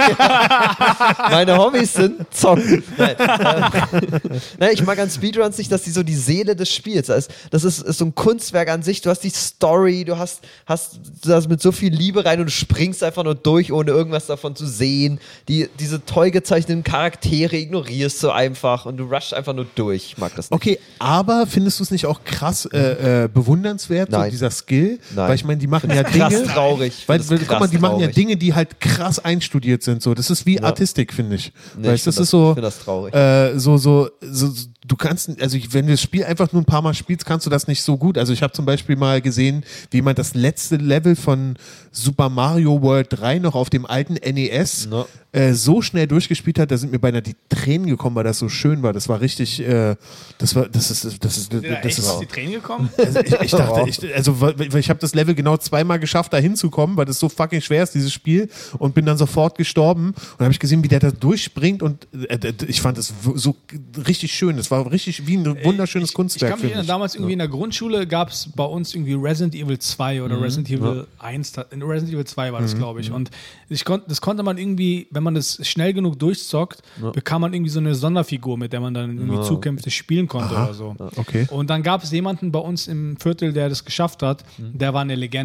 Meine Hobbys sind Zocken. Nein, äh, nein, ich mag an Speedruns nicht, dass die so die Seele des Spiels. Das ist, das ist, ist so ein Kunstwerk an sich. Du hast die Story, du hast, hast das mit so viel Liebe rein und du springst einfach nur durch, ohne irgendwas davon zu sehen. Die, diese toll gezeichneten Charaktere ignorierst du einfach und du rushst einfach nur durch. Ich mag das nicht. Okay, aber findest du es nicht auch krass äh, äh, bewundernswert, so Nein. dieser Skill? Nein. Weil ich meine, die machen ja Krass Dinge. traurig. Ich Weil, find weil das guck mal, krass die machen ja traurig. Dinge, die halt krass einstudiert sind. So, das ist wie Ja. Artistik, finde ich. Nee, weißt, ich das find ist so, ich find das traurig. äh, so, so, so, so, du kannst, also ich, wenn du das Spiel einfach nur ein paar Mal spielst, kannst du das nicht so gut. Also ich habe zum Beispiel mal gesehen, wie man das letzte Level von Super Mario World drei noch auf dem alten N E S No. äh, so schnell durchgespielt hat, da sind mir beinahe die Tränen gekommen, weil das so schön war. Das war richtig, äh, das war, das ist, das ist, das, Sind da das echt ist, auf die Tränen gekommen? also ich, ich dachte, ich, also weil weil ich habe das Level genau zweimal geschafft, da hinzukommen, weil das so fucking schwer ist, dieses Spiel, und bin dann sofort gestorben und habe ich gesehen, wie der da durchspringt und äh, ich fand das w- so richtig schön. Das war richtig wie ein wunderschönes Ich Kunstwerk. kann mich finde erinnern, damals irgendwie in der Grundschule gab es bei uns irgendwie Resident Evil zwei oder Resident Evil eins. ta- in Resident Evil zwei war das, glaube ich. Und ich kon, das konnte man irgendwie, wenn man das schnell genug durchzockt, bekam man irgendwie so eine Sonderfigur, mit der man dann irgendwie zukünftig spielen konnte oder so. Okay. Und dann gab es jemanden bei uns im Viertel, der das geschafft hat, der war eine Legende.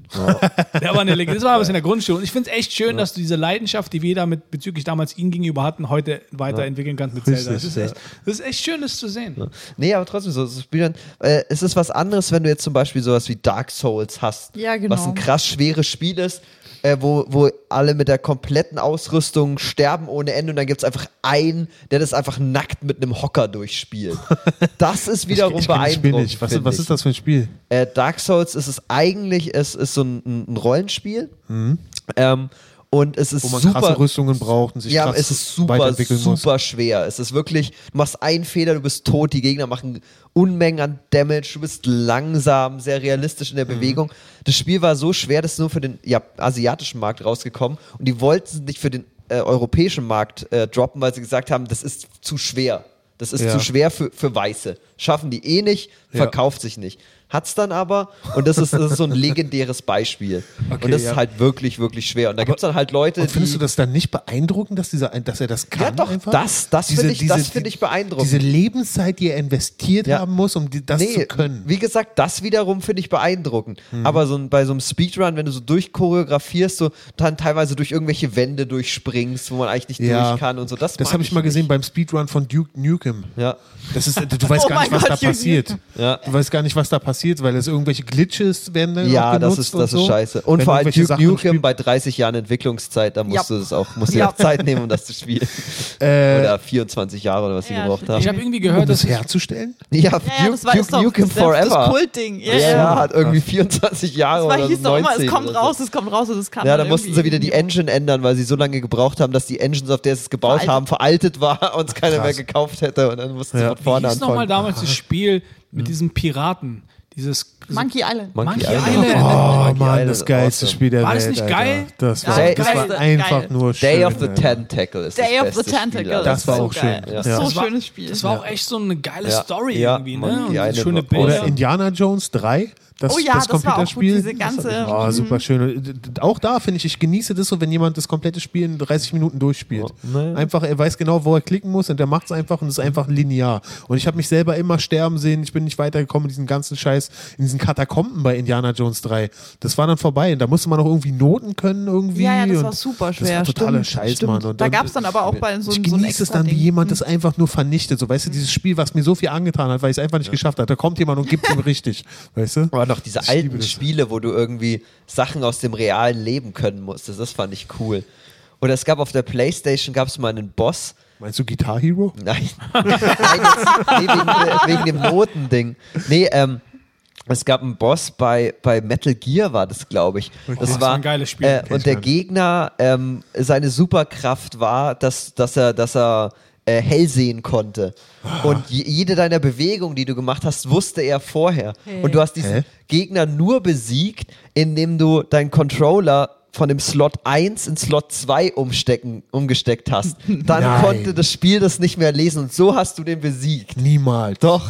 Der war eine Legende. Das war aber in der Grundschule. Und ich finde es echt schön, dass du diese Leidenschaft, die wir damit bezüglich damals ihm gegenüber hatten, heute weiterentwickeln kannst mit Zelda. Das ist, echt, das ist echt schön, das zu sehen. Ja. Nee, aber trotzdem so. so Spielern, äh, es ist was anderes, wenn du jetzt zum Beispiel sowas wie Dark Souls hast, ja, genau. was ein krass schweres Spiel ist, äh, wo, wo alle mit der kompletten Ausrüstung sterben ohne Ende und dann gibt es einfach einen, der das einfach nackt mit einem Hocker durchspielt. Das ist wiederum ich, ich beeindruckend. Nicht. Was, was ist das für ein Spiel? Äh, Dark Souls ist es eigentlich, es ist so ein, ein Rollenspiel. Mhm. Ähm, Und es ist Wo man super, krasse Rüstungen braucht und sich ja, krass es ist super, weiterentwickeln super muss. schwer. Es ist wirklich, du machst einen Fehler, du bist tot, die Gegner machen Unmengen an Damage, du bist langsam, sehr realistisch in der Bewegung. Mhm. Das Spiel war so schwer, das ist nur für den ja, asiatischen Markt rausgekommen und die wollten es nicht für den äh, europäischen Markt äh, droppen, weil sie gesagt haben, das ist zu schwer. Das ist ja. zu schwer für, für Weiße. Schaffen die eh nicht, verkauft ja. sich nicht. Hat's dann aber und das ist, das ist so ein legendäres Beispiel. Okay, und das ja. ist halt wirklich, wirklich schwer. Und da gibt es dann halt Leute, und findest die... du das dann nicht beeindruckend, dass, dieser, dass er das kann? Ja doch, einfach? das, das finde ich, das find ich beeindruckend. Diese Lebenszeit, die er investiert ja. haben muss, um die, das nee, zu können. Wie gesagt, das wiederum finde ich beeindruckend. Mhm. Aber so ein, bei so einem Speedrun, wenn du so durchchoreografierst, so dann teilweise durch irgendwelche Wände durchspringst, wo man eigentlich nicht ja. durch kann und so. Das, das habe ich mal gesehen beim Speedrun von Duke Nukem. Ja. Das ist, du weißt oh gar nicht, was Gott, da passiert. Ja. Du weißt gar nicht, was da passiert, weil es irgendwelche Glitches werden dann ja, auch genutzt das ist, und das so. ist scheiße. Und Wenn vor allem Duke Nukem bei bei dreißig Jahren Entwicklungszeit, da musst ja. du das auch, musst du ja. auch Zeit nehmen, um das zu spielen. Äh, oder vierundzwanzig Jahre oder was sie ja, gebraucht haben. Ich habe irgendwie gehört, um das dass herzustellen? Ja, ja, ja, Duke, das war Duke doch, Nukem das, Forever. Das Kultding. Ja, Ja, ja. ja, hat irgendwie vierundzwanzig Jahre Das war, oder hieß doch immer, es kommt oder so. raus, es kommt raus und es kann Ja, dann da mussten sie wieder die Engine ändern, weil sie so lange gebraucht haben, dass die Engines, auf der sie es gebaut Veraltet. haben, veraltet war und es keiner Krass. mehr gekauft hätte und dann mussten Ja. sie von vorne Wie hieß nochmal anfangen. damals das Spiel mit diesem Piraten? Dieses Monkey Island. Monkey, Monkey Island. Island. Oh Monkey Mann, Island das ist geilste awesome. Spiel der War Welt. das nicht Alter. geil? Das war, Ja, das geil. war einfach Geil. nur schön. Day of the Alter. Tentacle ist Day das of beste the Tentacle. Spiel, Alter. Das war so auch schön. geil. Ja. Das ist so Das war- schönes Spiel. Das war auch echt so eine geile Ja. Story Ja, irgendwie, ne? Monkey Und Island schöne war Bilder. Oder Indiana Jones drei. Das, Oh ja, das das war auch gut, Computerspiel. diese ganze- Oh, super schön. Auch da finde ich, ich genieße das so, wenn jemand das komplette Spiel in dreißig Minuten durchspielt. Oh, nee. Einfach, er weiß genau, wo er klicken muss und der macht es einfach und es ist einfach linear. Und ich habe mich selber immer sterben sehen. Ich bin nicht weitergekommen in diesen ganzen Scheiß, in diesen Katakomben bei Indiana Jones drei. Das war dann vorbei. Da musste man auch irgendwie Noten können irgendwie. Ja, ja, das und war super schwer. Das war totaler Stimmt, Scheiß, stimmt. Mann. Und Da dann- gab es dann aber auch bei so, ich so ein genieße es dann, wie Extra-Ding. jemand das einfach nur vernichtet. So, weißt du, dieses Spiel, was mir so viel angetan hat, weil ich es einfach nicht geschafft habe. Da kommt jemand und gibt ihm richtig. Weißt du? Aber noch diese Ich liebe alten das. Spiele, wo du irgendwie Sachen aus dem realen Leben können musstest, das fand ich cool. Oder es gab auf der Playstation, gab es mal einen Boss. Meinst du Guitar Hero? Nein, Nein jetzt, nee, wegen, äh, wegen dem Notending. Nee, ähm, es gab einen Boss bei, bei Metal Gear, war das, glaube ich. Das, das war war ein geiles Spiel. Äh, Okay, und der spannend. Gegner, ähm, seine Superkraft war, dass, dass er, dass er äh, hell sehen konnte. Und je, jede deiner Bewegungen, die du gemacht hast, wusste er vorher. Hey. Und du hast diesen Hä? Gegner nur besiegt, indem du deinen Controller von dem Slot eins in Slot zwei umstecken, umgesteckt hast. Dann Nein. konnte das Spiel das nicht mehr lesen und so hast du den besiegt. Niemals. Doch.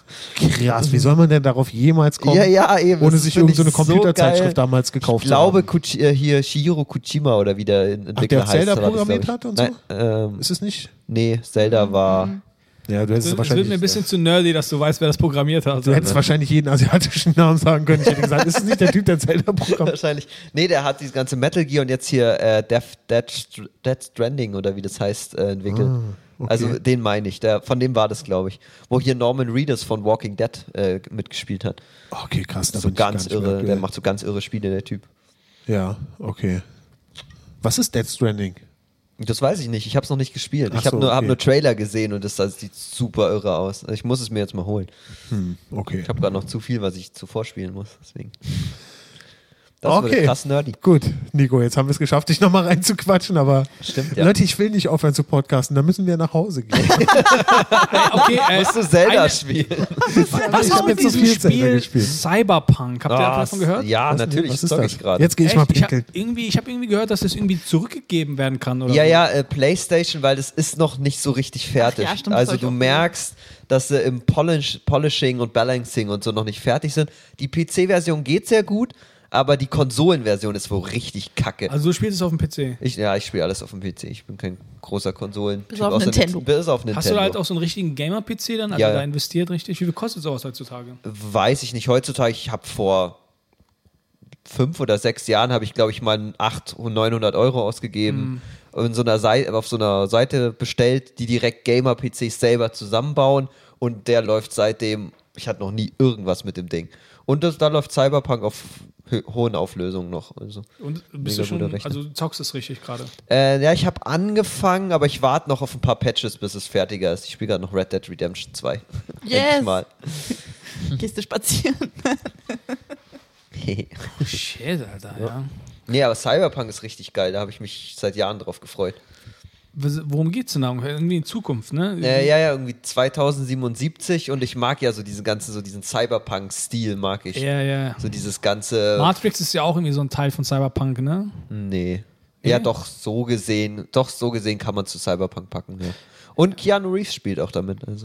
Krass, wie soll man denn darauf jemals kommen? Ja, ja, eben. Ohne Das sich find irgendeine ich so so Computerzeitschrift geil. damals gekauft Ich glaube, zu haben. Kuchi, äh, hier Shihiro Kojima oder wie der Entwickler der heißt. Zelda war das, programmiert glaub ich. hat und so? Nein, ähm, Ist es nicht? nee, Zelda war... Ja, du hättest Es es wird wahrscheinlich. mir ein bisschen zu nerdy, dass du weißt, wer das programmiert hat. Du hättest wahrscheinlich jeden asiatischen Namen sagen können. Ich hätte gesagt, ist es nicht der Typ, der Zelda-Programm? Wahrscheinlich. Nee, der hat dieses ganze Metal Gear und jetzt hier äh, Death, Death, Death Stranding oder wie das heißt, äh, entwickelt. Ah, okay. Also den meine ich. Der, von dem war das, glaube ich. Wo hier Norman Reedus von Walking Dead äh, mitgespielt hat. Okay, krass. Da So bin ich gar ganz nicht mehr irre. Der aktuell. macht so ganz irre Spiele, der Typ. Ja, okay. Was ist Death Stranding? Das weiß ich nicht. Ich habe es noch nicht gespielt. Ach Ich habe so, nur, hab okay. nur Trailer gesehen und das, das sieht super irre aus. Ich muss es mir jetzt mal holen. Hm, okay. Ich habe gerade noch zu viel, was ich zuvor spielen muss. Deswegen. Das Okay. wurde krass nerdy. Gut, Nico, jetzt haben wir es geschafft, dich nochmal reinzuquatschen, aber Stimmt, ja. Leute, ich will nicht aufhören zu podcasten, da müssen wir nach Hause gehen. Okay, äh, Musst du Zelda eine- spielen? was Ich ist hab mit jetzt so diesem viel Zelda Spiel gespielt. Cyberpunk? Habt ihr Ah, davon gehört? Ja, Was- natürlich. Was ist zock das? ich gerade. Jetzt gehe ich mal Echt? Ich habe pinkeln. irgendwie, ich hab irgendwie gehört, dass das irgendwie zurückgegeben werden kann. Oder Ja, so. ja, äh, PlayStation, weil das ist noch nicht so richtig fertig. Ach ja, stimmt, das also hab ich du auch merkst, dass sie im Polish, Polishing und Balancing und so noch nicht fertig sind. Die P C-Version geht sehr gut, aber die Konsolenversion ist wohl richtig kacke. Also du spielst es auf dem P C. Ich, ja, ich spiele alles auf dem P C. Ich bin kein großer Konsolen. Bis auf Nintendo. Bis auf Nintendo. Hast du da halt auch so einen richtigen Gamer-P C dann? Also Ja. da investiert richtig? Wie viel kostet sowas heutzutage? Weiß ich nicht. Heutzutage, ich habe vor fünf oder sechs Jahren habe ich, glaube ich, mal achthundert, neunhundert Euro ausgegeben. Mhm. In so einer Seite, auf so einer Seite bestellt, die direkt Gamer-P Cs selber zusammenbauen und der läuft seitdem, ich hatte noch nie irgendwas mit dem Ding. Und das, da läuft Cyberpunk auf ho- hohen Auflösungen noch. Also, und bist du schon, also du zockst es richtig gerade? Äh, ja, ich habe angefangen, aber ich warte noch auf ein paar Patches, bis es fertiger ist. Ich spiele gerade noch Red Dead Redemption zwei. Yes! Mal. Gehst du spazieren? Oh, shit, Alter, ja. ja. Nee, aber Cyberpunk ist richtig geil, da habe ich mich seit Jahren drauf gefreut. Worum geht's denn da? Irgendwie in Zukunft, ne? Äh, ja, ja, irgendwie zweitausendsiebenundsiebzig und ich mag ja so diesen ganzen, so diesen Cyberpunk-Stil mag ich. Ja, ja. So dieses ganze... Matrix ist ja auch irgendwie so ein Teil von Cyberpunk, ne? Nee. Ja, ja doch, so gesehen, doch, so gesehen kann man zu Cyberpunk packen, ja. Und Keanu Reeves spielt auch damit, also.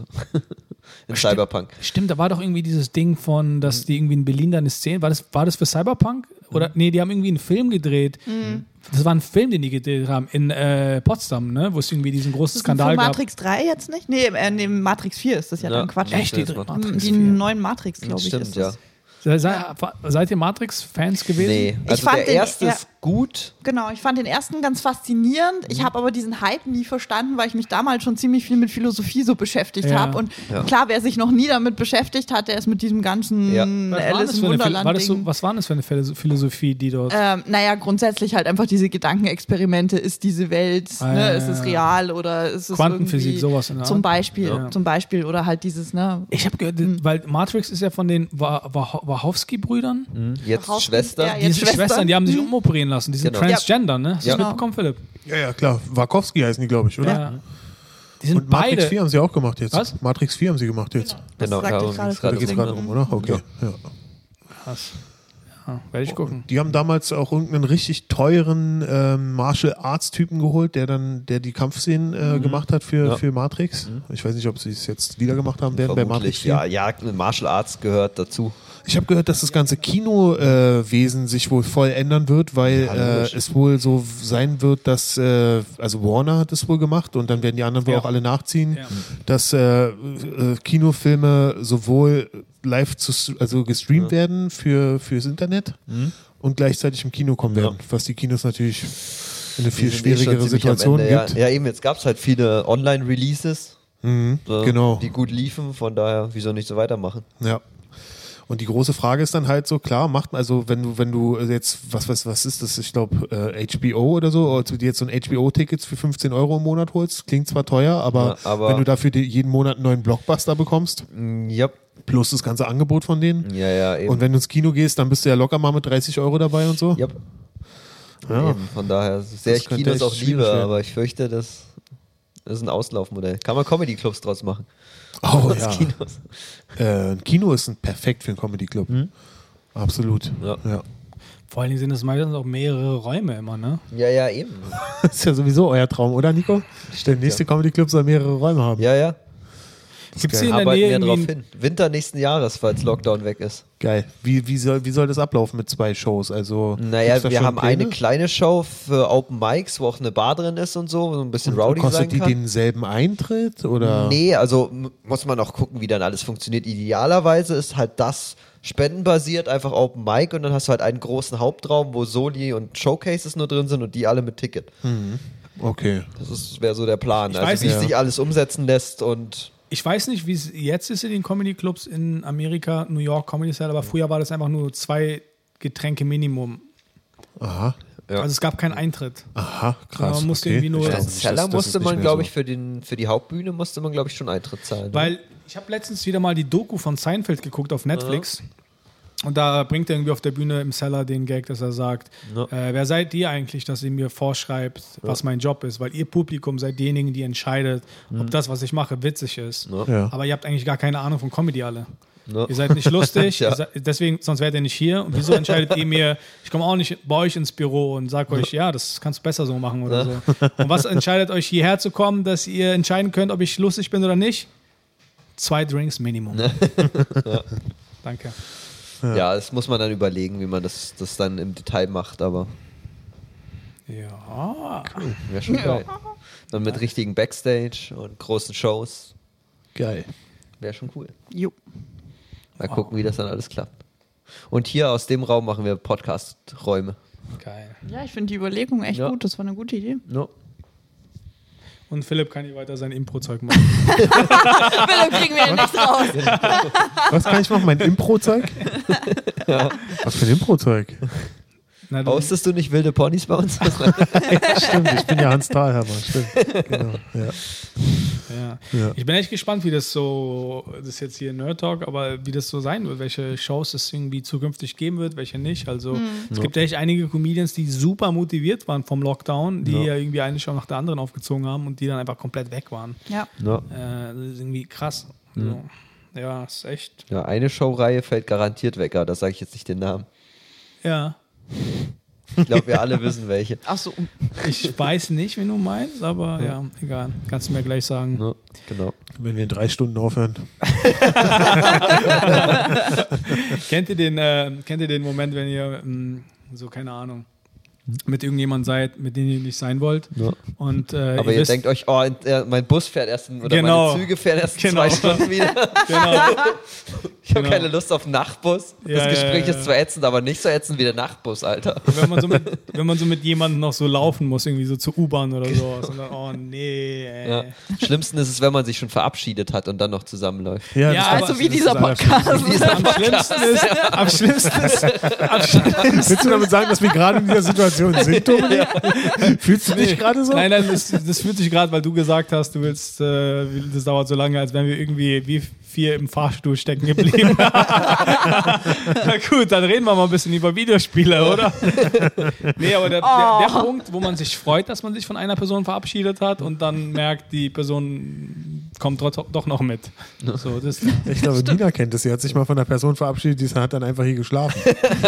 In Stimmt, Cyberpunk. Stimmt, da war doch irgendwie dieses Ding von, dass die irgendwie in Berlin da eine Szene, war das, war das für Cyberpunk? Oder, nee, die haben irgendwie einen Film gedreht. Mhm. Das war ein Film, den die gedreht haben in äh, Potsdam, ne? Wo es irgendwie diesen großen Skandal gab. Matrix drei jetzt nicht? Nee, äh, nee, Matrix vier ist das ja, ja dann Quatsch. Echt? Die, die, die neuen Matrix, glaube ich. Stimmt, ist ja. das. Sei, seid ihr Matrix-Fans gewesen? Nee, also ich fand der den, erste ja, ist gut. Genau, ich fand den ersten ganz faszinierend. Ich habe aber diesen Hype nie verstanden, weil ich mich damals schon ziemlich viel mit Philosophie so beschäftigt ja. habe. Und ja. klar, wer sich noch nie damit beschäftigt hat, der ist mit diesem ganzen ja. Alice im Wunderland. War das so, was war das für eine Philosophie, die dort... Ähm, naja, grundsätzlich halt einfach diese Gedankenexperimente. Ist diese Welt, ah, ne, ja, ist es real oder ist es Quantenphysik, sowas in der Art. Zum Beispiel, ja. zum Beispiel oder halt dieses, ne. Ich habe gehört, hm. weil Matrix ist ja von den Wachowski-Brüdern. Mhm. Jetzt Raus- Schwestern. Ja, Die jetzt sind Schwestern. Schwestern, die haben sich mhm. umoperieren lassen. Die sind Genau. Transgender, ne? Hast du Ja. das mitbekommen, Philipp? Ja, ja, klar. Warkowski heißen die, glaube ich, oder? Ja. Die sind Und Matrix beide. vier haben sie auch gemacht jetzt. Was? Matrix vier haben sie gemacht jetzt. Genau, Das sagte ja, ich gerade. ist Da gerade geht es um- gerade um, oder? Okay. Ja. Krass. Ja, werde ich gucken. Die haben damals auch irgendeinen richtig teuren ähm, Martial Arts Typen geholt, der dann, der die Kampfszenen äh, gemacht hat für, Ja. für Matrix. Ich weiß nicht, ob sie es jetzt wieder gemacht haben werden bei Matrix Vermutlich, vier. ja, ja, Martial Arts gehört dazu. Ich habe gehört, dass das ganze Kinowesen äh, sich wohl voll ändern wird, weil Ja, äh, logisch. es wohl so sein wird, dass, äh, also Warner hat es wohl gemacht und dann werden die anderen wohl Ja. auch alle nachziehen, Ja. dass äh, äh, Kinofilme sowohl live zu, also gestreamt Ja. werden für fürs Internet Mhm. und gleichzeitig im Kino kommen werden, was die Kinos natürlich in eine viel Die sind eh schon schwierigere ziemlich am Situation Ende, gibt. Ja, ja, eben, jetzt gab es halt viele Online-Releases, Mhm, so, genau. die gut liefen, von daher, wieso nicht so weitermachen? Ja. Und die große Frage ist dann halt so, klar, macht also wenn du, wenn du jetzt, was, was, was ist das, ich glaube, äh, H B O oder so, oder du dir jetzt so ein H B O-Ticket für fünfzehn Euro im Monat holst, klingt zwar teuer, aber, Ja, aber- wenn du dafür die, jeden Monat einen neuen Blockbuster bekommst, Mm, Ja, plus das ganze Angebot von denen, ja, ja, eben. und wenn du ins Kino gehst, dann bist du ja locker mal mit dreißig Euro dabei und so. ja. Ja. Eben, von daher, so sehr Das ich könnte Kinos echt auch schwierig liebe, werden. aber ich fürchte, das ist ein Auslaufmodell. Kann man Comedy-Clubs draus machen. Oh Aus ja. Kinos. Äh, ein Kino ist ein perfekt für einen Comedy-Club. Mhm. Absolut. Ja. Ja. Vor allen Dingen sind es meistens auch mehrere Räume immer, ne? Ja, ja, eben. Das ist ja sowieso euer Traum, oder Nico? Der nächste Comedy-Club soll mehrere Räume haben. Ja, ja. Gibt es geil. hier in der Arbeiten Nähe wir drauf irgendwie... hin. Winter nächsten Jahres, falls Lockdown weg ist. Geil. Wie, wie, soll, wie soll das ablaufen mit zwei Shows? Also, Naja, gibt's da wir schon haben Pläne? eine kleine Show für Open Mics, wo auch eine Bar drin ist und so, wo ein bisschen Und rowdy sein kostet die kann. denselben Eintritt? Oder? Nee, also m- muss man auch gucken, wie dann alles funktioniert. Idealerweise ist halt das spendenbasiert, einfach Open Mic und dann hast du halt einen großen Hauptraum, wo Soli und Showcases nur drin sind und die alle mit Ticket. Okay. Das wäre so der Plan. Ich also weiß wie nicht. es sich alles umsetzen lässt und Ich weiß nicht, wie es jetzt ist in den Comedy-Clubs in Amerika, New York Comedy Cell, aber früher war das einfach nur zwei Getränke Minimum. Aha. Ja. Also es gab keinen Eintritt. Aha, krass. Man musste okay. irgendwie nur- Ich Ja, dachte in nicht, Zeller dass- dass es musste nicht man, mehr glaube so- ich, für, den, für die Hauptbühne musste man, glaube ich, schon Eintritt zahlen. ne? Weil ich habe letztens wieder mal die Doku von Seinfeld geguckt auf Netflix. Und da bringt er irgendwie auf der Bühne im Cellar den Gag, dass er sagt, Ja. äh, wer seid ihr eigentlich, dass ihr mir vorschreibt, was mein Job ist? Weil ihr Publikum seid diejenigen, die entscheidet, ob das, was ich mache, witzig ist. Ja. Ja. Aber ihr habt eigentlich gar keine Ahnung von Comedy alle. Ja. Ihr seid nicht lustig, Ja. ihr seid, deswegen, sonst wärt ihr nicht hier. Und wieso entscheidet ihr mir, ich komme auch nicht bei euch ins Büro und sage euch, ja, das kannst du besser so machen oder so. Und was entscheidet euch hierher zu kommen, dass ihr entscheiden könnt, ob ich lustig bin oder nicht? Zwei Drinks Minimum. Danke. Ja, das muss man dann überlegen, wie man das, das dann im Detail macht, aber Ja. wäre schon geil. Dann mit richtigen Backstage und großen Shows. Geil. Wäre schon cool. Jo. Mal gucken, wie das dann alles klappt. Und hier aus dem Raum machen wir Podcast-Räume. Geil. Ja, ich finde die Überlegung echt Ja. gut. Das war eine gute Idee. Ja. Und Philipp kann hier weiter sein Impro-Zeug machen. Philipp, kriegen wir nicht raus. Was kann ich machen? Mein Impro-Zeug? Ja. Was für ein Impro-Zeug? Na, du, Hostest du nicht wilde Ponys bei uns? Stimmt, ich bin ja Hans Thalhammer. Stimmt. Genau. Ja. ja. Ja. Ich bin echt gespannt, wie das so, das ist jetzt hier Nerd Talk, aber wie das so sein wird, welche Shows es irgendwie zukünftig geben wird, welche nicht. Also Mhm. es gibt echt einige Comedians, die super motiviert waren vom Lockdown, die ja, irgendwie eine Show nach der anderen aufgezogen haben und die dann einfach komplett weg waren. Ja. Ja. Äh, das ist irgendwie krass. So. Ja, ist echt. Ja, eine Showreihe fällt garantiert weg, aber da sage ich jetzt nicht den Namen. Ja. Ich glaube, wir alle wissen welche. Ach so. Ich weiß nicht, wen du meinst, aber ja, egal. Kannst du mir gleich sagen. Ja, genau. Wenn wir in drei Stunden aufhören. Kennt ihr den, äh, kennt ihr den Moment, wenn ihr mh, so, keine Ahnung, mit irgendjemandem seid, mit dem ihr nicht sein wollt? Ja. Und, äh, Aber ihr, wisst, denkt euch, oh, äh, mein Bus fährt erst in, oder Genau. meine Züge fahren erst in Genau. zwei Stunden wieder. genau, Ich habe Genau. keine Lust auf einen Nachtbus. Ja, das Gespräch ja, ja. ist zwar ätzend, aber nicht so ätzend wie der Nachtbus, Alter. wenn man, so mit, wenn man so mit jemandem noch so laufen muss, irgendwie so zur U-Bahn oder sowas. Und dann, oh nee, ey. Ja. Schlimmsten ist es, wenn man sich schon verabschiedet hat und dann noch zusammenläuft. Ja, das- aber Also wie das ist dieser das Allerschlimmste. Podcast. Am schlimmsten ist, am schlimmsten ist, am schlimmsten Willst du damit sagen, dass wir gerade in dieser Situation sind, Dominik? Fühlst du dich gerade so? Nein, nein, das, das fühlt sich gerade, weil du gesagt hast, du willst, äh, das dauert so lange, als wären wir irgendwie wie vier im Fahrstuhl stecken geblieben. Na gut, dann reden wir mal ein bisschen über Videospiele, oder? Nee, aber der, Oh. der, der Punkt, wo man sich freut, dass man sich von einer Person verabschiedet hat und dann merkt, die Person kommt trotz, doch noch mit. So, das, Ich glaube, Nina kennt es. Sie hat sich mal von einer Person verabschiedet, die hat dann einfach hier geschlafen.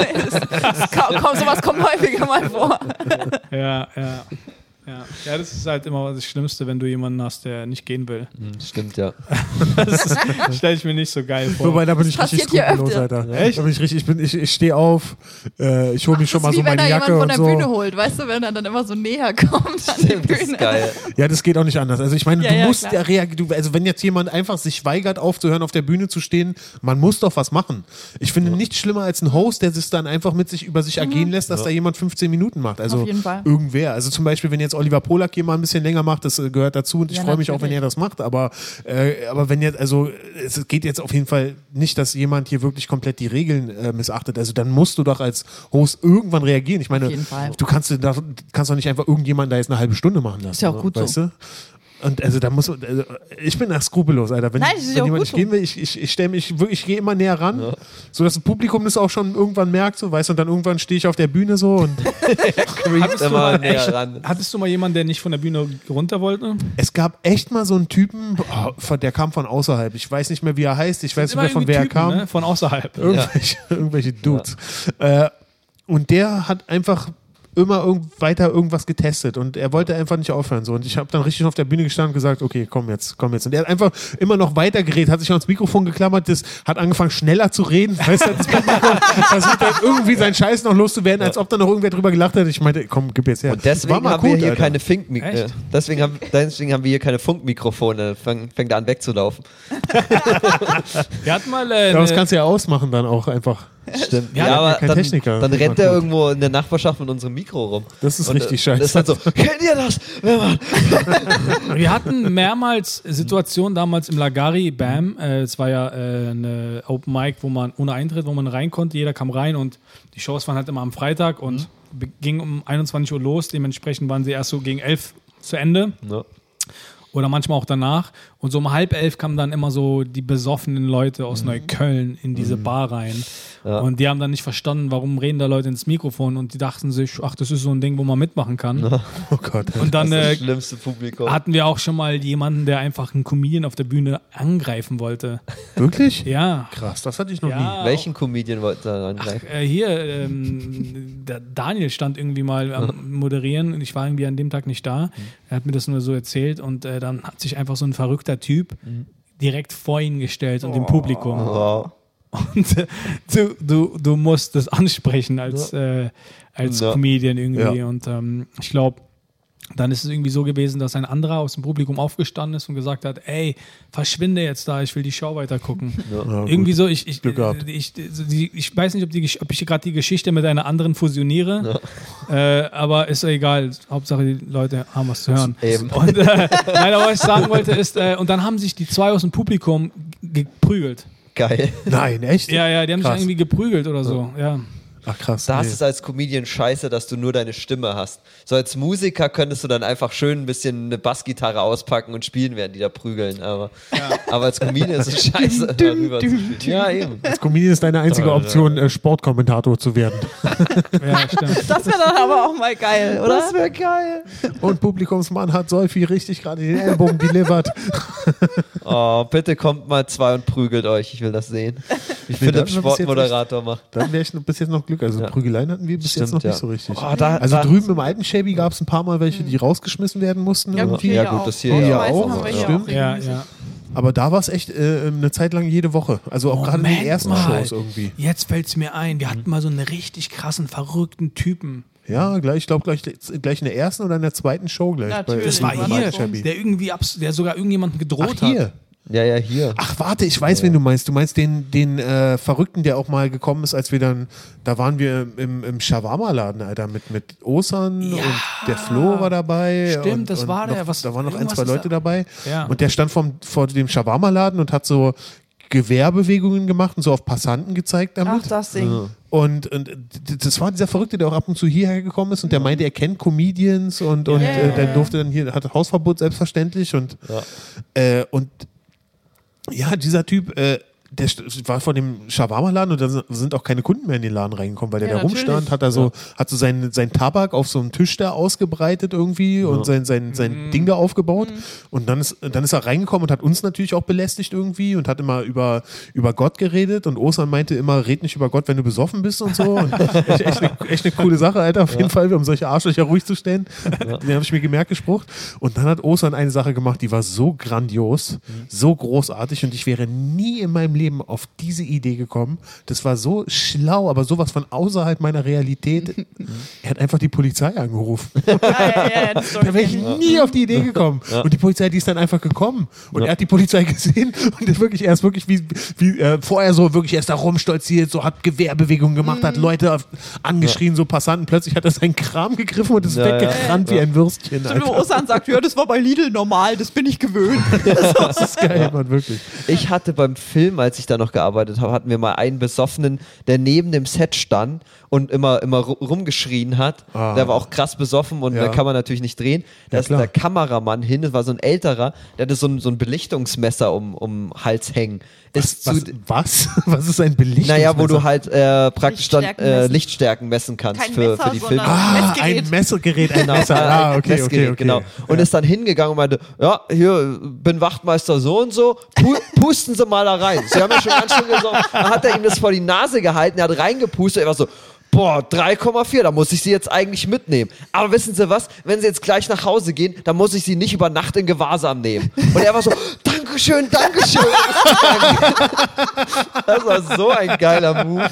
Das kommt, komm, sowas kommt häufiger mal vor. ja, ja. Ja. ja, das ist halt immer das Schlimmste, wenn du jemanden hast, der nicht gehen will. Stimmt, ja. Das stelle ich mir nicht so geil vor. Wobei, da bin ich Das richtig passiert hier skrupellos, öfter. Alter. Echt? Da bin ich richtig, ich, bin, ich, ich stehe auf, äh, ich hole mir schon mal Das ist so wie wenn meine da Jacke jemand von und der so. Bühne holt, weißt du, wenn er dann immer so näher kommt an die Stimmt, das Bühne. ist geil. Ja, das geht auch nicht anders. Also ich meine, Ja, du ja, musst klar. ja reagieren. Also wenn jetzt jemand einfach sich weigert aufzuhören, auf der Bühne zu stehen, man muss doch was machen. Ich finde nichts schlimmer als ein Host, der sich dann einfach mit sich über sich ergehen lässt, dass da jemand fünfzehn Minuten macht. Also Mhm. Auf jeden Fall. irgendwer. Also zum Beispiel, wenn jetzt Oliver Polak hier mal ein bisschen länger macht, das äh, gehört dazu und ich Ja, freue mich auch, wenn natürlich. er das macht. Aber, äh, aber wenn jetzt, also es geht jetzt auf jeden Fall nicht, dass jemand hier wirklich komplett die Regeln äh, missachtet. Also dann musst du doch als Host irgendwann reagieren. Ich meine, Auf jeden Fall. du kannst, da, kannst doch nicht einfach irgendjemanden da jetzt eine halbe Stunde machen lassen. Ist ja auch gut weißt so. du? Und also da muss also, ich bin da skrupellos, Alter. Wenn, Nein, das ist wenn ja auch jemand gut nicht gehen will, ich, ich, ich stelle mich wirklich, ich gehe immer näher ran, so dass das Publikum das auch schon irgendwann merkt, so weißt du, und dann irgendwann stehe ich auf der Bühne so und Hattest du, immer mal näher echt, ran. hattest du mal jemanden, der nicht von der Bühne runter wollte? es gab echt mal so einen Typen, oh, von- der kam von außerhalb. Ich weiß nicht mehr, wie er heißt, ich weiß nicht mehr, von wer er kam. Ne? Von außerhalb. Irgendwelche, irgendwelche Dudes. Äh, und der hat einfach immer irgend weiter irgendwas getestet und er wollte einfach nicht aufhören. So. Und ich habe dann richtig auf der Bühne gestanden und gesagt, okay, komm jetzt, komm jetzt. Und er hat einfach immer noch weiter geredet, hat sich ans Mikrofon geklammert, das hat angefangen schneller zu reden. Weißt du, das Publikum versucht dann irgendwie seinen Scheiß noch loszuwerden, als ob da noch irgendwer drüber gelacht hat. Ich meinte, komm, gib jetzt her. Und deswegen War mal haben wir gut, hier Alter. keine Fink äh, Echt? deswegen, haben, deswegen haben wir hier keine Funkmikrofone. Fang, fängt er an wegzulaufen. Wir hatten mal äh, Ja, das eine, kannst du ja ausmachen dann auch einfach. Stimmt. Ja, Ja, ja, aber kein dann, Techniker. dann Das rennt war er gut. irgendwo in der Nachbarschaft mit unserem Mikro rum. Das ist Und, richtig äh, scheiße. Das ist dann so, kennt ihr das? Wenn man wir hatten mehrmals Situationen damals im Lagari, Bam, äh, es war ja äh, eine Open Mic, wo man ohne Eintritt, wo man rein konnte, jeder kam rein und die Shows waren halt immer am Freitag und be- ging um einundzwanzig Uhr los, dementsprechend waren sie erst so gegen elf zu Ende. Ja. Oder manchmal auch danach. Und so um halb elf kamen dann immer so die besoffenen Leute aus Neukölln in diese Bar rein. Ja. Und die haben dann nicht verstanden, warum reden da Leute ins Mikrofon. Und die dachten sich, ach, das ist so ein Ding, wo man mitmachen kann. Oh Gott. Und dann Das äh, ist das schlimmste Publikum. hatten wir auch schon mal jemanden, der einfach einen Comedian auf der Bühne angreifen wollte. Wirklich? Ja. Krass, das hatte ich noch Ja, Welchen Comedian wollte er angreifen? Äh, hier, ähm, der Daniel stand irgendwie mal am Moderieren und ich war irgendwie an dem Tag nicht da. Er hat mir das nur so erzählt und äh, dann hat sich einfach so ein verrückter Typ direkt vor ihn gestellt und dem Publikum. Wow. Und äh, du, du, du musst das ansprechen als, äh, als Ja. Comedian irgendwie. Ja. Und ähm, ich glaube, Dann ist es irgendwie so gewesen, dass ein anderer aus dem Publikum aufgestanden ist und gesagt hat, ey, verschwinde jetzt da, ich will die Show weiter gucken. Ja, irgendwie so, ich, ich, Glück gehabt. ich, ich, ich weiß nicht, ob, die, ob ich gerade die Geschichte mit einer anderen fusioniere, ja. äh, aber ist egal. Hauptsache, die Leute haben was zu hören. Eben. Und, äh, nein, aber was ich sagen wollte ist, äh, und dann haben sich die zwei aus dem Publikum geprügelt. Geil. Nein, echt? Ja, ja, die haben Krass. sich irgendwie geprügelt oder so, ja. Ach krass. Da hast nee. du es als Comedian scheiße, dass du nur deine Stimme hast. So als Musiker könntest du dann einfach schön ein bisschen eine Bassgitarre auspacken und spielen, während die da prügeln. Aber, ja. aber als Comedian ist es scheiße, darüber zu spielen. Ja, eben. Als Comedian ist deine einzige Option, äh, Sportkommentator zu werden. Ja, stimmt. Das wäre dann aber auch mal geil, oder? Das wäre geil. Und Publikumsmann hat Solfi richtig gerade den Ellbogen delivered. Oh, bitte kommt mal zwei und prügelt euch. Ich will das sehen. Wie Nee, Philipp das ist bis jetzt Sportmoderator macht. Dann wäre ich noch, bis jetzt noch Glück. Also Ja. Prügeleien hatten wir bis Stimmt, jetzt noch ja. nicht so richtig. Oh, da, Also da, drüben im alten Shabby gab es ein paar Mal welche, die rausgeschmissen werden mussten. Ja, irgendwie. hier Ja, ja gut, auch. das hier ja Schmeißen auch, haben wir hier stimmt. auch Ja, regelmäßig. ja. Aber da war es echt äh, eine Zeit lang jede Woche. Also auch gerade in den Moment ersten mal. Shows irgendwie. Jetzt fällt es mir ein, wir hatten mal so einen richtig krassen, verrückten Typen. Ja, gleich, ich glaube gleich, gleich in der ersten oder in der zweiten Show gleich. Natürlich. Das war war hier, das Shabby. der irgendwie, abs der sogar irgendjemanden gedroht Ach, hier. hat. ja, ja, hier. Ach, warte, ich weiß, wen du meinst. Du meinst den, den äh, Verrückten, der auch mal gekommen ist, als wir dann, da waren wir im, im Shawarma-Laden, Alter, mit, mit Osan Ja. und der Flo war dabei. Stimmt, und, das und war noch, der. Was- da waren noch ein, irgendwas zwei ist Leute da- dabei. Ja. Und der stand vom, vor dem Shawarma-Laden und hat so Gewehrbewegungen gemacht und so auf Passanten gezeigt damit. Ach, das Ding. Und, und das war dieser Verrückte, der auch ab und zu hierher gekommen ist und der meinte, er kennt Comedians und, und Ja. äh, der durfte dann hier, hatte Hausverbot selbstverständlich und, äh, und ja, dieser Typ, äh, der st- war vor dem Shawarma-Laden und da sind auch keine Kunden mehr in den Laden reingekommen, weil der Ja, da rumstand, natürlich. hat er so, hat so seinen, seinen Tabak auf so einem Tisch da ausgebreitet irgendwie und sein, sein, sein Ding da aufgebaut. Und dann ist, dann ist er reingekommen und hat uns natürlich auch belästigt irgendwie und hat immer über, über Gott geredet und Osan meinte immer, red nicht über Gott, wenn du besoffen bist und so. Und echt, echt, eine, echt eine coole Sache, Alter, auf jeden Fall, um solche Arschlöcher ruhig zu stellen. Den habe ich mir gemerkt, gesprochen. Und dann hat Osan eine Sache gemacht, die war so grandios, so großartig und ich wäre nie in meinem Leben auf diese Idee gekommen. Das war so schlau, aber sowas von außerhalb meiner Realität. Er hat einfach die Polizei angerufen. Ja, ja, ja, die Story Da wäre ich kenn ich. nie auf die Idee gekommen. Und die Polizei, die ist dann einfach gekommen. Und er hat die Polizei gesehen und ist wirklich erst wirklich wie, wie äh, vorher so wirklich erst da rumstolziert, so hat Gewehrbewegungen gemacht, hat Leute auf- angeschrien, so Passanten. Plötzlich hat er seinen Kram gegriffen und ist Ja, weggerannt wie ein Würstchen. So, Alter. wo Osan sagt, ja, das war bei Lidl normal, das bin ich gewöhnt. Das ist geil, Mann, wirklich. Ich hatte beim Film, als ich da noch gearbeitet habe, hatten wir mal einen Besoffenen, der neben dem Set stand und immer, immer ru- rumgeschrien hat. Ah. Der war auch krass besoffen und Ja. da kann man natürlich nicht drehen. Da Ja, ist klar. der Kameramann hin, das war so ein älterer, der hatte so ein, so ein Belichtungsmesser um, um den Hals hängen. Ist Was, zu, was? Was ist ein Belichtungsmesser? naja, wo du halt äh, praktisch dann Lichtstärken äh, messen. Lichtstärken messen kannst Kein für, Messer, für die sondern- Filme. Ah, Messgerät. ein Messergerät, ein Genau, Messer. ein Ah, okay, okay, Messgerät, okay. genau. Und ist dann hingegangen und meinte, ja, hier bin Wachtmeister so und so, pu pusten Sie mal da rein. Sie haben ja schon ganz schön gesungen. Dann hat er ihm das vor die Nase gehalten, er hat reingepustet, er war so, boah, drei Komma vier, da muss ich sie jetzt eigentlich mitnehmen. Aber wissen Sie was, wenn Sie jetzt gleich nach Hause gehen, dann muss ich Sie nicht über Nacht in Gewahrsam nehmen. Und er war so, Dankeschön, Dankeschön. Das war so ein geiler Eine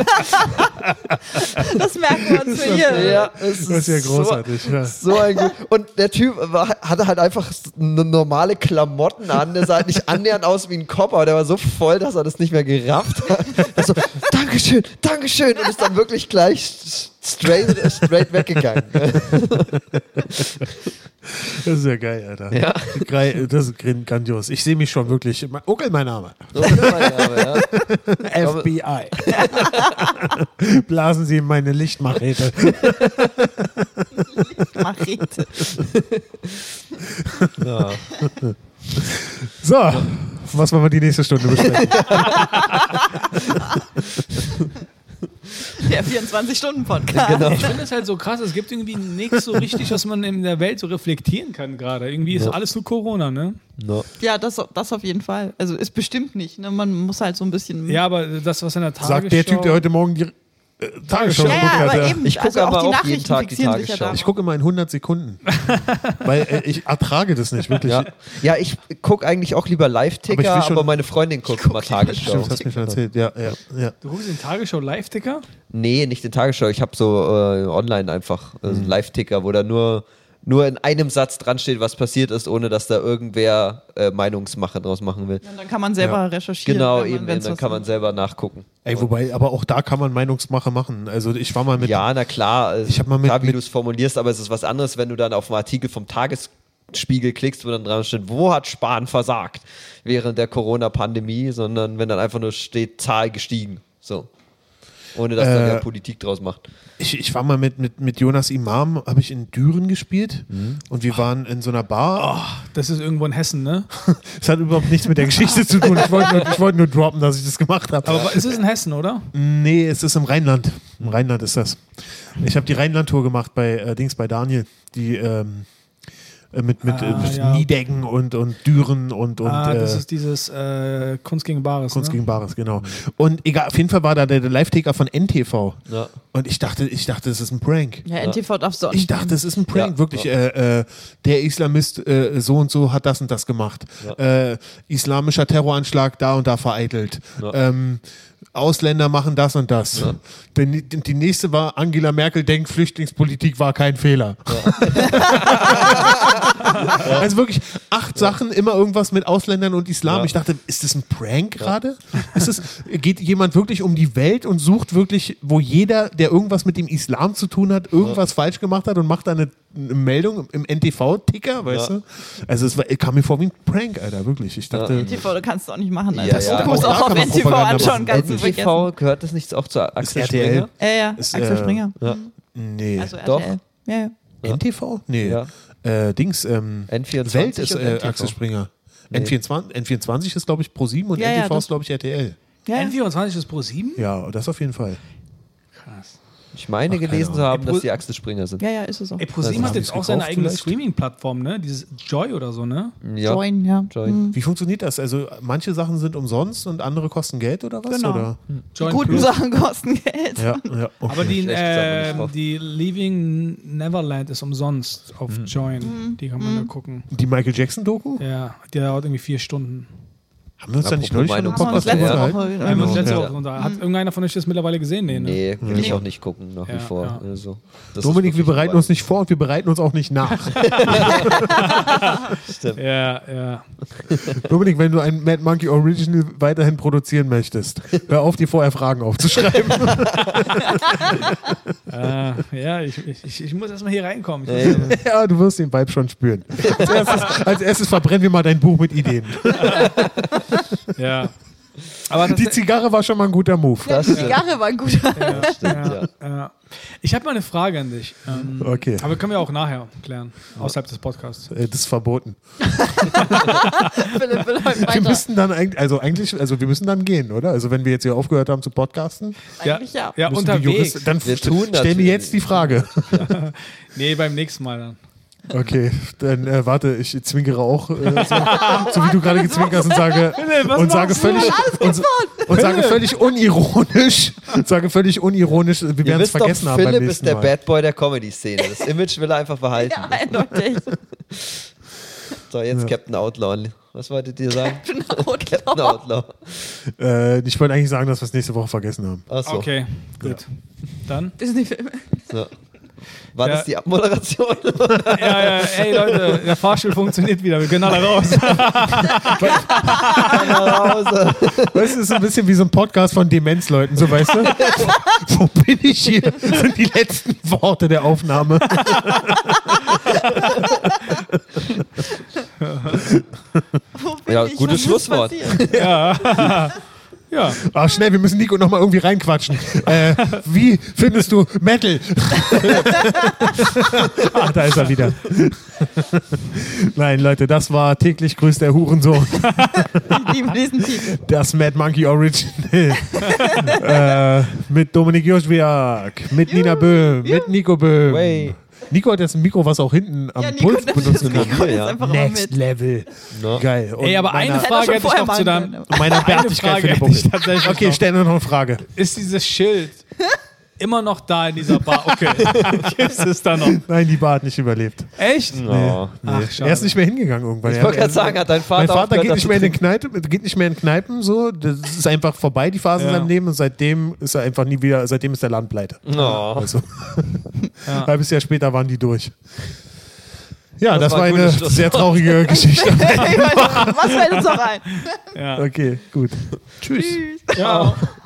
Das merken wir uns für hier. Ja, es Das ist ja so- großartig. Ja. So ein gut. Und der Typ war, hatte halt einfach eine normale Klamotten an. Der sah halt nicht annähernd aus wie ein Cop, aber der war so voll, dass er das nicht mehr gerafft hat. Er so, Dankeschön, Dankeschön. Und ist dann wirklich gleich straight, straight weggegangen. Das ist ja geil, Alter. Ja. Grei- Das ist grandios. Ich sehe mich schon wirklich. Uckel, mein Name. So ist mein Name, ja. F B I. Blasen Sie in meine Lichtmachete. Machete. Ja. So, was wollen wir die nächste Stunde besprechen? Der vierundzwanzig-Stunden-Podcast. Genau. Ich finde es halt so krass, es gibt irgendwie nichts so richtig, was man in der Welt so reflektieren kann gerade. Irgendwie ist Ja. alles nur Corona, ne? No. Ja, das, das auf jeden Fall. Also ist bestimmt nicht. Ne? Man muss halt so ein bisschen. Ja, aber das, was in der Tagesschau... Sagt der Typ, der heute Morgen die äh, Tagesschau Ja, ja, geguckt ja, hat. aber ja. eben. Ich gucke also aber auch die auch jeden Nachrichten Tag die fixieren sich ja Tagesschau. darauf. Ich gucke immer in hundert Sekunden. Weil äh, ich ertrage das nicht, wirklich. Ja. ja, ich gucke eigentlich auch lieber Aber ich Live-Ticker, will aber, schon- meine Freundin guckt immer Tagesschau. Stimmt, hast du mir schon erzählt. Ja, ja, ja. Du guckst den Tagesschau-Live-Ticker? Nee, nicht den Tagesschau. Ich habe so äh, online einfach äh, so einen Live-Ticker, wo da nur nur in einem Satz dran steht, was passiert ist, ohne dass da irgendwer äh, Meinungsmache draus machen will. Ja, dann kann man selber Ja. recherchieren. Genau, wenn man- eben, wenn's dann was kann man ist. selber nachgucken. Ey, wobei, aber auch da kann man Meinungsmache machen. Also ich war mal mit. Ja, na klar, also Ich hab mal mit- klar, wie mit- du es formulierst, aber es ist was anderes, wenn du dann auf einen Artikel vom Tagesspiegel klickst, wo dann dran steht, wo hat Spahn versagt während der Corona-Pandemie, sondern wenn dann einfach nur steht, Zahl gestiegen. So. Ohne dass da Äh, wer Politik draus macht. Ich, ich war mal mit, mit, mit Jonas Imam, habe ich in Düren gespielt und wir waren in so einer Bar. Das ist irgendwo in Hessen, ne? Es hat überhaupt nichts mit der Geschichte zu tun. Ich wollte nur, ich wollte nur droppen, dass ich das gemacht habe. Aber es ist in Hessen, oder? Nee, es ist im Rheinland. Im Rheinland ist das. Ich habe die Rheinland-Tour gemacht bei äh, Dings bei Daniel, die ähm, äh, mit, mit, Ah, äh, mit ja. Niedecken und, und Düren und, und ah, das äh, ist dieses äh, Kunst gegen Bares. Kunst ne? gegen Bares, genau. Und egal, auf jeden Fall war da der, der Live-Taker von N T V. Ja. Und ich dachte, ich dachte, das ist ein Prank. Ja, N T V darfst du auch Ich nicht. dachte, es ist ein Prank, Ja. wirklich. Äh, äh, der Islamist äh, so und so hat das und das gemacht. Äh, islamischer Terroranschlag da und da vereitelt. Ja. Ähm, Ausländer machen das und das. Ja. Die, die nächste war, Angela Merkel denkt, Flüchtlingspolitik war kein Fehler. Also wirklich acht Sachen, immer irgendwas mit Ausländern und Islam. Ja. Ich dachte, ist das ein Prank gerade? Ist es, geht jemand wirklich um die Welt und sucht wirklich, wo jeder, der irgendwas mit dem Islam zu tun hat, irgendwas falsch gemacht hat und macht da eine, eine Meldung im N T V-Ticker, weißt Ja. du? Also es war, kam mir vor wie ein Prank, Alter, wirklich. Ich dachte, N T V, du kannst du auch nicht machen, Ja, Alter. ja. Du musst Auch auch, da auf kann man N T V Propaganda anschauen, machen. kannst du N T vergessen. V, gehört das nicht auch zur Axel R T L? Springer? Ja, ja, Ist, Axel äh, Springer. Ja. nee. Also Doch. R T L. Ja, ja. N T V? Nee. Ja. Äh, Dings, ähm, N vierundzwanzig Welt ist und äh, N T V. Axel Springer. Nee. N vierundzwanzig, N vierundzwanzig ist, glaube ich, ProSieben und Ja, ja, N T V das- ist, glaube ich, R T L. Ja, ja. N vierundzwanzig ist Pro sieben? Ja, das auf jeden Fall. Krass. Ich meine Ach, keine gelesen zu Ahnung. haben, Ey, dass die Axel Springer sind. Ja, ja, ist es auch. Ey, ProSieben Also, hat haben jetzt die's auch seine gekauft eigene vielleicht? Streaming-Plattform, ne? Dieses Joy oder so, ne? Ja. Join, ja. Join. Mhm. Wie funktioniert das? Also manche Sachen sind umsonst und andere kosten Geld oder was? Genau. Oder? Join Guten Plus. Sachen kosten Geld. Ja, ja. Okay. Aber die, Schlechte Sachen äh, nicht drauf. die Leaving Neverland ist umsonst auf Join. Die kann man da gucken. Die Michael Jackson-Doku? Ja, die dauert irgendwie vier Stunden. Haben wir uns da nicht Apropos neulich schon im Meinungs- Haben wir uns Podcast letzte drüber Woche unterhalten? Wir haben uns genau. letzte Ja. Woche unter. Hat irgendeiner von euch das mittlerweile gesehen? Nee, ne? Nee, will ich Nee. auch nicht gucken, nach Ja, wie vor. ja. Also, das Dominik, ist wir wirklich bereiten uns nicht vor und wir bereiten uns auch nicht nach. Ja, ja. Dominik, wenn du ein Mad Monkey Original weiterhin produzieren möchtest, hör auf, dir vorher Fragen aufzuschreiben. äh, ja, ich, ich, ich muss erstmal hier reinkommen. Ich Ey. muss, Ja, du wirst den Vibe schon spüren. Als erstes, als erstes verbrennen wir mal dein Buch mit Ideen. ja. Aber Die das, Zigarre war schon mal ein guter Move. Das Die stimmt. Zigarre war ein guter. ja, Stimmt, ja, ja. Ich habe mal eine Frage an dich. Ähm, Okay. Aber können wir auch nachher klären, außerhalb des Podcasts. Äh, Das ist verboten. Philipp will heute Wir weiter. müssten dann eigentlich, also eigentlich, also wir müssen dann gehen, oder? Also wenn wir jetzt hier aufgehört haben zu podcasten, Eigentlich ja. Ja, müssen die unterwegs. Juristen- dann Wir tun stellen wir natürlich. jetzt die Frage. Nee, beim nächsten Mal dann. Okay, dann äh, warte, ich zwinkere auch, äh, so, so wie du gerade gezwinkert hast und sage was und sage machst du? völlig und, und sage völlig unironisch, sage völlig unironisch, wir Ihr werden es wisst doch, vergessen haben beim Philipp ist nächsten der Mal. Bad Boy der Comedy-Szene. Das Image will er einfach behalten. Ja, eindeutig. So, jetzt Captain Outlaw. Was wolltet ihr sagen? Captain Outlaw. Outlaw. Äh, ich wollte eigentlich sagen, dass wir es nächste Woche vergessen haben. Achso. Okay, gut. Dann? Disney-Filme. So. War Ja. das die Abmoderation? Ja, ja, ey Leute, der Fahrstuhl funktioniert wieder. Wir können alle raus. Nach Hause. Weißt du, es ist ein bisschen wie so ein Podcast von Demenzleuten, so weißt du? Wo, wo bin ich hier? Das sind die letzten Worte der Aufnahme. Wo bin Ja, ich? gutes Was ist Schlusswort. passiert? Ja. Ja. Ach, schnell, wir müssen Nico nochmal irgendwie reinquatschen. Äh, wie findest du Metal? Ach, da ist er wieder. Nein, Leute, das war täglich grüßt der Hurensohn. Ich liebe diesen Titel. Das Mad Monkey Original. äh, mit Dominik Joschwiak, mit Nina Böhm, mit Nico Böhm. Way. Nico hat jetzt ein Mikro, was auch hinten am Ja, Nico Puls nimmt benutzen das kann. Mikro jetzt Ja. einfach immer Next mit. Level. No. Geil. Und Ey, aber meiner- eine Hätte er Frage schon hätte ich vorher noch zu machen deinem. können. meiner Eine Bärtigkeit, Frage Philipp hätte ich Buckel. tatsächlich Okay, noch. stell mir noch eine Frage. Ist dieses Schild immer noch da in dieser Bar? Okay. Gibt es da noch? Nein, die Bar hat nicht überlebt. Echt? Oh. Ach, Er schade. ist nicht mehr hingegangen irgendwann. Ich Er- wollte gerade er- sagen, hat dein Vater Mein Vater aufgehört, geht das nicht, zu mehr in den trinken? Kneipen, geht nicht mehr in Kneipen, so. Das ist einfach vorbei, die Phase in Ja. seinem Leben. Und seitdem ist er einfach nie wieder, seitdem ist der Land pleite. Oh. Also, Ja. ein halbes Jahr später waren die durch. Ja, das, Das war war ein eine gutes Schlusswort. sehr traurige Geschichte. Was fällt uns noch ein? Ja. Okay, gut. Tschüss. Tschüss. Ja.